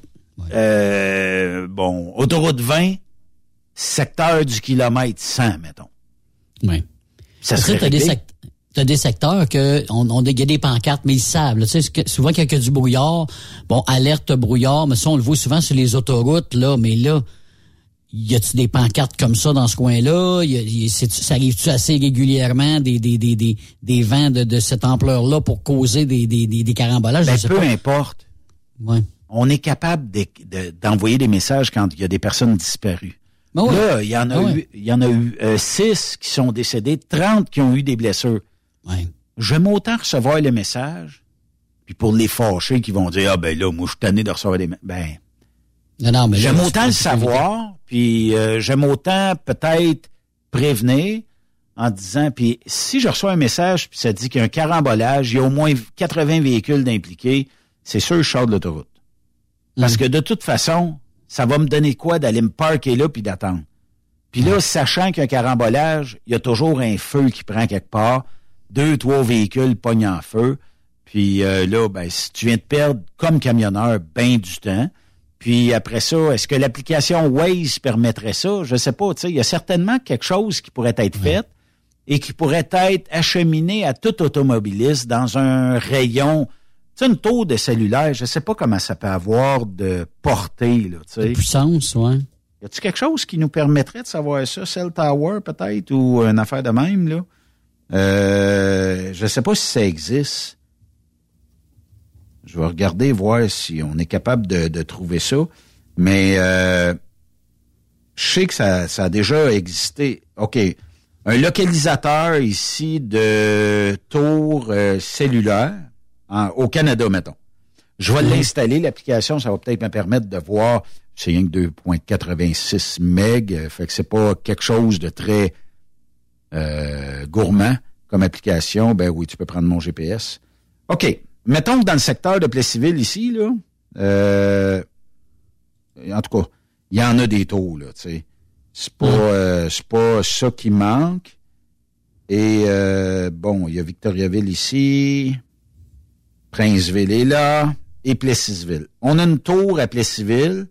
Bon, autoroute 20, secteur du kilomètre 100, mettons. Oui. Ça serait t'as des secteurs que on a des pancartes, mais ils savent. Là, tu sais, souvent qu'il y a du brouillard, bon, alerte brouillard, mais ça on le voit souvent sur les autoroutes là, mais là. Y a-tu des pancartes comme ça dans ce coin-là? Ça arrive-tu assez régulièrement des vents de cette ampleur-là pour causer des carambolages? Ben, peu importe. Ouais. On est capable d'envoyer des messages quand il y a des personnes disparues. Ben ouais. Là, il y en a eu 6 qui sont décédés, 30 qui ont eu des blessures. Ouais. J'aime autant recevoir le message, puis pour les fâchés qui vont dire, ah ben là, moi je suis tanné de recevoir des messages. Non, mais j'aime autant le savoir, puis j'aime autant peut-être prévenir en disant, puis si je reçois un message puis ça dit qu'il y a un carambolage, il y a au moins 80 véhicules d'impliqués, c'est sûr que je sors de l'autoroute. Parce que de toute façon, ça va me donner quoi d'aller me parker là puis d'attendre? Puis là, sachant qu'il y a un carambolage, il y a toujours un feu qui prend quelque part. 2-3 véhicules pognent en feu. Puis là, ben, si tu viens de perdre, comme camionneur, ben du temps. Puis après ça, est-ce que l'application Waze permettrait ça? Je sais pas, tu sais, il y a certainement quelque chose qui pourrait être fait et qui pourrait être acheminé à tout automobiliste dans un rayon, tu sais, une tour de cellulaire, je sais pas comment ça peut avoir de portée, là, tu sais. De puissance, ouais. Y a-t-il quelque chose qui nous permettrait de savoir ça? Cell Tower, peut-être, ou une affaire de même, là? Je sais pas si ça existe. Je vais regarder, voir si on est capable de trouver ça. Mais je sais que ça a déjà existé. OK. Un localisateur ici de tour cellulaire au Canada, mettons. Je vais l'installer, l'application, ça va peut-être me permettre de voir. C'est rien que 2.86 MB, fait que c'est pas quelque chose de très gourmand comme application. Ben oui, tu peux prendre mon GPS. OK. Mettons que dans le secteur de Plessisville, ici, là, en tout cas, il y en a des taux, là, tu sais. C'est pas ça qui manque. Et, bon, il y a Victoriaville ici, Princeville est là, et Plessisville. On a une tour à Plessisville,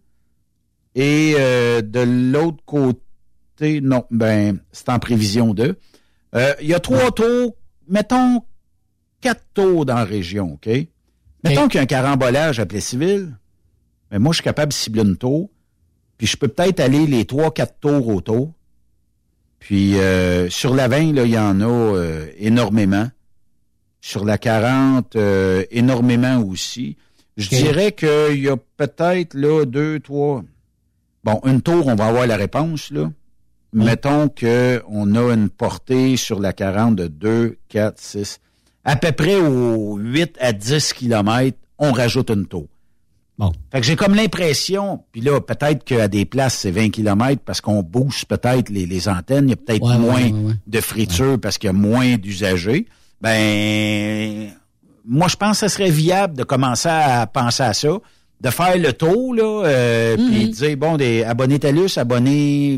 et de l'autre côté, non, ben, c'est en prévision d'eux. Il y a 3 tours, mettons, 4 tours dans la région, OK? Mettons qu'il y a un carambolage à Plessisville, mais moi, je suis capable de cibler une tour, puis je peux peut-être aller les 3-4 tours autour. Puis sur la 20, là, il y en a énormément. Sur la 40, énormément aussi. Je dirais qu'il y a peut-être, là, 2, 3... Bon, une tour, on va avoir la réponse, là. Mettons qu'on a une portée sur la 40 de 2, 4, 6... À peu près aux 8 à 10 kilomètres, on rajoute une tour. Bon. Fait que j'ai comme l'impression, puis là, peut-être qu'à des places, c'est 20 kilomètres parce qu'on bouge peut-être les antennes, il y a peut-être moins de friture parce qu'il y a moins d'usagers. Ben, moi, je pense que ce serait viable de commencer à penser à ça, de faire le tour, là, puis de dire, bon, des abonnés TELUS, abonnés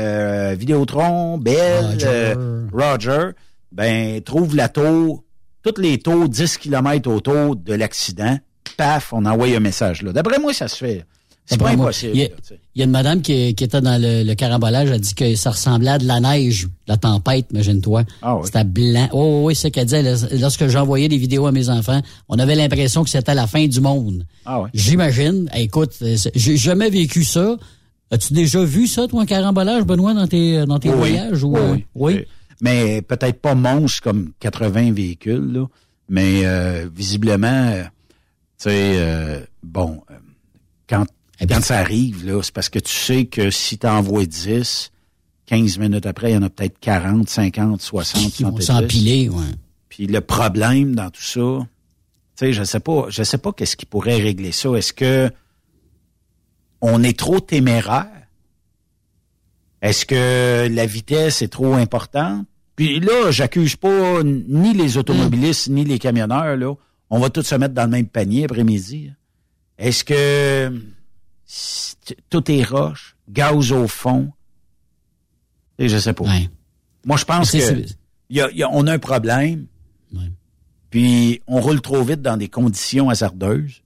Vidéotron, Bell, Roger, ben, trouve la tour, toutes les tours, 10 km autour de l'accident, paf, on envoie un message là. D'après moi, ça se fait. C'est pas impossible. Il y a une madame qui était dans le carambolage, elle dit que ça ressemblait à de la neige, la tempête, imagine-toi. Ah oui. C'était blanc. Oh oui, c'est ce qu'elle disait. Lorsque j'envoyais des vidéos à mes enfants, on avait l'impression que c'était la fin du monde. Ah oui. J'imagine. Écoute, j'ai jamais vécu ça. As-tu déjà vu ça, toi, un carambolage, Benoît, dans tes voyages? Ou, oui. Mais peut-être pas monstre comme 80 véhicules, là. Mais visiblement, tu sais, bon, quand ça arrive, là, c'est parce que tu sais que si tu envoies 10, 15 minutes après, il y en a peut-être 40, 50, 60, qui vont s'empiler, ouais. Puis le problème dans tout ça, tu sais, je sais pas qu'est-ce qui pourrait régler ça. Est-ce que on est trop téméraire? Est-ce que la vitesse est trop importante? Puis là, j'accuse pas ni les automobilistes, ni les camionneurs, là. On va tous se mettre dans le même panier après-midi. Est-ce que tout est roche, gaz au fond? Et je sais pas. Ouais. Moi, je pense on a un problème. Ouais. Puis on roule trop vite dans des conditions hasardeuses.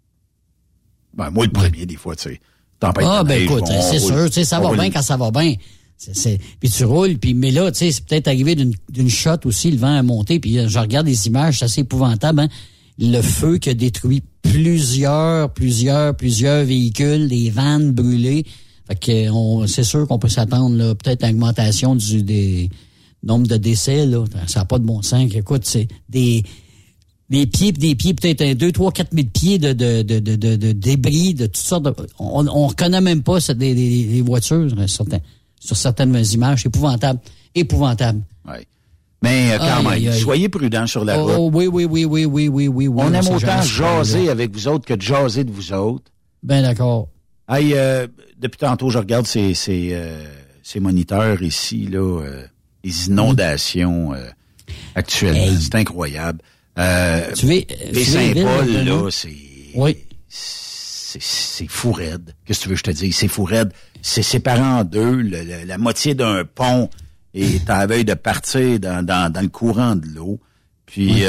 Ben, moi, le premier, des fois, tu sais. Écoute, c'est sûr, tu sais, ça va bien quand ça va bien. Puis tu roules, mais là, tu sais, c'est peut-être arrivé d'une shot aussi, le vent a monté, puis je regarde les images, c'est assez épouvantable, hein? Le feu qui a détruit plusieurs véhicules, des vannes brûlées. Fait que c'est sûr qu'on peut s'attendre là, peut-être à l'augmentation des nombres de décès, là. Ça n'a pas de bon sens. Écoute, c'est des pieds, peut-être 2, 3, 4 000 pieds de débris, de toutes sortes de... On reconnaît même pas des voitures sur certaines images. Épouvantable. Oui. Mais quand même, soyez prudents sur la route. Oui. On aime autant jaser avec vous autres que de jaser de vous autres. Ben d'accord. Hey, depuis tantôt, je regarde ces moniteurs ici, là, les inondations actuellement. Hey. C'est incroyable. Les Saint-Paul, là, c'est... Oui. c'est fou raide. Qu'est-ce que tu veux que je te dise? C'est fou raide. C'est séparé en deux. La moitié d'un pont est à la veille de partir dans le courant de l'eau. Puis,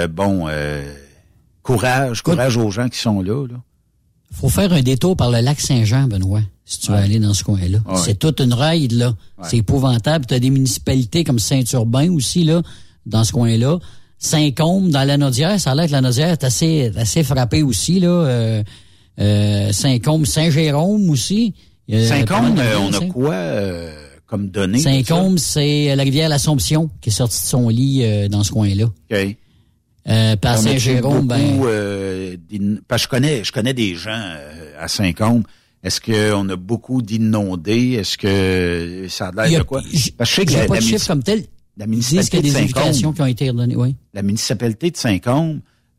courage aux gens qui sont là. Faut faire un détour par le lac Saint-Jean, Benoît, si tu veux aller dans ce coin-là. Ouais. C'est toute une ride, là. Ouais. C'est épouvantable. T'as des municipalités comme Saint-Urbain aussi, là, dans ce coin-là. Saint-Côme, dans la Naudière, ça a l'air que la Naudière est assez frappée aussi, là. Saint-Côme, Saint-Jérôme aussi. Saint-Côme, on a quoi comme données? Saint-Côme, c'est la rivière L'Assomption qui est sortie de son lit dans ce coin-là. OK. Par Saint-Jérôme, parce que je connais des gens à Saint-Côme. Est-ce qu'on a beaucoup d'inondés? Est-ce que ça a l'air de quoi? Parce que je sais que j'ai pas de chiffre comme tel. La municipalité de Saint-Côme, des indications qui ont été redonnées, oui. La municipalité de Saint-Côme,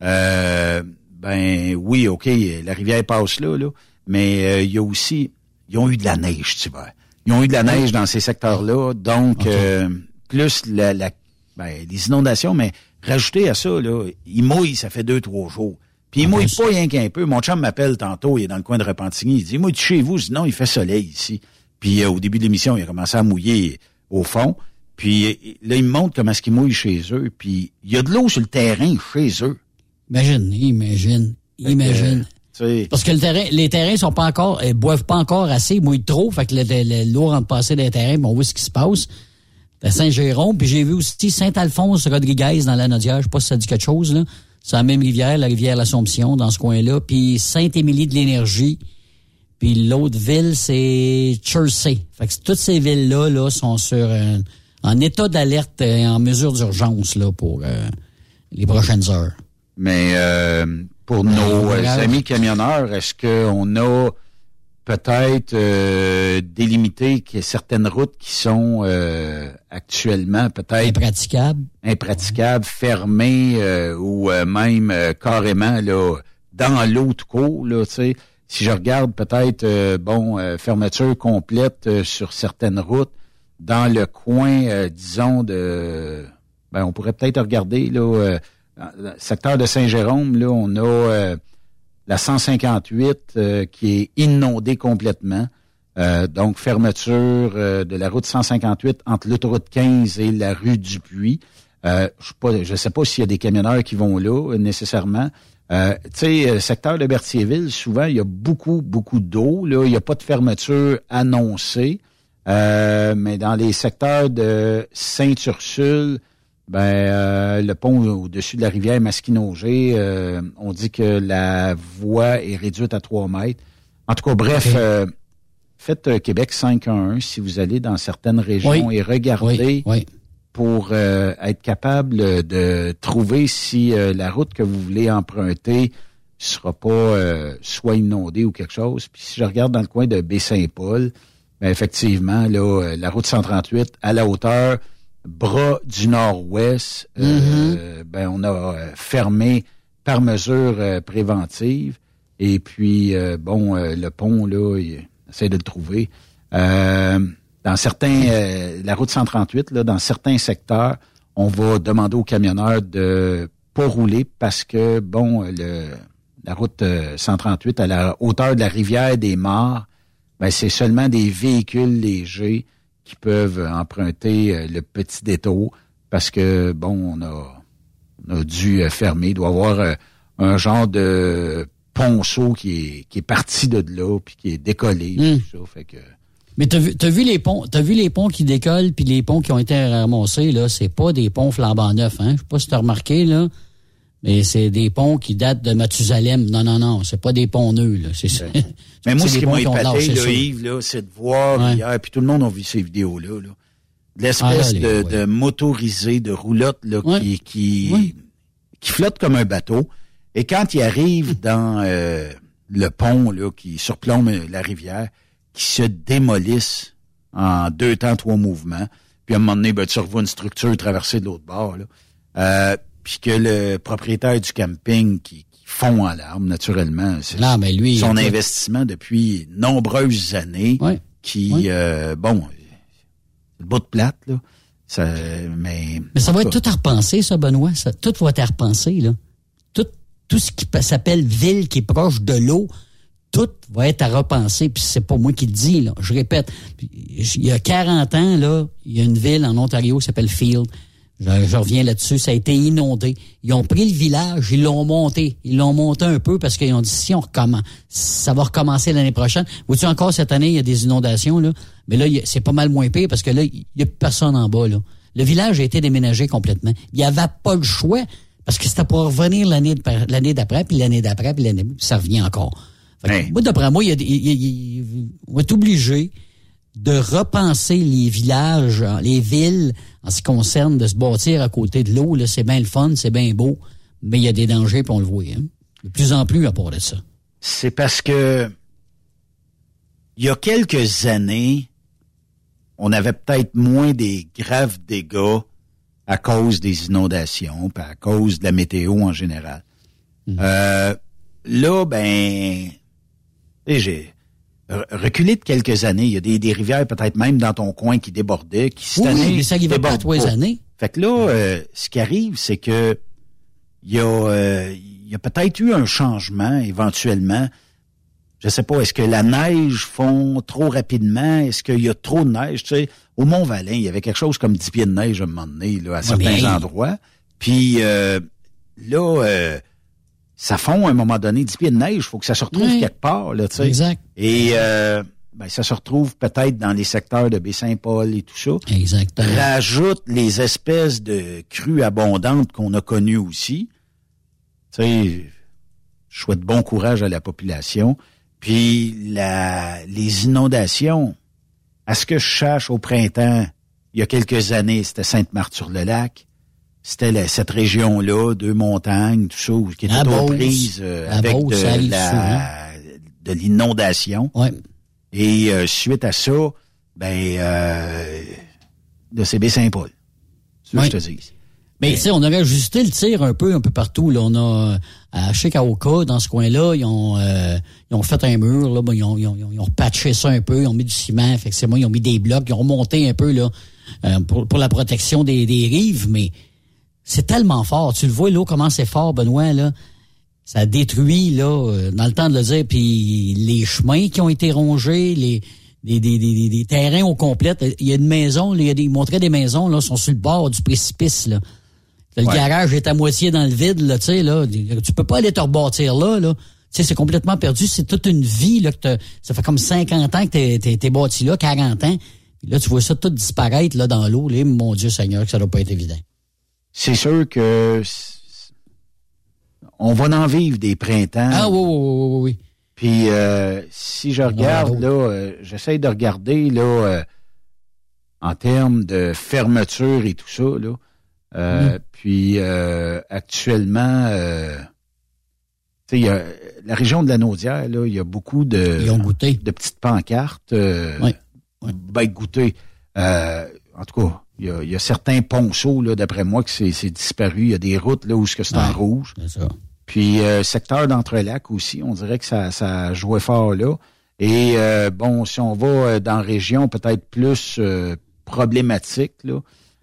oui, OK, la rivière passe là, mais il y a aussi, ils ont eu de la neige cet hiver. Ils ont eu de la neige dans ces secteurs-là, donc plus les inondations, mais rajouter à ça, là, il mouille, ça fait 2-3 jours. Puis il mouille pas rien qu'un peu. Mon chum m'appelle tantôt, il est dans le coin de Repentigny, il dit, mouille chez vous, sinon il fait soleil ici. Puis au début de l'émission, il a commencé à mouiller au fond. Puis là, il me montre comment est-ce qu'il mouille chez eux. Puis il y a de l'eau sur le terrain chez eux. Imagine. Parce que les terrains sont pas encore, boivent pas encore assez, ils mouillent trop, fait que l'eau rentre passer dans les terrains, mais on voit ce qui se passe. À Saint-Jérôme, puis j'ai vu aussi Saint-Alphonse-Rodriguez dans la Naudière, je sais pas si ça dit quelque chose, là. C'est la même rivière, la rivière L'Assomption, dans ce coin-là, puis Sainte-Émilie de l'Énergie, puis l'autre ville, c'est Chersey. Fait que toutes ces villes-là, là, sont en état d'alerte et en mesure d'urgence, là, pour les prochaines heures. Mais pour nos amis camionneurs, est-ce qu'on a peut-être délimité qu'il y a certaines routes qui sont actuellement peut-être impraticables, fermées ou même carrément là dans l'eau tout court, là, tu sais. Si je regarde peut-être fermeture complète sur certaines routes dans le coin disons on pourrait peut-être regarder là le secteur de Saint-Jérôme, là on a la 158 qui est inondée complètement. Donc, fermeture de la route 158 entre l'autoroute 15 et la rue Dupuis. Je sais pas s'il y a des camionneurs qui vont là, nécessairement. Tu sais, secteur de Berthierville, souvent, il y a beaucoup d'eau. Là, il n'y a pas de fermeture annoncée. Mais dans les secteurs de Sainte-Ursule, le pont au-dessus de la rivière Masquinongé, on dit que la voie est réduite à 3 mètres. En tout cas, bref, faites Québec 511 si vous allez dans certaines régions et regardez pour être capable de trouver si la route que vous voulez emprunter sera pas soit inondée ou quelque chose. Puis si je regarde dans le coin de Baie-Saint-Paul, effectivement, là, la route 138 à la hauteur bras du nord-ouest, on a fermé par mesure préventive. Et puis, le pont, là, il essaie de le trouver. Dans certains, la route 138, là, dans certains secteurs, on va demander aux camionneurs de pas rouler parce que, la route 138 à la hauteur de la rivière des Mares, c'est seulement des véhicules légers qui peuvent emprunter le petit détour parce que, on a dû fermer. Il doit y avoir un genre de ponceau qui est parti de là puis qui est décollé. Tout ça, fait que... Mais t'as vu les ponts qui décollent puis les ponts qui ont été ramassés, là, c'est pas des ponts flambant neufs, hein. Je sais pas si t'as remarqué, là. Mais c'est des ponts qui datent de Mathusalem. Non, c'est pas des ponts neufs, là. C'est ça. Mais moi, ce qui m'a épaté, là, Yves, là, c'est de voir hier, puis tout le monde a vu ces vidéos-là, là. De l'espèce de motorisé, de roulotte, là, qui flotte comme un bateau. Et quand il arrive dans le pont, là, qui surplombe la rivière, qui se démolissent en 2 temps, 3 mouvements, puis à un moment donné, tu revois une structure traversée de l'autre bord, là. Puis que le propriétaire du camping qui fond en larmes, naturellement, c'est son investissement depuis nombreuses années, qui, le bout de plate, là, mais ça va être tout à repenser, ça, Benoît, tout va être à repenser, là. Tout ce qui s'appelle ville qui est proche de l'eau, tout va être à repenser, puis c'est pas moi qui le dis, là. Je répète, il y a 40 ans, là, il y a une ville en Ontario qui s'appelle Field. Je reviens là-dessus, ça a été inondé. Ils ont pris le village, ils l'ont monté un peu parce qu'ils ont dit si on recommence, ça va recommencer l'année prochaine. Vois-tu encore cette année, il y a des inondations, là, mais là, c'est pas mal moins pire parce que là, il y a plus personne en bas, là. Le village a été déménagé complètement. Il n'y avait pas le choix parce que c'était pour revenir l'année d'après, puis l'année d'après, puis ça revient encore. Fait que, moi, d'après moi, on va être obligé de repenser les villages, les villes, en ce qui concerne de se bâtir à côté de l'eau. Là, c'est bien le fun, c'est bien beau, mais il y a des dangers, puis on le voit. Hein? De plus en plus à part de ça. C'est parce que il y a quelques années, on avait peut-être moins des graves dégâts à cause des inondations, puis à cause de la météo en général. Là, j'ai reculé de quelques années. Il y a des rivières peut-être même dans ton coin qui débordaient, qui cette année mais ça arrivait pas à 3 années. Fait que là, ce qui arrive, c'est que il y a peut-être eu un changement éventuellement. Je sais pas, est-ce que la neige fond trop rapidement? Est-ce qu'il y a trop de neige? Tu sais, au Mont-Valin, il y avait quelque chose comme 10 pieds de neige à un moment donné, là, à certains endroits. Puis ça fond à un moment donné, 10 pieds de neige, il faut que ça se retrouve quelque part, là, tu sais. Exact. Et ça se retrouve peut-être dans les secteurs de Baie-Saint-Paul et tout ça. Exactement. Rajoute les espèces de crues abondantes qu'on a connues aussi. Tu sais, je souhaite bon courage à la population. Puis les inondations, à ce que je cherche au printemps, il y a quelques années, c'était Sainte-Marthe-sur-le-Lac. C'était cette région-là, 2 montagnes, tout ça, qui était aux prises avec de l'inondation. Ouais. Et suite à ça, de Baie-Saint-Paul. C'est ce que je te dis. Mais tu sais, on aurait ajusté le tir un peu partout. Là, on a à Chicago, dans ce coin-là, ils ont fait un mur. Là, ils ont repatché ça un peu. Ils ont mis du ciment. Effectivement, ils ont mis des blocs. Ils ont remonté un peu là pour la protection des rives. Mais c'est tellement fort. Tu le vois, l'eau comment c'est fort, Benoît. Là, ça détruit là dans le temps de le dire. Puis les chemins qui ont été rongés, des terrains au complet. Il y a une maison. Là, il montrait des maisons là sont sur le bord du précipice là. Le garage est à moitié dans le vide, là, tu sais, là. Tu peux pas aller te rebâtir là. Tu sais, c'est complètement perdu. C'est toute une vie, là, ça fait comme 50 ans que t'es bâti là, 40 ans. Et là, tu vois ça tout disparaître, là, dans l'eau. Là, mon Dieu Seigneur, que ça doit pas être évident. C'est sûr que on va en vivre des printemps. Ah, oui. Puis, si je regarde, là, j'essaie de regarder, là, en termes de fermeture et tout ça, là. Puis actuellement, tu sais, la région de la Naudière, là, il y a beaucoup de petites pancartes. Bêtes goûtées. En tout cas, il y a certains ponceaux, là, d'après moi, que c'est disparu. Il y a des routes là où c'est en rouge. C'est ça. Puis secteur d'Entrelacs aussi, on dirait que ça jouait fort là. Et si on va dans la région peut-être plus problématique, là.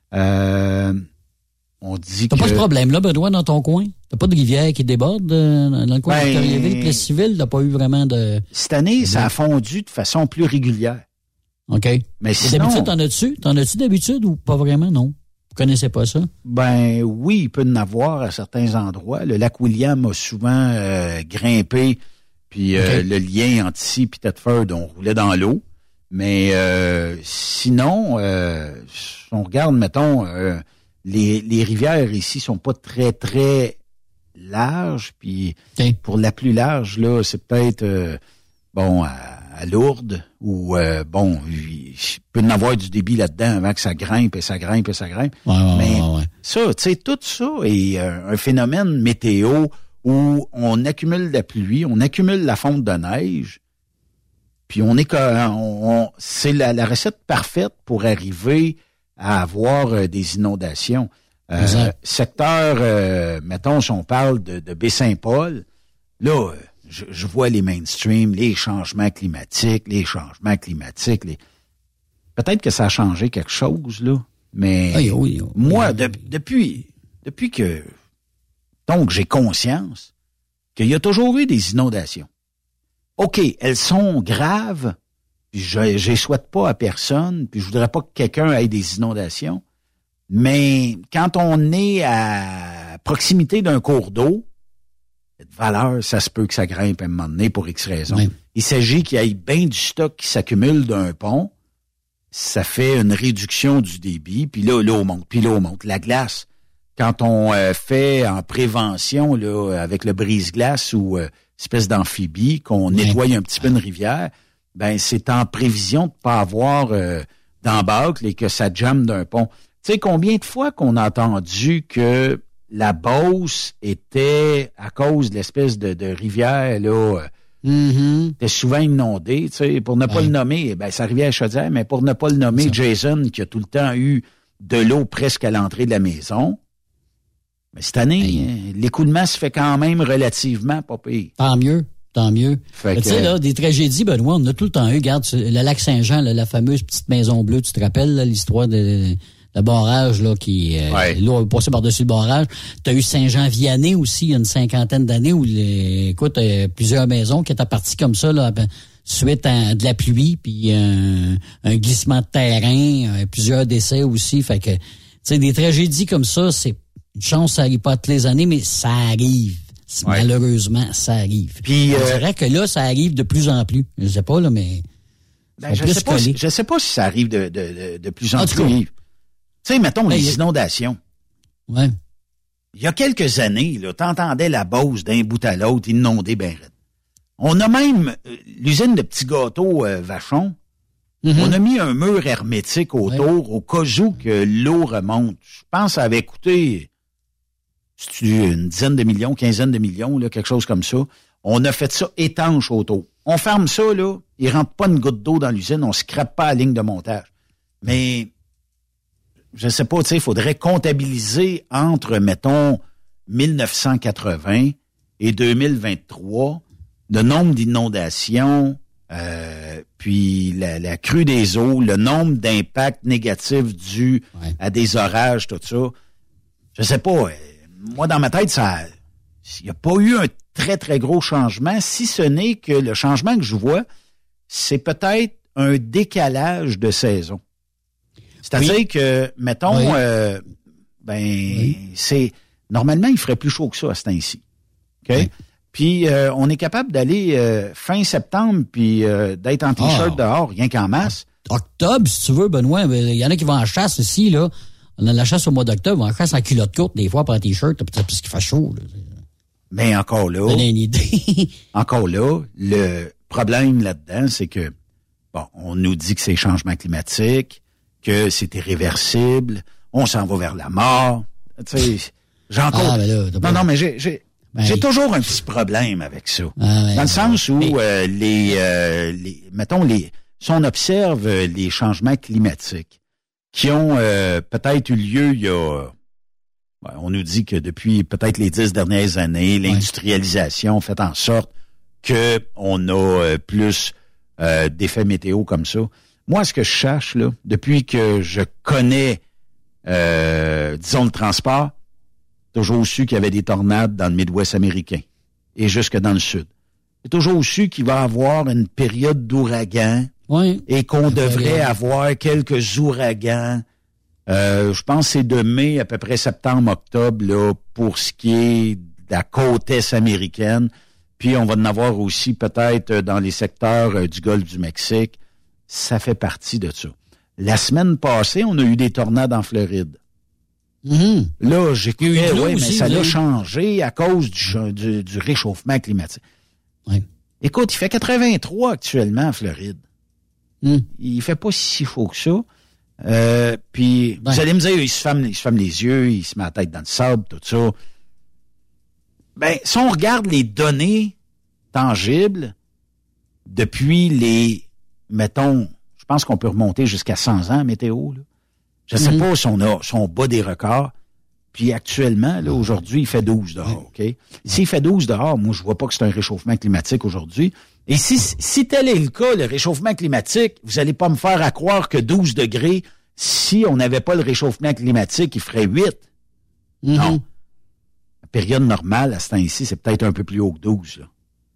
On dit T'as pas ce problème-là, Benoît, dans ton coin? T'as pas de rivière qui déborde dans le coin de Victoriaville, Plessisville? T'as pas eu vraiment de... Cette année, ça a fondu de façon plus régulière. OK. Mais sinon... D'habitude, t'en as-tu d'habitude ou pas vraiment, non? Vous connaissez pas ça? Oui, il peut en avoir à certains endroits. Le lac William a souvent grimpé, puis le lien entre ici et Thetford, on roulait dans l'eau. Mais sinon, si on regarde, mettons... Les rivières ici sont pas très, très larges. Puis pour la plus large, là, c'est peut-être à Lourdes ou il peut y en avoir du débit là-dedans avant que ça grimpe et ça grimpe et ça grimpe. Mais ça, tu sais, tout ça est un phénomène météo où on accumule la pluie, on accumule la fonte de neige. Puis c'est la recette parfaite pour arriver à avoir des inondations. Secteur, mettons, si on parle de Baie-Saint-Paul, là, je vois les mainstream, les changements climatiques. Peut-être que ça a changé quelque chose, là, mais moi, depuis que donc j'ai conscience qu'il y a toujours eu des inondations. OK, elles sont graves, puis je les souhaite pas à personne, puis je voudrais pas que quelqu'un ait des inondations, mais quand on est à proximité d'un cours d'eau, cette valeur, ça se peut que ça grimpe à un moment donné pour X raisons. Oui. Il s'agit qu'il y ait bien du stock qui s'accumule d'un pont, ça fait une réduction du débit, puis là, l'eau monte, puis l'eau monte. La glace, quand on fait en prévention là avec le brise-glace ou espèce d'amphibie, qu'on nettoie un petit peu une rivière, ben c'est en prévision de pas avoir d'embâcle et que ça jamme d'un pont. Tu sais, combien de fois qu'on a entendu que la Beauce était, à cause de l'espèce de rivière, là, était souvent inondée, tu sais, pour ne pas le nommer, ben sa rivière Chaudière, mais pour ne pas le nommer, Jason, qui a tout le temps eu de l'eau presque à l'entrée de la maison. Mais cette année, l'écoulement se fait quand même relativement pas pire. Tant mieux. Tu sais, là, des tragédies, Benoît, on a tout le temps eu. Regarde, le lac Saint-Jean, là, la fameuse petite maison bleue, tu te rappelles, là, l'histoire de le barrage, là, qui, l'eau est passée par-dessus le barrage. T'as eu Saint-Jean-Vianney aussi, il y a une 50aine d'années, où, écoute, plusieurs maisons qui étaient parties comme ça, là, suite à de la pluie, puis un glissement de terrain, plusieurs décès aussi. Fait que, tu sais, des tragédies comme ça, c'est une chance, ça arrive pas toutes les années, mais ça arrive. Malheureusement, ça arrive. Puis, je dirais que là, ça arrive de plus en plus. Je sais pas, là, mais... Ben, je sais pas si ça arrive de plus en plus. Tu sais, mettons les inondations. Ouais. Il y a quelques années, là, t'entendais la Beauce d'un bout à l'autre inondée ben raide. On a même l'usine de petits gâteaux Vachon. On a mis un mur hermétique autour au cas où que l'eau remonte. Je pense que ça avait coûté une dizaine de millions, quinzaine de millions, là, quelque chose comme ça. On a fait ça étanche autour. On ferme ça, là, il rentre pas une goutte d'eau dans l'usine, on scrape pas la ligne de montage. Mais je sais pas, tu sais, il faudrait comptabiliser entre, mettons, 1980 et 2023, le nombre d'inondations, puis la crue des eaux, le nombre d'impacts négatifs dus à des orages, tout ça. Je sais pas, moi, dans ma tête, il n'y a pas eu un très, très gros changement, si ce n'est que le changement que je vois, c'est peut-être un décalage de saison. C'est-à-dire que, mettons, c'est... Normalement, il ferait plus chaud que ça à ce temps-ci. OK? Oui. Puis, on est capable d'aller fin septembre puis d'être en T-shirt dehors, rien qu'en masse. Octobre, si tu veux, Benoît, il y en a qui vont en chasse ici, là. On a la chasse au mois d'octobre, on en chasse en culotte courte, des fois, par un T-shirt, parce qu'il fait chaud, là. Mais encore là... Donne une idée. Encore là, le problème là-dedans, c'est que, bon, on nous dit que c'est changement climatique, que c'est irréversible, on s'en va vers la mort. Tu sais, j'ai encore... Non, mais j'ai toujours un petit problème avec ça. Dans le sens où mettons, si on observe les changements climatiques qui ont peut-être eu lieu il y a... on nous dit que depuis peut-être les 10 dernières années, l'industrialisation fait en sorte que on a plus d'effets météo comme ça. Moi, ce que je cherche, là, depuis que je connais, disons, le transport, toujours su qu'il y avait des tornades dans le Midwest américain et jusque dans le sud. J'ai toujours su qu'il va y avoir une période d'ouragan et qu'on devrait avoir quelques ouragans. Je pense que c'est de mai à peu près septembre-octobre là pour ce qui est de la côte est américaine. Puis on va en avoir aussi peut-être dans les secteurs du golfe du Mexique. Ça fait partie de ça. La semaine passée, on a eu des tornades en Floride. Là, j'écoutais, mais ça a changé à cause du réchauffement climatique. Écoute, il fait 83 actuellement en Floride. Il fait pas si chaud que ça. Puis, vous allez me dire, il se ferme les yeux, il se met la tête dans le sable, tout ça. Ben, si on regarde les données tangibles, depuis mettons, je pense qu'on peut remonter jusqu'à 100 ans, météo, là. Je sais pas si on bat des records. Puis actuellement, là, aujourd'hui, il fait 12 dehors, OK? S'il fait 12 dehors, moi, je vois pas que c'est un réchauffement climatique aujourd'hui. Et si tel est le cas, le réchauffement climatique, vous allez pas me faire croire que 12 degrés, si on n'avait pas le réchauffement climatique, il ferait 8. Non. La période normale, à ce temps-ci, c'est peut-être un peu plus haut que 12, là.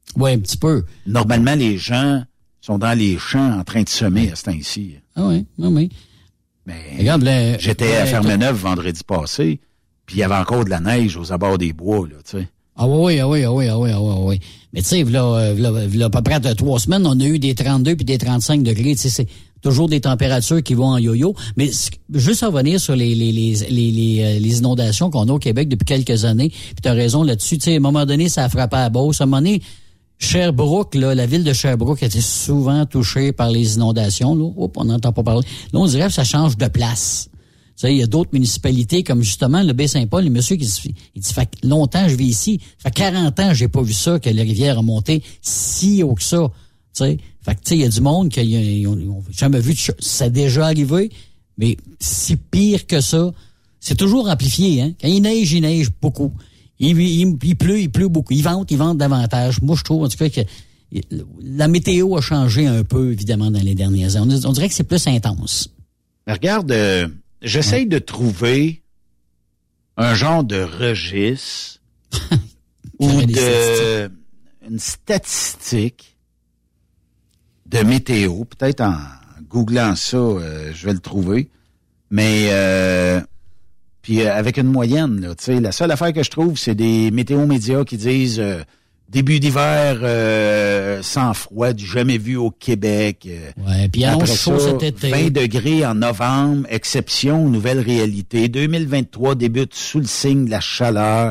Oui, un petit peu. Normalement, les gens sont dans les champs en train de semer à ce temps-ci. Ah oui, oui. Mais regarde, j'étais à Fermeneuve vendredi passé, puis il y avait encore de la neige aux abords des bois, là, tu sais. Ah oui. Mais tu sais, là, à peu près 3 semaines, on a eu des 32 puis des 35 degrés. Tu sais, c'est toujours des températures qui vont en yo-yo. Mais juste à revenir sur les inondations qu'on a au Québec depuis quelques années, puis tu as raison là-dessus. Tu sais, à un moment donné, ça a frappé à la Beauce. À un moment donné, Sherbrooke, là, la ville de Sherbrooke a été souvent touchée par les inondations. Là. On n'entend pas parler. Là, on dirait que ça change de place. Tu sais, il y a d'autres municipalités, comme justement le Baie-Saint-Paul, le monsieur qui dit, fait longtemps je vis ici, ça fait 40 ans j'ai pas vu ça, que la rivière a monté si haut que ça. Tu sais, fait que tu sais, il y a du monde qui n'ont jamais vu, ça a déjà arrivé, mais si pire que ça, c'est toujours amplifié, hein. Quand il neige beaucoup. Il pleut beaucoup. Il vente davantage. Moi, je trouve, en tout cas, que la météo a changé un peu, évidemment, dans les dernières années. On dirait que c'est plus intense. Mais regarde, j'essaye de trouver un genre de registre ou une statistique de météo. Peut-être en googlant ça, je vais le trouver. Mais puis avec une moyenne, là, tu sais, la seule affaire que je trouve, c'est des météo-médias qui disent début d'hiver sans froid, du jamais vu au Québec. Ouais, puis après chaud ça, cet été. 20 degrés en novembre, exception, nouvelle réalité. 2023 débute sous le signe de la chaleur.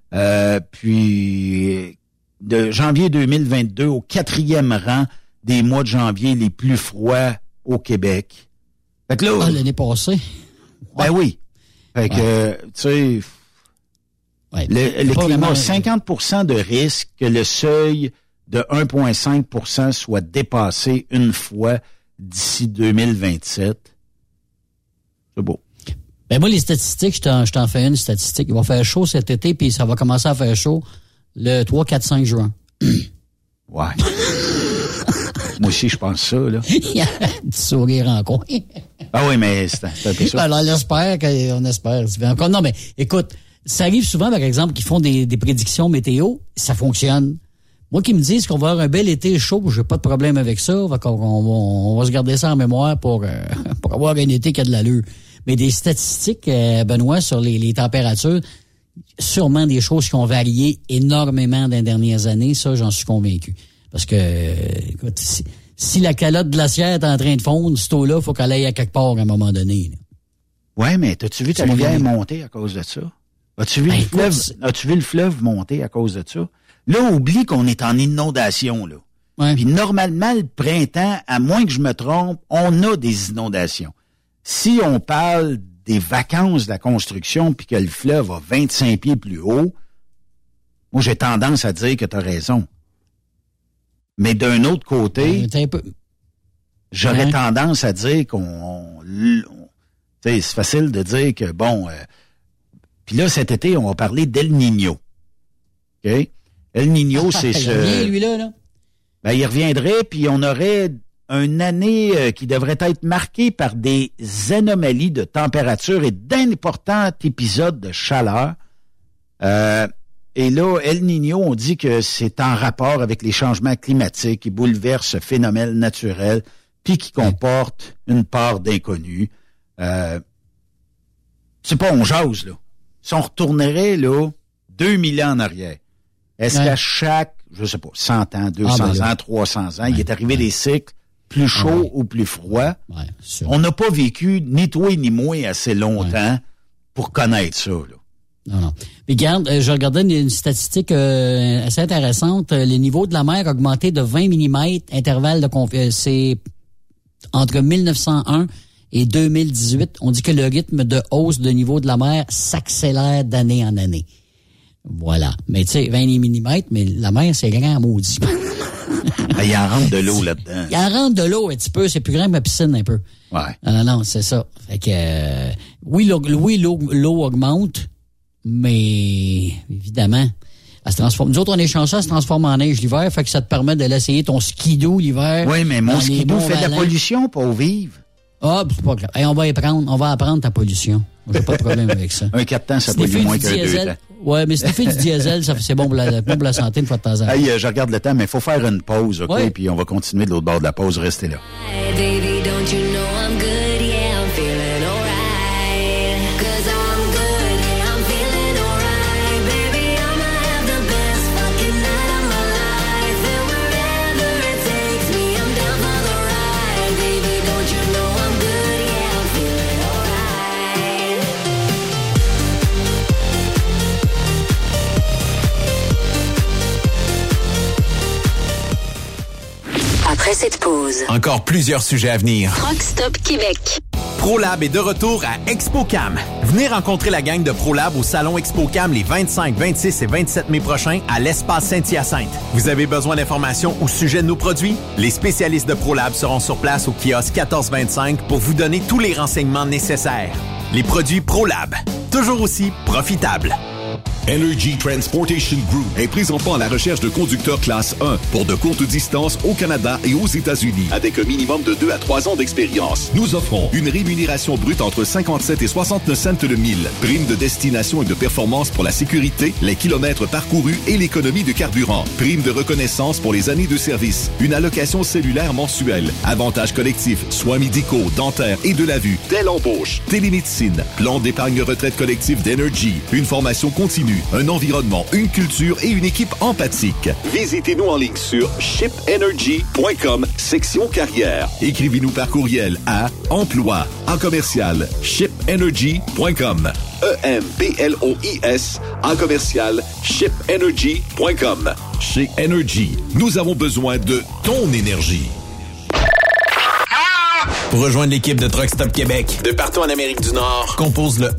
Puis de janvier 2022 au 4e rang des mois de janvier les plus froids au Québec. Fait que là, l'année passée. Ben oui. Fait que, tu sais, le climat, 50% de risque que le seuil de 1,5% soit dépassé une fois d'ici 2027. C'est beau. Ben moi, les statistiques, je t'en fais une statistique. Il va faire chaud cet été, puis ça va commencer à faire chaud le 3, 4, 5 juin. Ouais. Moi aussi, je pense ça, là. Il y a un petit sourire en coin. Ah oui, mais c'est un peu ça. Alors, on espère. Non, mais écoute, ça arrive souvent, par exemple, qu'ils font des prédictions météo, ça fonctionne. Moi, qui me disent qu'on va avoir un bel été chaud, j'ai pas de problème avec ça. On va se garder ça en mémoire pour avoir un été qui a de l'allure. Mais des statistiques, Benoît, sur les températures, sûrement des choses qui ont varié énormément dans les dernières années, ça, j'en suis convaincu. Parce que, écoute, si la calotte glaciaire est en train de fondre, cette eau-là, il faut qu'elle aille à quelque part à un moment donné. Ouais, mais t'as-tu vu ta rivière monter à cause de ça? As-tu vu le fleuve monter à cause de ça? Là, oublie qu'on est en inondation, là. Ouais. Puis normalement, le printemps, à moins que je me trompe, on a des inondations. Si on parle des vacances de la construction puis que le fleuve a 25 pieds plus haut, moi, j'ai tendance à dire que t'as raison. Mais d'un autre côté, j'aurais tendance à dire c'est facile de dire que, bon... puis là, cet été, on va parler d'El Niño. OK? El Niño, c'est ce... Il revient, lui, là. Ben, il reviendrait, puis on aurait une année qui devrait être marquée par des anomalies de température et d'importants épisodes de chaleur. Et là, El Niño, on dit que c'est en rapport avec les changements climatiques qui bouleversent ce phénomène naturel, puis qui comporte une part d'inconnu. C'est pas on jase, là. Si on retournerait, là, 2000 ans en arrière, est-ce qu'à chaque, je sais pas, 100 ans, 200 ans, 300 ans, il est arrivé des cycles plus chauds ou plus froids? On n'a pas vécu, ni toi ni moi, assez longtemps pour connaître ça, là. Non. Puis regarde, je regardais une statistique assez intéressante. Le niveau de la mer a augmenté de 20 mm, intervalle de c'est entre 1901 et 2018. On dit que le rythme de hausse de niveau de la mer s'accélère d'année en année. Voilà. Mais tu sais, 20 mm, mais la mer, c'est grand maudit. Il en rentre de l'eau là-dedans. Il en rentre de l'eau un petit peu. C'est plus grand que ma piscine un peu. Ouais. Non, c'est ça. Fait que, oui, l'eau augmente. Mais, évidemment, elle se transforme. Nous autres, on est chanceux, elle se transforme en neige l'hiver, fait que ça te permet de l'essayer ton skidoo l'hiver. Oui, mais mon skidoo fait de la pollution pour vivre. Ah, c'est pas grave. Hey, on va apprendre ta pollution. J'ai pas de problème avec ça. Un 4 temps, ça pollue moins qu'un 2 temps. Ouais, mais si tu fais du diesel, c'est bon pour la santé une fois de temps en temps. Hey, je regarde le temps, mais il faut faire une pause, OK? Ouais. Puis on va continuer de l'autre bord de la pause. Restez là. Hey, baby, don't you know I'm good? Yeah, I'm feeling alright. 'Cause I'm good, yeah, I'm feeling alright. Baby, I'ma have the best fucking night of my life. And wherever it takes me, I'm down for the ride. Baby, don't you know I'm good? Yeah, I'm feeling alright. Après cette pause, Encore plusieurs sujets à venir. Truck Stop Québec. ProLab est de retour à ExpoCam. Venez rencontrer la gang de ProLab au salon ExpoCam les 25, 26 et 27 mai prochains à l'Espace Saint-Hyacinthe. Vous avez besoin d'informations au sujet de nos produits? Les spécialistes de ProLab seront sur place au kiosque 1425 pour vous donner tous les renseignements nécessaires. Les produits ProLab, toujours aussi profitables. Energy Transportation Group est présentement à la recherche de conducteurs classe 1 pour de courtes distances au Canada et aux États-Unis avec un minimum de 2 à 3 ans d'expérience. Nous offrons une rémunération brute entre 57 et 69 cents le mille, prime de destination et de performance pour la sécurité, les kilomètres parcourus et l'économie de carburant, prime de reconnaissance pour les années de service, une allocation cellulaire mensuelle, avantages collectifs, soins médicaux, dentaires et de la vue, telle embauche, télémédecine, plan d'épargne retraite collective d'Energy, une formation continue, un environnement, une culture et une équipe empathique. Visitez-nous en ligne sur shipenergy.com, section carrière. Écrivez-nous par courriel à emploi en commercial shipenergy.com. EMPLOIS en commercial shipenergy.com. Chez Energy, nous avons besoin de ton énergie. Pour rejoindre l'équipe de Truck Stop Québec, de partout en Amérique du Nord, compose le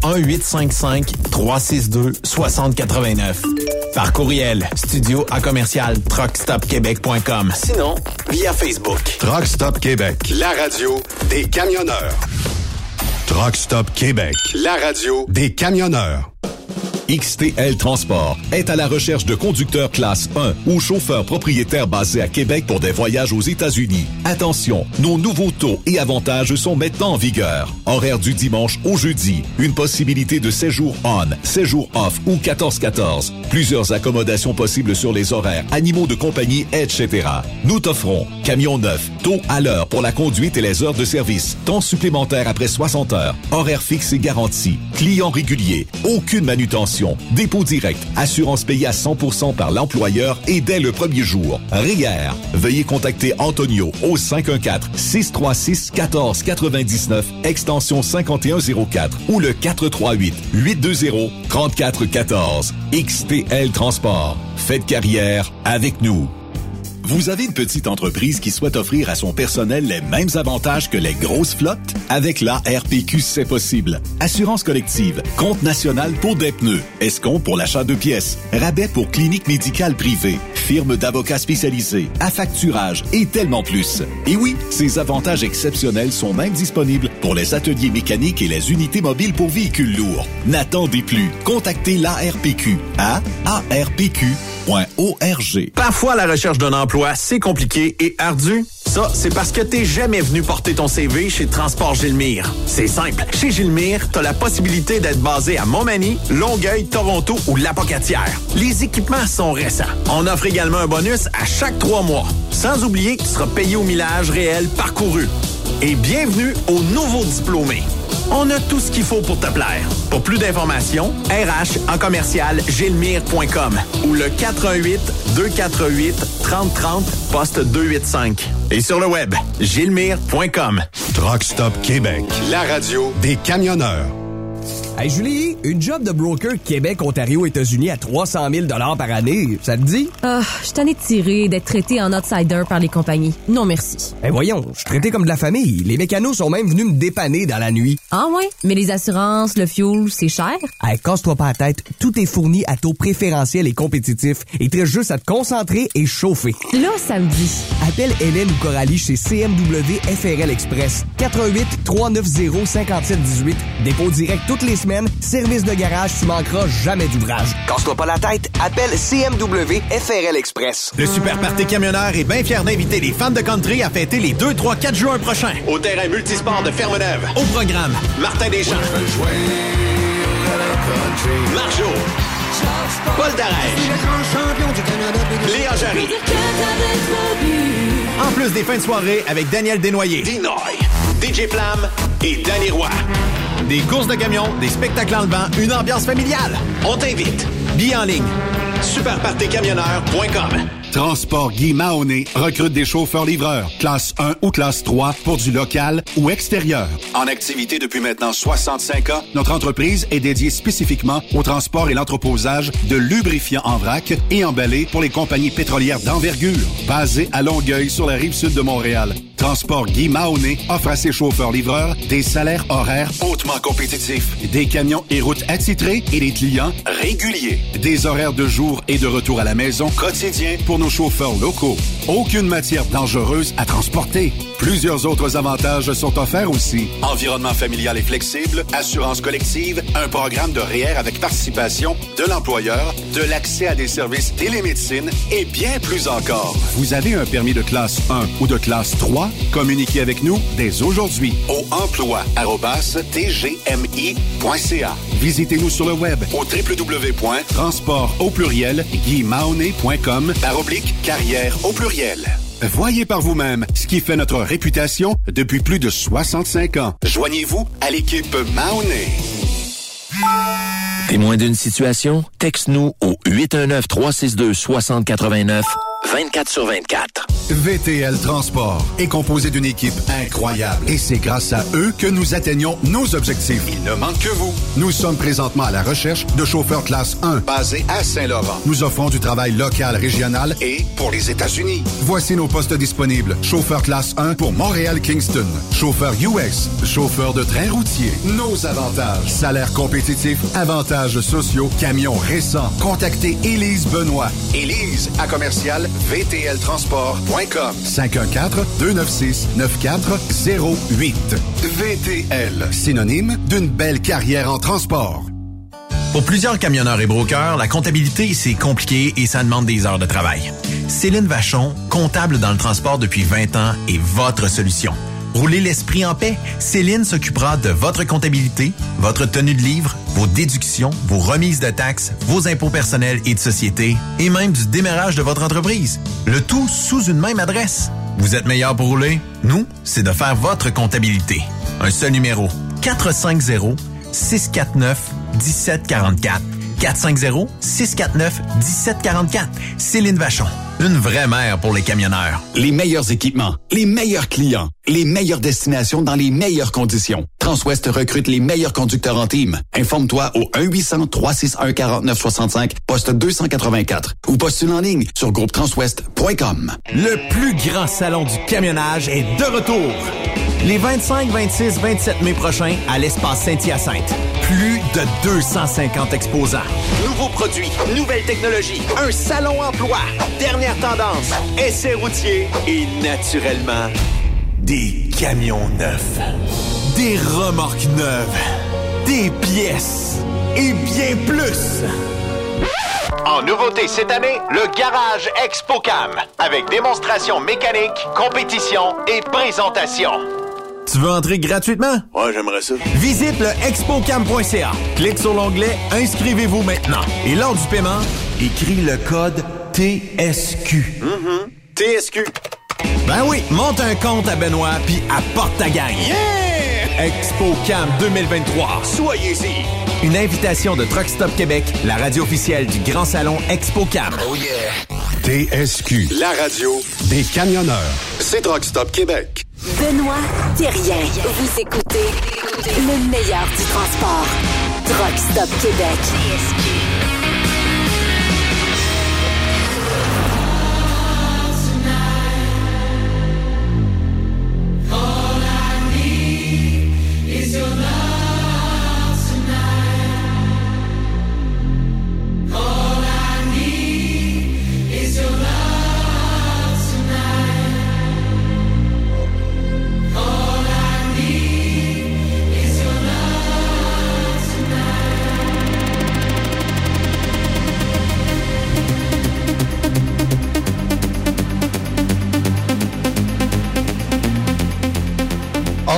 1-855-362-6089. Par courriel, studio@truckstopquebec.com. Sinon, via Facebook. Truck Stop Québec, La radio des camionneurs. Truck Stop Québec, La radio des camionneurs. XTL Transport est à la recherche de conducteurs classe 1 ou chauffeurs propriétaires basés à Québec pour des voyages aux États-Unis. Attention, nos nouveaux taux et avantages sont maintenant en vigueur. Horaire du dimanche au jeudi. Une possibilité de séjour on, séjour off ou 14-14. Plusieurs accommodations possibles sur les horaires, animaux de compagnie, etc. Nous t'offrons camion neuf, taux à l'heure pour la conduite et les heures de service, temps supplémentaire après 60 heures, horaire fixe et garanti, client régulier, aucune manutention, dépôt direct, assurance payée à 100% par l'employeur et dès le premier jour. REER. Veuillez contacter Antonio au 514-636-1499, extension 5104 ou le 438-820-3414. XTL Transport. Faites carrière avec nous. Vous avez une petite entreprise qui souhaite offrir à son personnel les mêmes avantages que les grosses flottes? Avec la RPQ, c'est possible. Assurance collective, compte national pour des pneus, escompte pour l'achat de pièces, rabais pour clinique médicale privée, firme d'avocats spécialisés, affacturage et tellement plus. Et oui, ces avantages exceptionnels sont même disponibles pour les ateliers mécaniques et les unités mobiles pour véhicules lourds. N'attendez plus. Contactez l'ARPQ à arpq.org. Parfois, la recherche d'un emploi, c'est compliqué et ardu. Ça, c'est parce que t'es jamais venu porter ton CV chez Transport Gilmire. C'est simple. Chez Gilmire, t'as la possibilité d'être basé à Montmagny, Longueuil, Toronto ou Lapocatière. Les équipements sont récents. On offre également un bonus à chaque 3 mois. Sans oublier que tu seras payé au millage réel parcouru. Et bienvenue aux nouveaux diplômés. On a tout ce qu'il faut pour te plaire. Pour plus d'informations, RH en commercial gilmire.com ou le 418-248-3030 poste 285. Et sur le web, gilmire.com. Truck Stop Québec, La radio des camionneurs. Hey Julie, une job de broker Québec, Ontario, États-Unis à 300 000 $ par année, ça te dit? Ah, je t'en ai tiré d'être traité en outsider par les compagnies. Non merci. Eh voyons, je suis traité comme de la famille. Les mécanos sont même venus me dépanner dans la nuit. Ah ouais? Mais les assurances, le fuel, c'est cher? Hey, casse-toi pas la tête, tout est fourni à taux préférentiel et compétitif. Il te reste juste à te concentrer et chauffer. Là, ça me dit. Appelle Hélène ou Coralie chez CMW FRL Express. 418-390-5718. Dépôt direct toutes les semaines semaines, service de garage, tu manqueras jamais d'ouvrage. Casse-toi pas la tête, appelle CMW FRL Express. Le Super Party Camionneur est bien fier d'inviter les fans de country à fêter les 2, 3, 4 juin prochains. Au terrain multisport de Ferme-Neuve. Au programme, Martin Deschamps, Marjo, Paul Darèche, Léa Jarry. En plus des fins de soirée avec Daniel Desnoyers, Dinoy, DJ Flamme et Danny Roy. des courses de camions, des spectacles en levant, une ambiance familiale. On t'invite. Billets en ligne. Superpartycamionneur.com. Transport Guy Mahoney recrute des chauffeurs-livreurs, classe 1 ou classe 3 pour du local ou extérieur. En activité depuis maintenant 65 ans, notre entreprise est dédiée spécifiquement au transport et l'entreposage de lubrifiants en vrac et emballés pour les compagnies pétrolières d'envergure. Basée à Longueuil sur la rive sud de Montréal, Transport Guy Mahoney offre à ses chauffeurs-livreurs des salaires horaires hautement compétitifs, des camions et routes attitrés et des clients réguliers. Des horaires de jour et de retour à la maison quotidiens pour nos chauffeurs locaux. Aucune matière dangereuse à transporter. Plusieurs autres avantages sont offerts aussi. Environnement familial et flexible, assurance collective, un programme de REER avec participation de l'employeur, de l'accès à des services télémédecine et bien plus encore. Vous avez un permis de classe 1 ou de classe 3? Communiquez avec nous dès aujourd'hui au emploi@tgmi.ca. Visitez-nous sur le web au www.transport-guimahoney.com/carrière au pluriel. Voyez par vous-même ce qui fait notre réputation depuis plus de 65 ans. Joignez-vous à l'équipe Mahoney. Témoin d'une situation? Texte-nous au 819-362-6089, 24/24. VTL Transport est composé d'une équipe incroyable et c'est grâce à eux que nous atteignons nos objectifs. Il ne manque que vous. Nous sommes présentement à la recherche de chauffeurs classe 1 basés à Saint-Laurent. Nous offrons du travail local, régional et pour les États-Unis. Voici nos postes disponibles. Chauffeur classe 1 pour Montréal-Kingston. Chauffeur US. Chauffeur de train routier. Nos avantages. Salaire compétitif. Avantages sociaux. Camions récents. Contactez Élise Benoît. Élise à commercial VTLtransport.com 514-296-9408. VTL, synonyme d'une belle carrière en transport. Pour plusieurs camionneurs et brokers, la comptabilité, c'est compliqué et ça demande des heures de travail. Céline Vachon, comptable dans le transport depuis 20 ans, est votre solution. Roulez l'esprit en paix. Céline s'occupera de votre comptabilité, votre tenue de livre, vos déductions, vos remises de taxes, vos impôts personnels et de société, et même du démarrage de votre entreprise. Le tout sous une même adresse. Vous êtes meilleur pour rouler? Nous, c'est de faire votre comptabilité. Un seul numéro. 450-649-1744. 450-649-1744. Céline Vachon. Une vraie mère pour les camionneurs. Les meilleurs équipements, les meilleurs clients, les meilleures destinations dans les meilleures conditions. Transwest recrute les meilleurs conducteurs en team. Informe-toi au 1-800-361-4965, poste 284 ou postule en ligne sur groupetranswest.com. Le plus grand salon du camionnage est de retour. Les 25, 26, 27 mai prochains à l'espace Saint-Hyacinthe. Plus de 250 exposants. Nouveaux produits, nouvelles technologies, un salon emploi, dernière tendance, essais routiers et naturellement, Des camions neufs. Des remorques neuves. Des pièces. Et bien plus. En nouveauté cette année, le Garage ExpoCam, avec démonstration mécanique, compétition et présentation. Tu veux entrer gratuitement? Ouais, j'aimerais ça. Visite le expocam.ca. Clique sur l'onglet « Inscrivez-vous maintenant » et lors du paiement, écris le code TSQ. TSQ. Ben oui, monte un compte à Benoît puis apporte ta gagne. Yeah! ExpoCam 2023. Soyez-y. Une invitation de Truck Stop Québec, la radio officielle du Grand Salon ExpoCam. Oh yeah! TSQ, La radio des camionneurs. c'est Truck Stop Québec. Benoît Thérien. Vous écoutez le meilleur du transport. Truck Stop Québec. All I need is your love tonight.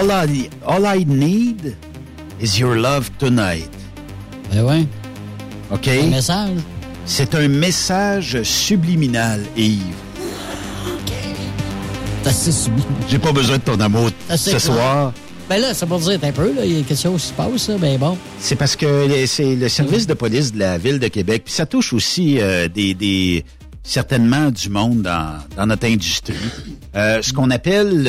All I need is your love tonight. Ben ouais. OK? Un message. C'est un message subliminal, Yves. OK. C'est assez subliminal. J'ai pas besoin de ton amour ce soir. Ben là, ça pour dire un peu, là, il y a quelque chose qui se passe, là, ben bon. C'est parce que c'est le service de police de la Ville de Québec, puis ça touche aussi certainement du monde dans notre industrie. Ce qu'on appelle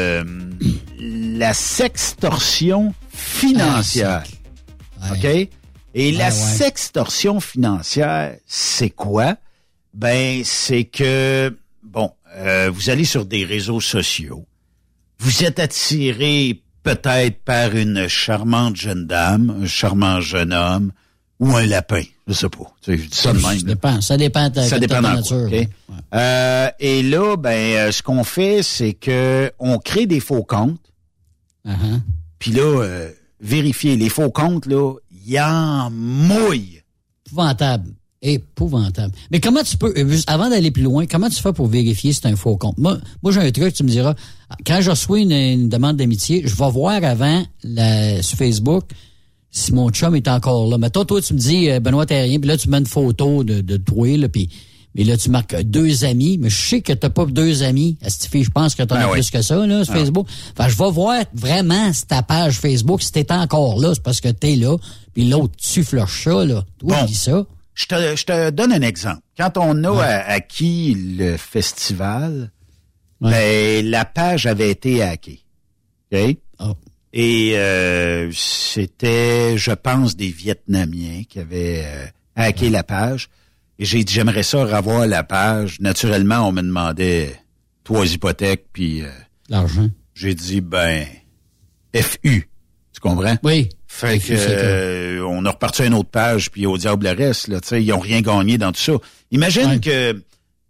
la sextorsion financière. OK? Et la sextorsion financière, c'est quoi? Ben, c'est que, vous allez sur des réseaux sociaux. Vous êtes attiré peut-être par une charmante jeune dame, un charmant jeune homme ou un lapin. Je sais pas. Tu sais, je dis ça de même. Ça dépend de ta nature. Okay? Ouais. Et là, ce qu'on fait, c'est que on crée des faux comptes. Puis là, vérifier les faux comptes, là, il en mouille. Épouvantable. Mais comment tu peux, avant d'aller plus loin, comment tu fais pour vérifier si c'est un faux compte? Moi, j'ai un truc, tu me diras, quand je reçois une demande d'amitié, je vais voir avant sur Facebook si mon chum est encore là. Mettons, toi, tu me dis, Benoît Terrien, puis là, tu mets une photo de toi, là, mais là, tu marques 2 amis, mais je sais que t'as pas 2 amis. Je pense que t'en as plus que ça, là, sur Facebook. Enfin, je vais voir vraiment si ta page Facebook, si t'es encore là, c'est parce que t'es là, puis l'autre, tu flushes ça, là. Toi, dis ça. Je te donne un exemple. Quand on a acquis le festival, la page avait été hackée. OK? Oh. Et c'était, je pense, des Vietnamiens qui avaient hacké la page. Et j'ai dit, j'aimerais ça revoir la page. Naturellement, on me demandait 3 hypothèques, puis... l'argent. J'ai dit, FU. Tu comprends? Oui. Fait que on a reparti à une autre page, puis au diable le reste, là, tu sais, ils ont rien gagné dans tout ça. Imagine que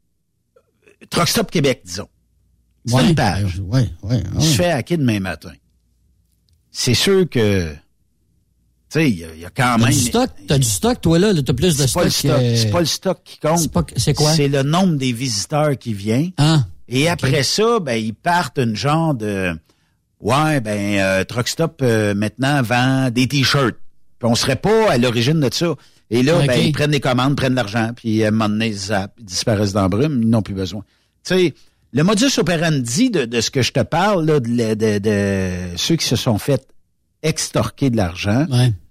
Truck Stop Québec, disons. C'est une page. Il se fait hacker demain matin. C'est sûr que, tu sais, il y a quand même... T'as du stock, toi, là, t'as plus de stock. C'est pas le stock qui compte. C'est quoi? C'est le nombre des visiteurs qui vient. Et après ça, ils partent une genre de... Truck Stop, maintenant, vend des T-shirts. Puis on serait pas à l'origine de ça. Et là, ils prennent des commandes, prennent l'argent, puis à un moment donné, ils disparaissent dans la brume, ils n'ont plus besoin. Tu sais, le modus operandi de ce que je te parle, là, de ceux qui se sont fait extorquer de l'argent,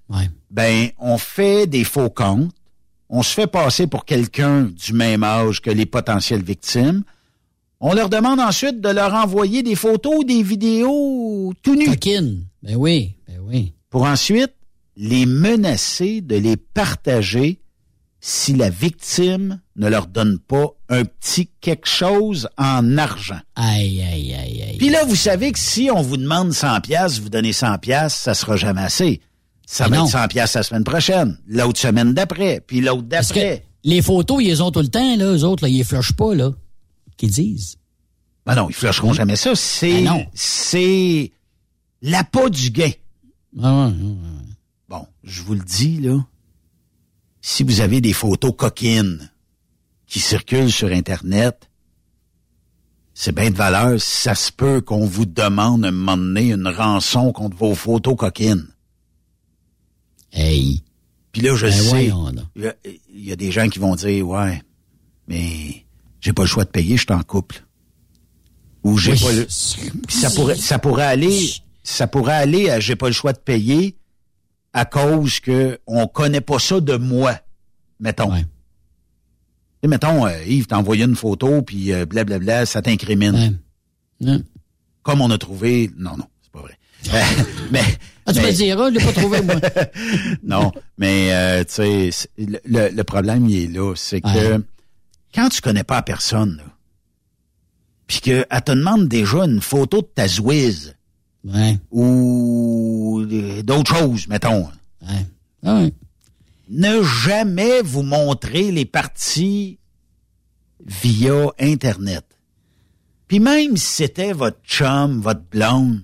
on fait des faux comptes, on se fait passer pour quelqu'un du même âge que les potentielles victimes. On leur demande ensuite de leur envoyer des photos ou des vidéos tout nues. Coquine. Ben oui. Pour ensuite les menacer de les partager si la victime ne leur donne pas un petit quelque chose en argent. Aïe. Puis là, vous savez que si on vous demande 100$, vous donnez 100$, ça sera jamais assez. Ça va être 100$ la semaine prochaine, l'autre semaine d'après, puis l'autre d'après. Parce que les photos, ils les ont tout le temps, là, eux autres, là, ils les flushent pas, là. Qu'ils disent. Non, ils flusheront jamais ça. C'est l'appât du gain. Bon, je vous le dis, là. Si vous avez des photos coquines qui circulent sur Internet, c'est bien de valeur. Ça se peut qu'on vous demande un moment donné une rançon contre vos photos coquines. Hey. Puis là, je sais, il y a des gens qui vont dire, mais j'ai pas le choix de payer, je suis en couple. Ou j'ai pas le... ça pourrait aller à j'ai pas le choix de payer à cause que on connaît pas ça de moi, mettons. Et mettons, Yves t'a envoyé une photo puis blablabla, ça t'incrimine. Comme on a trouvé... Non, c'est pas vrai. Tu me diras, je l'ai pas trouvé, moi. Non, mais tu sais, le problème, il est là, c'est que quand tu connais pas la personne, là, puis qu'elle te demande déjà une photo de ta zouise, ou d'autres choses, mettons. Ne jamais vous montrer les parties via Internet. Puis même si c'était votre chum, votre blonde,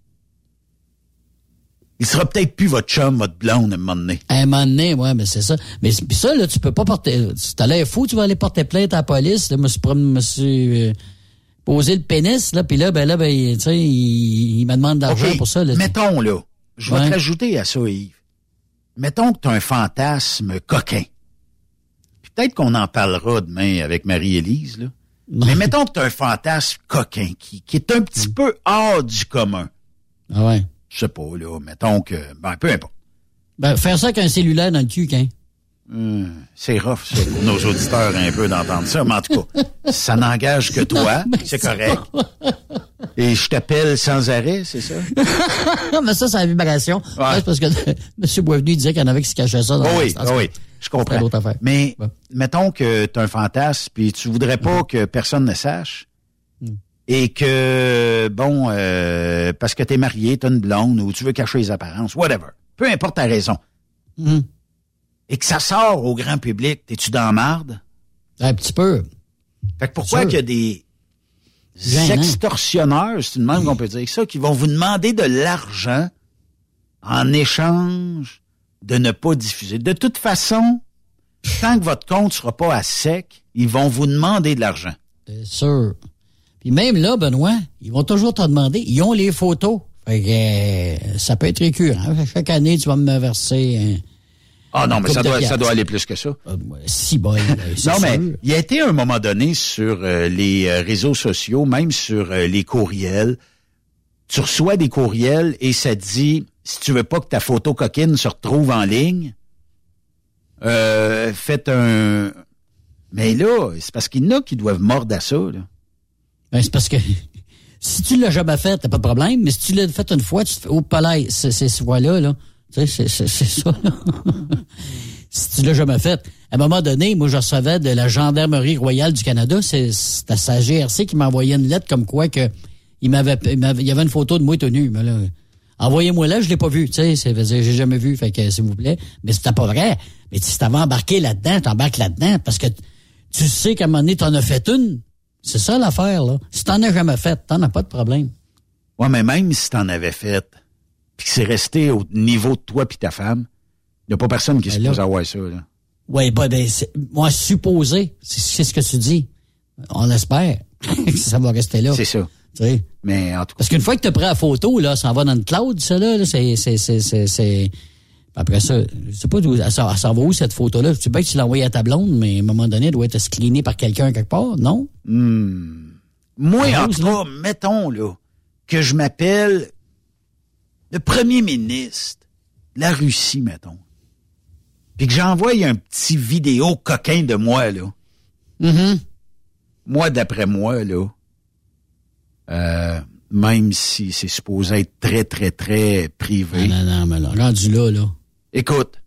il sera peut-être plus votre chum, votre blonde, à un moment donné. À un moment donné, mais c'est ça. Mais ça, là, tu peux pas porter... Si t'as l'air fou, tu vas aller porter plainte à la police. Là, me suis poser le pénis, là, puis là, tu sais, il me demande d'argent pour ça. Là. Mettons, là, je vais te rajouter à ça, Yves. Mettons que tu as un fantasme coquin. Puis peut-être qu'on en parlera demain avec Marie-Élise, là. Mais mettons que tu as un fantasme coquin qui est un petit peu hors du commun. Ah ouais? Je sais pas, là, mettons que... peu importe. Faire ça avec un cellulaire dans le cul, hein? C'est rough, ça, pour nos auditeurs un peu d'entendre ça. Mais en tout cas, ça n'engage que toi, c'est correct. Et je t'appelle sans arrêt, c'est ça? Mais ça, c'est la vibration. Ouais. C'est parce que M. Boisvenu disait qu'il y en avait qui se cachaient ça. Oui, je comprends. Mais mettons que tu as un fantasme puis tu voudrais pas que personne ne sache et que, parce que tu es marié, tu as une blonde ou tu veux cacher les apparences, whatever. Peu importe ta raison. Et que ça sort au grand public, t'es-tu dans la marde? Un petit peu. Fait que pourquoi qu'il y a des extorsionneurs, c'est une même qu'on peut dire ça, qui vont vous demander de l'argent en échange de ne pas diffuser. De toute façon, tant que votre compte sera pas à sec, ils vont vous demander de l'argent. C'est sûr. Puis même là, Benoît, ils vont toujours te demander, ils ont les photos. Fait que ça peut être récurrent. Chaque année, tu vas me verser non, mais ça doit aller plus que ça. Si bon. Non, mais il y a été un moment donné sur les réseaux sociaux, même sur les courriels. Tu reçois des courriels et ça te dit, si tu veux pas que ta photo coquine se retrouve en ligne, faites un... Mais là, c'est parce qu'il y en a qui doivent mordre à ça, là. Ben, c'est parce que si tu l'as jamais fait, t'as pas de problème, mais si tu l'as fait une fois, tu te fais au palais, c'est ce fois-là, là. Tu sais, c'est ça, là. Si tu l'as jamais fait. À un moment donné, moi, je recevais de la Gendarmerie royale du Canada, c'était sa GRC qui m'envoyait une lettre comme quoi que il y avait une photo de moi tout nu, mais là, envoyez-moi là, je l'ai pas vu, tu sais, j'ai jamais vu, fait que s'il vous plaît. Mais c'était pas vrai. Mais si t'avais embarqué là-dedans, t'embarques là-dedans, parce que tu sais qu'à un moment donné, t'en as fait une. C'est ça l'affaire, là. Si t'en as jamais fait, t'en as pas de problème. Ouais, mais même si t'en avais fait, puis que c'est resté au niveau de toi puis ta femme, il n'y a pas personne qui se pose à voir ça, là. Oui, moi, supposé, c'est ce que tu dis. On espère que ça va rester là. C'est ça. Tu sais. Mais en tout cas. Parce qu'une fois que tu as pris la photo, là, ça va dans le cloud, ça, là, c'est... Après ça, je sais pas d'où ça va où, cette photo-là. Tu sais bien que tu l'as envoyée à ta blonde, mais à un moment donné, elle doit être screenée par quelqu'un quelque part, non? Moi, en tout cas, mettons, là, que je m'appelle le premier ministre de la Russie, mettons. Puis que j'envoie un petit vidéo coquin de moi, là. Moi, d'après moi, là, même si c'est supposé être très, très, très privé. Non, mais là, rendu là. Écoute,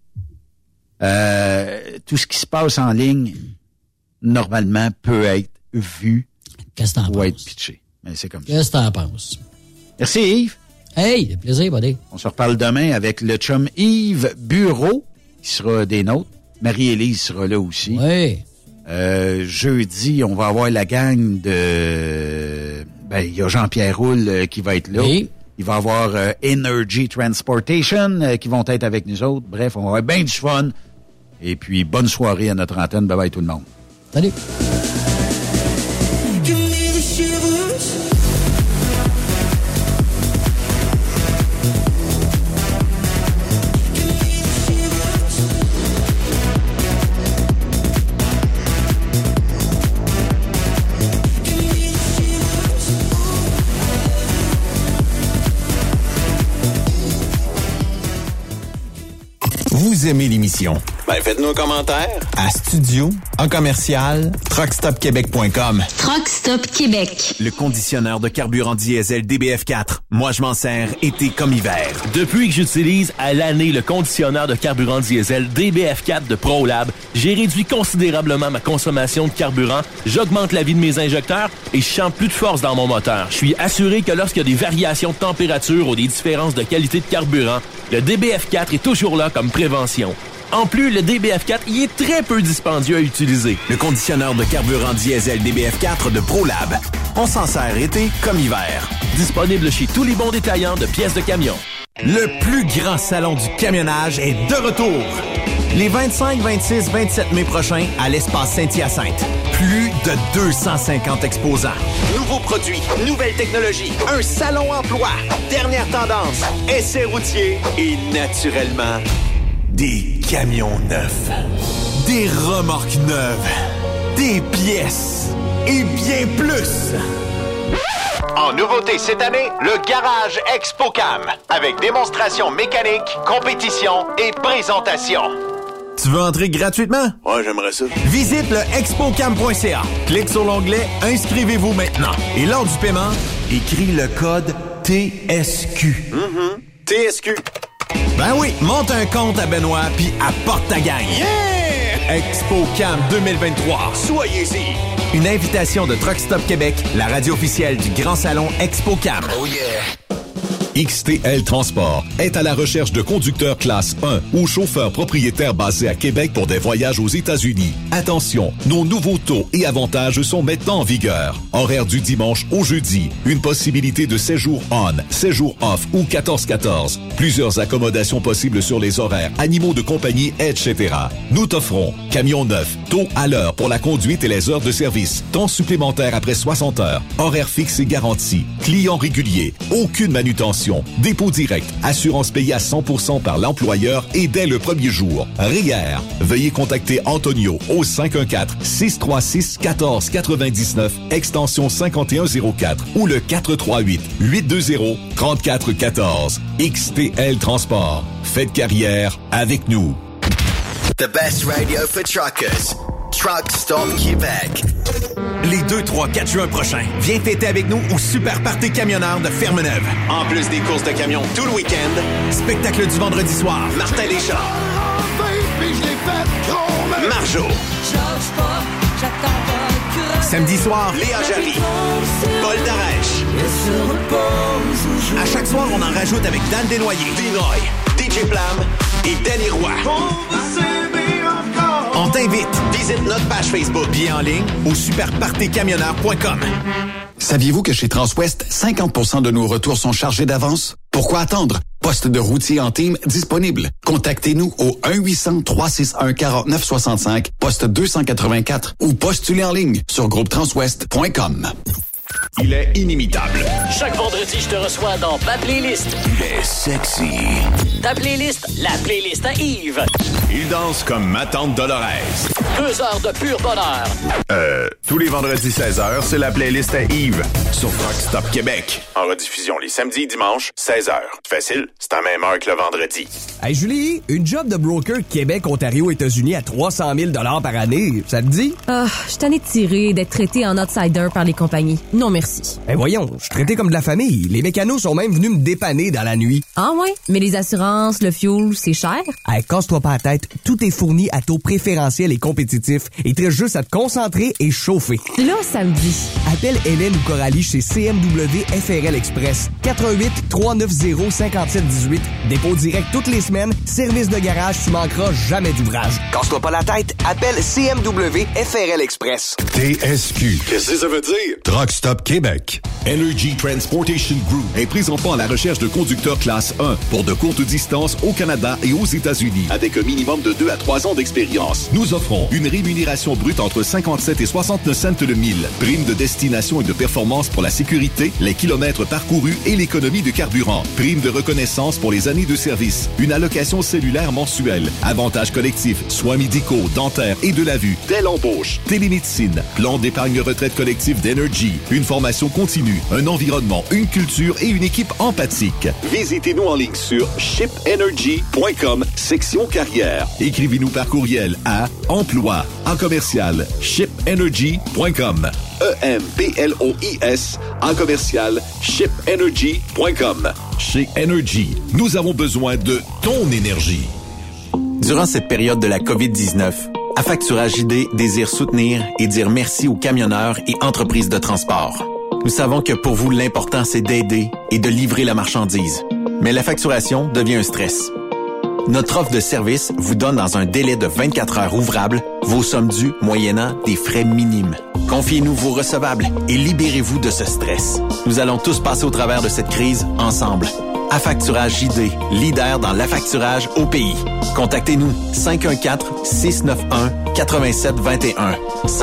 tout ce qui se passe en ligne, normalement, peut être vu. Qu'est-ce que t'en penses? Ou être pitché. Mais c'est comme ça. Qu'est-ce que t'en penses? Merci, Yves. Hey, plaisir, buddy. On se reparle demain avec le chum Yves Bureau, qui sera des nôtres. Marie-Élise sera là aussi. Oui. Jeudi, on va avoir la gang de... il y a Jean-Pierre Roule qui va être là. Oui. Il va y avoir Energy Transportation qui vont être avec nous autres. Bref, on va avoir bien du fun. Et puis, bonne soirée à notre antenne. Bye-bye tout le monde. Salut. Vous aimez l'émission? Ben, faites-nous un commentaire à studio@truckstopquebec.com. Truck Stop Québec. Le conditionneur de carburant diesel DBF4. Moi, je m'en sers été comme hiver. Depuis que j'utilise à l'année le conditionneur de carburant diesel DBF4 de ProLab, j'ai réduit considérablement ma consommation de carburant, j'augmente la vie de mes injecteurs et je sens plus de force dans mon moteur. Je suis assuré que lorsqu'il y a des variations de température ou des différences de qualité de carburant, le DBF4 est toujours là comme prévention. En plus, le DBF4 y est très peu dispendieux à utiliser. Le conditionneur de carburant diesel DBF4 de ProLab. On s'en sert été comme hiver. Disponible chez tous les bons détaillants de pièces de camion. Le plus grand salon du camionnage est de retour. Les 25, 26, 27 mai prochains à l'espace Saint-Hyacinthe. Plus de 250 exposants. Nouveaux produits, nouvelles technologies, un salon emploi, dernière tendance, essais routiers et naturellement, des camions neufs, des remorques neuves, des pièces et bien plus. En nouveauté cette année, le Garage ExpoCam, avec démonstration mécanique, compétition et présentation. Tu veux entrer gratuitement? Ouais, j'aimerais ça. Visite le expocam.ca. Clique sur l'onglet « Inscrivez-vous maintenant » et lors du paiement, écris le code TSQ. TSQ. Ben oui, monte un compte à Benoît puis apporte ta gang. Yeah! ExpoCam 2023. Soyez-y. Une invitation de Truck Stop Québec, la radio officielle du Grand Salon ExpoCam. Oh yeah! XTL Transport est à la recherche de conducteurs classe 1 ou chauffeurs propriétaires basés à Québec pour des voyages aux États-Unis. Attention, nos nouveaux taux et avantages sont maintenant en vigueur. Horaire du dimanche au jeudi. Une possibilité de séjour on, séjour off ou 14-14. Plusieurs accommodations possibles sur les horaires, animaux de compagnie, etc. Nous t'offrons camion neuf, taux à l'heure pour la conduite et les heures de service, temps supplémentaire après 60 heures, horaire fixe et garanti, client régulier, aucune manutention, dépôt direct, assurance payée à 100% par l'employeur et dès le premier jour. REER. Veuillez contacter Antonio au 514-636-1499, extension 5104 ou le 438-820-3414. XTL Transport. Faites carrière avec nous. The best radio for truckers. Truck Stop Québec. Les 2, 3, 4 juin prochains, viens fêter avec nous au Super Party Camionneur de Fermeneuve. En plus des courses de camions tout le week-end, spectacle du vendredi soir. Martin Deschamps, Marjo, samedi soir, Léa Jarry, Paul Darèche. À chaque soir, on en rajoute avec Dan Desnoyers, Dinoy, DJ Plam et Danny Roy. On t'invite. Visite notre page Facebook. Billets en ligne au superpartycamionneur.com. Saviez-vous que chez Transwest, 50% de nos retours sont chargés d'avance? Pourquoi attendre? Poste de routier en team disponible. Contactez-nous au 1-800-361-4965, poste 284 ou postulez en ligne sur groupetranswest.com. Il est inimitable. Chaque vendredi, je te reçois dans ma playlist. Il est sexy. Ta playlist, la playlist à Yves. Il danse comme ma tante Dolores. 2 heures de pur bonheur. Tous les vendredis 16h, c'est la playlist à Yves sur Truck Stop Québec. En rediffusion les samedis et dimanches, 16h. Facile, c'est à même heure que le vendredi. Hey Julie, une job de broker Québec, Ontario, États-Unis à 300 000 par année, ça te dit? Ah, je suis tannée de tirer et d'être traité en outsider par les compagnies. Non, merci. Ben voyons, je suis traité comme de la famille. Les mécanos sont même venus me dépanner dans la nuit. Ah ouais? Mais les assurances, le fuel, c'est cher? Hey, casse-toi pas la tête. Tout est fourni à taux préférentiel et compétitif. Il te reste juste à te concentrer et chauffer. Là, ça me dit. Appelle Hélène ou Coralie chez CMW FRL Express. 418-390-5718. Dépôt direct toutes les semaines. Service de garage, tu manqueras jamais d'ouvrage. Casse-toi pas la tête. Appelle CMW FRL Express. TSQ. Qu'est-ce que ça veut dire? Truck Stop Québec. Energy Transportation Group est présentement à la recherche de conducteurs classe 1 pour de courtes distances au Canada et aux États-Unis avec un minimum de 2 à 3 ans d'expérience. Nous offrons une rémunération brute entre 57 et 69 cents le mille, prime de destination et de performance pour la sécurité, les kilomètres parcourus et l'économie de carburant, prime de reconnaissance pour les années de service, une allocation cellulaire mensuelle, avantages collectifs, soins médicaux, dentaires et de la vue, dès l'embauche, télémédecine, plan d'épargne retraite collective d'Energy, une formation continue, un environnement, une culture et une équipe empathique. Visitez-nous en ligne sur shipenergy.com, section carrière. Écrivez-nous par courriel à emploi en commercial shipenergy.com. EMPLOIS en commercial shipenergy.com. Chez Energy, nous avons besoin de ton énergie. Durant cette période de la COVID-19, Affacturage ID désire soutenir et dire merci aux camionneurs et entreprises de transport. Nous savons que pour vous, l'important, c'est d'aider et de livrer la marchandise. Mais la facturation devient un stress. Notre offre de service vous donne dans un délai de 24 heures ouvrables vos sommes dues moyennant des frais minimes. Confiez-nous vos recevables et libérez-vous de ce stress. Nous allons tous passer au travers de cette crise ensemble. Affacturage JD, leader dans l'affacturage au pays. Contactez-nous 514-691-8721.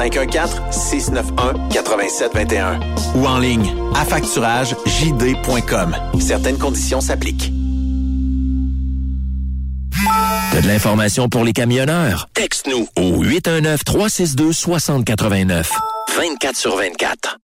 514-691-8721. Ou en ligne, affacturagejd.com. Certaines conditions s'appliquent. T'as de l'information pour les camionneurs? Texte-nous au 819-362-6089. 24/24.